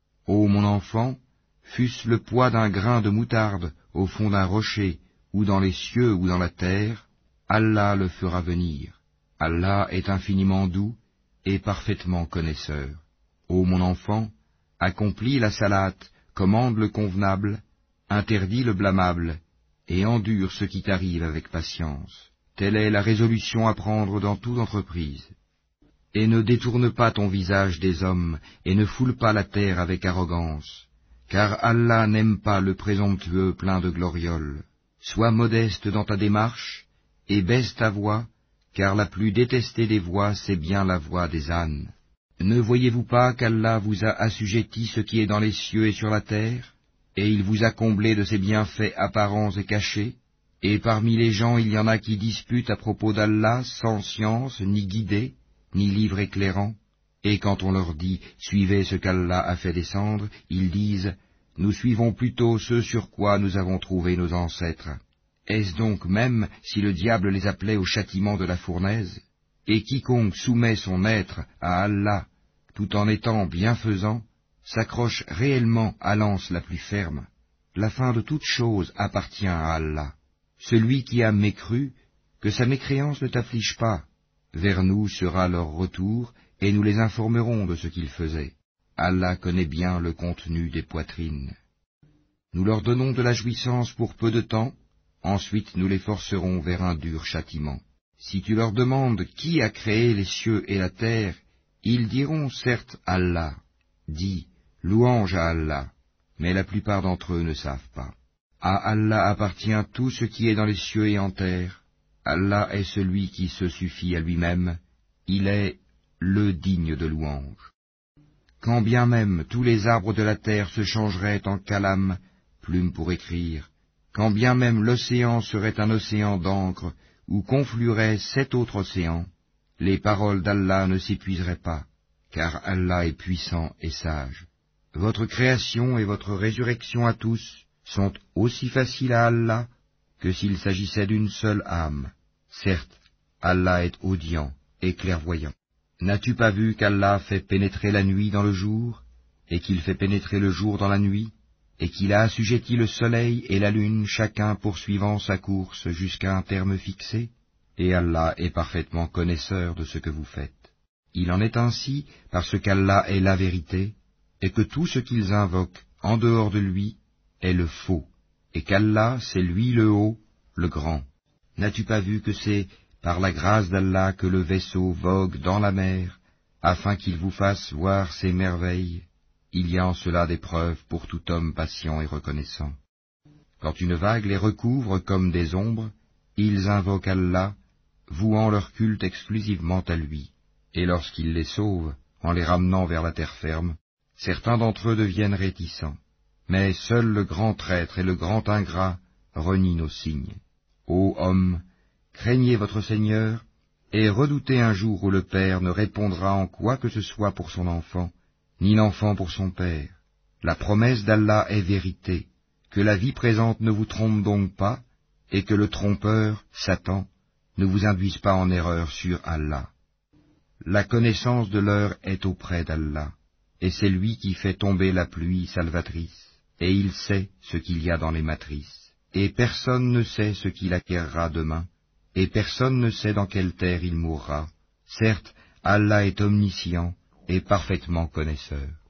Ô mon enfant, fût-ce le poids d'un grain de moutarde au fond d'un rocher, ou dans les cieux ou dans la terre, Allah le fera venir. Allah est infiniment doux et parfaitement connaisseur. Ô mon enfant, accomplis la salate, commande le convenable, interdis le blâmable, et endure ce qui t'arrive avec patience. Telle est la résolution à prendre dans toute entreprise. Et ne détourne pas ton visage des hommes, et ne foule pas la terre avec arrogance, car Allah n'aime pas le présomptueux plein de glorioles. Sois modeste dans ta démarche, et baisse ta voix, car la plus détestée des voix, c'est bien la voix des ânes. Ne voyez-vous pas qu'Allah vous a assujetti ce qui est dans les cieux et sur la terre? et il vous a comblé de ses bienfaits apparents et cachés, et parmi les gens il y en a qui disputent à propos d'Allah sans science, ni guidée, ni livre éclairant, et quand on leur dit « Suivez ce qu'Allah a fait descendre », ils disent « Nous suivons plutôt ce sur quoi nous avons trouvé nos ancêtres. » Est-ce donc même si le diable les appelait au châtiment de la fournaise? Et quiconque soumet son être à Allah, tout en étant bienfaisant, s'accroche réellement à l'anse la plus ferme. La fin de toute chose appartient à Allah. Celui qui a mécru, que sa mécréance ne t'afflige pas. Vers nous sera leur retour, et nous les informerons de ce qu'ils faisaient. Allah connaît bien le contenu des poitrines. Nous leur donnons de la jouissance pour peu de temps, ensuite nous les forcerons vers un dur châtiment. Si tu leur demandes qui a créé les cieux et la terre, ils diront certes Allah. Dis, louange à Allah, mais la plupart d'entre eux ne savent pas. À Allah appartient tout ce qui est dans les cieux et en terre. Allah est celui qui se suffit à lui-même, il est le digne de louange. Quand bien même tous les arbres de la terre se changeraient en calame, plume pour écrire, quand bien même l'océan serait un océan d'encre, où conflueraient sept autres océans, les paroles d'Allah ne s'épuiseraient pas, car Allah est puissant et sage. Votre création et votre résurrection à tous sont aussi faciles à Allah que s'il s'agissait d'une seule âme. Certes, Allah est audient et clairvoyant. N'as-tu pas vu qu'Allah fait pénétrer la nuit dans le jour, et qu'il fait pénétrer le jour dans la nuit, et qu'il a assujetti le soleil et la lune, chacun poursuivant sa course jusqu'à un terme fixé? Et Allah est parfaitement connaisseur de ce que vous faites. Il en est ainsi parce qu'Allah est la vérité, et que tout ce qu'ils invoquent en dehors de lui est le faux, et qu'Allah c'est lui le haut, le grand. N'as-tu pas vu que c'est par la grâce d'Allah que le vaisseau vogue dans la mer, afin qu'il vous fasse voir ses merveilles? Il y a en cela des preuves pour tout homme patient et reconnaissant. Quand une vague les recouvre comme des ombres, ils invoquent Allah, vouant leur culte exclusivement à lui. Et lorsqu'il les sauve, en les ramenant vers la terre ferme, certains d'entre eux deviennent réticents. Mais seul le grand traître et le grand ingrat renient nos signes. Ô hommes, craignez votre Seigneur, et redoutez un jour où le père ne répondra en quoi que ce soit pour son enfant, ni l'enfant pour son père. La promesse d'Allah est vérité, que la vie présente ne vous trompe donc pas, et que le trompeur, Satan, ne vous induise pas en erreur sur Allah. La connaissance de l'heure est auprès d'Allah, et c'est lui qui fait tomber la pluie salvatrice, et il sait ce qu'il y a dans les matrices, et personne ne sait ce qu'il acquérera demain, et personne ne sait dans quelle terre il mourra. Certes, Allah est omniscient et parfaitement connaisseur.